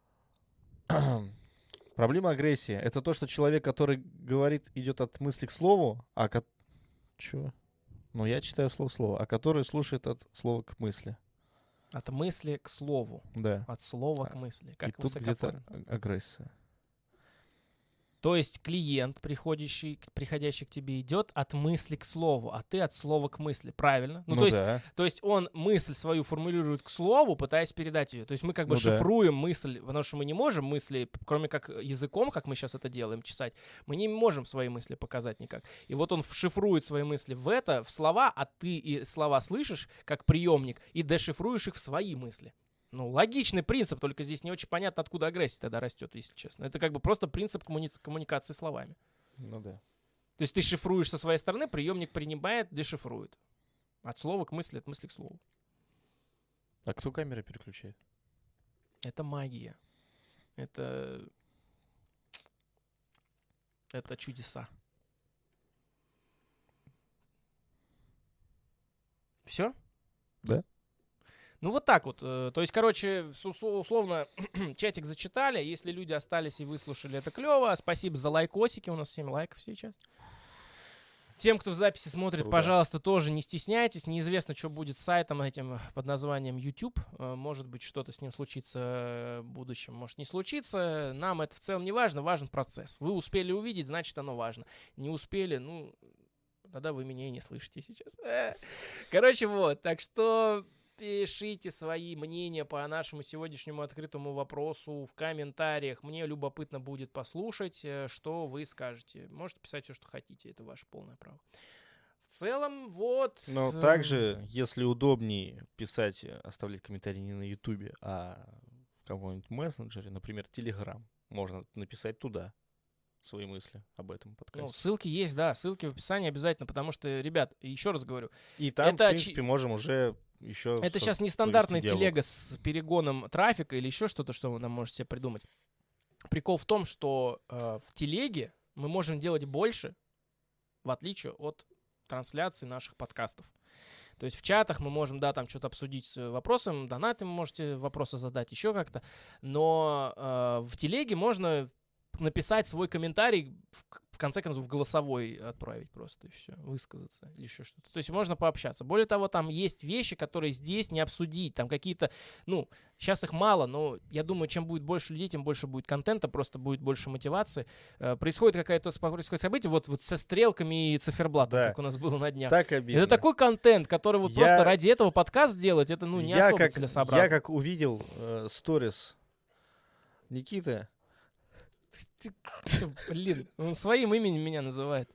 проблема агрессии — это то, что человек, который говорит, идет от мысли к слову, Чего? Я читаю слово, а который слушает от слова к мысли. От мысли к слову. Да. От слова к мысли. Как и тут где-то агрессия. То есть клиент, приходящий к тебе, идет от мысли к слову, а ты от слова к мысли. Правильно? То есть он мысль свою формулирует к слову, пытаясь передать ее. То есть мы как бы шифруем мысль, потому что мы не можем мысли, кроме как языком, как мы сейчас это делаем, чесать, мы не можем свои мысли показать никак. И вот он шифрует свои мысли в слова, а ты и слова слышишь как приемник и дешифруешь их в свои мысли. Логичный принцип, только здесь не очень понятно, откуда агрессия тогда растет, если честно. Это как бы просто принцип коммуникации словами. Да. То есть ты шифруешь со своей стороны, приемник принимает, дешифрует. От слова к мысли, от мысли к слову. А кто камеры переключает? Это магия. Это чудеса. Все? Да. Вот так вот. То есть, короче, условно, чатик зачитали. Если люди остались и выслушали, это клево. Спасибо за лайкосики. У нас 7 лайков сейчас. Тем, кто в записи смотрит, пожалуйста, тоже не стесняйтесь. Неизвестно, что будет с сайтом этим под названием YouTube. Может быть, что-то с ним случится в будущем. Может, не случится. Нам это в целом не важно. Важен процесс. Вы успели увидеть, значит, оно важно. Не успели, тогда вы меня и не слышите сейчас. Короче, вот. Так что... Пишите свои мнения по нашему сегодняшнему открытому вопросу в комментариях. Мне любопытно будет послушать, что вы скажете. Можете писать все, что хотите. Это ваше полное право. В целом, вот... Но также, если удобнее писать, оставлять комментарии не на Ютубе, а в каком-нибудь мессенджере, например, Telegram, можно написать туда свои мысли об этом подкасте. Ссылки есть, да. Ссылки в описании обязательно, потому что, ребят, еще раз говорю... И там, в принципе, можем уже... Еще это сейчас не стандартная телега с перегоном трафика или еще что-то, что вы нам можете себе придумать. Прикол в том, что в телеге мы можем делать больше, в отличие от трансляции наших подкастов. То есть в чатах мы можем, там что-то обсудить с вопросом, донаты вы можете вопросы задать, еще как-то. Но в телеге можно написать свой комментарий, в конце концов, в голосовой отправить просто, и все, высказаться или еще что-то. То есть можно пообщаться. Более того, там есть вещи, которые здесь не обсудить. Там какие-то, сейчас их мало, но я думаю, чем будет больше людей, тем больше будет контента, просто будет больше мотивации. Происходит событие, вот со стрелками и циферблатом, как у нас было на днях. Так обидно. Это такой контент, который просто ради этого подкаст делать, это, не особо целесообразно. Я как увидел сторис Никиты, Блин, он своим именем меня называет.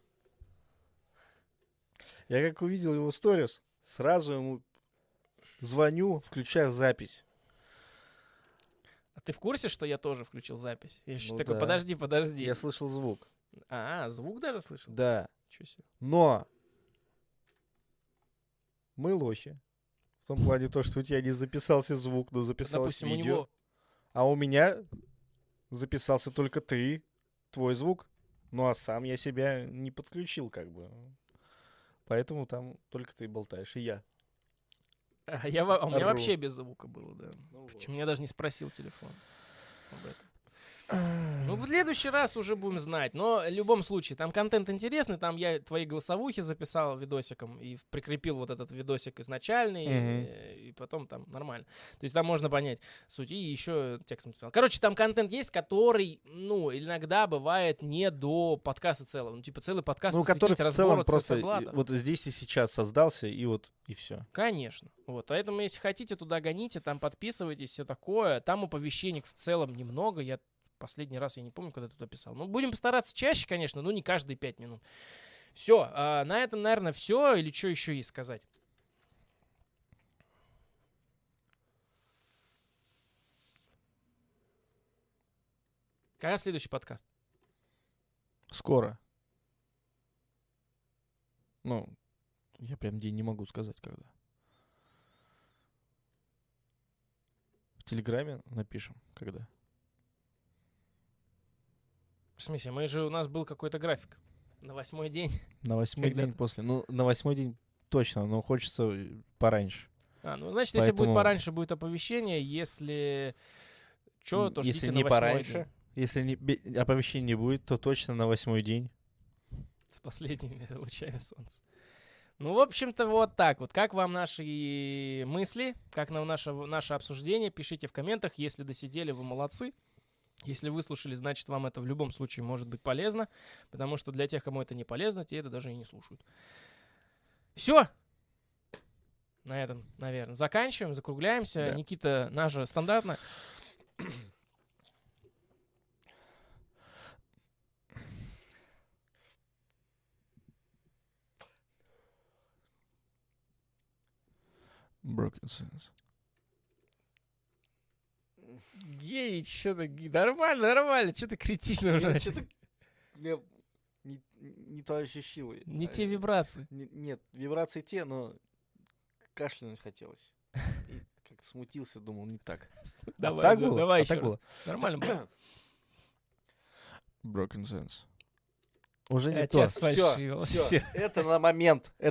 Я как увидел его сторис, сразу ему звоню, включаю запись. А ты в курсе, что я тоже включил запись? Я еще такой, подожди. Я слышал звук. Звук даже слышал? Да. Чё себе. Но мы лохи. В том плане то, что у тебя не записался звук, но записалось видео. У него... А у меня записался только твой звук. Ну, а сам я себя не подключил, как бы. Поэтому там только ты болтаешь, и я. А у меня Ору. вообще без звука было, да. Ну Причем я даже не спросил телефон об этом. Ну, в следующий раз уже будем знать. Но в любом случае, там контент интересный. Там я твои голосовухи записал видосиком и прикрепил вот этот видосик изначальный. И потом там нормально. То есть там можно понять суть. И еще текстом записал. Короче, там контент есть, который, ну, иногда бывает не до подкаста целого. Ну, типа целый подкаст Ну, который посвятить в целом разбору просто циферблата. вот здесь и сейчас создался, и вот, и все. Конечно. Вот. Поэтому, если хотите, туда гоните, там подписывайтесь, все такое. Там оповещений в целом немного. Последний раз я не помню, когда туда писал. Ну, будем постараться чаще, конечно, но не каждые 5 минут. Все, на этом, наверное, все. Или что еще есть сказать? Когда следующий подкаст? Скоро. Ну, я прям день не могу сказать, когда. В Телеграме напишем, когда. В смысле, у нас был какой-то график. На 8-й день. На 8-й день после. Ну, на 8-й день точно, но хочется пораньше. Ну, значит, если будет пораньше, будет оповещение. Если что, то ждите если на не 8-й пораньше, день. если оповещения не будет, то точно на 8-й день. С последними лучами солнца. Ну, в общем-то, вот так вот. Как вам наши мысли? Как нам наше обсуждение? Пишите в комментах. Если досидели, вы молодцы. Если выслушали, значит, вам это в любом случае может быть полезно. Потому что для тех, кому это не полезно, те это даже и не слушают. Все. На этом, наверное, заканчиваем, закругляемся. Да. Никита, наша стандартная. Broken Sense. Геич, что ты? Нормально. Что ты критично уже начал? Не то ощущил. Не те вибрации. Нет, вибрации те, но кашлянуть хотелось. И как-то смутился, думал, не так. Давай, так было? давай еще так раз. было? Нормально было. Broken Sense. Уже не Я то. тебя сфальшивил. Все. Это на момент.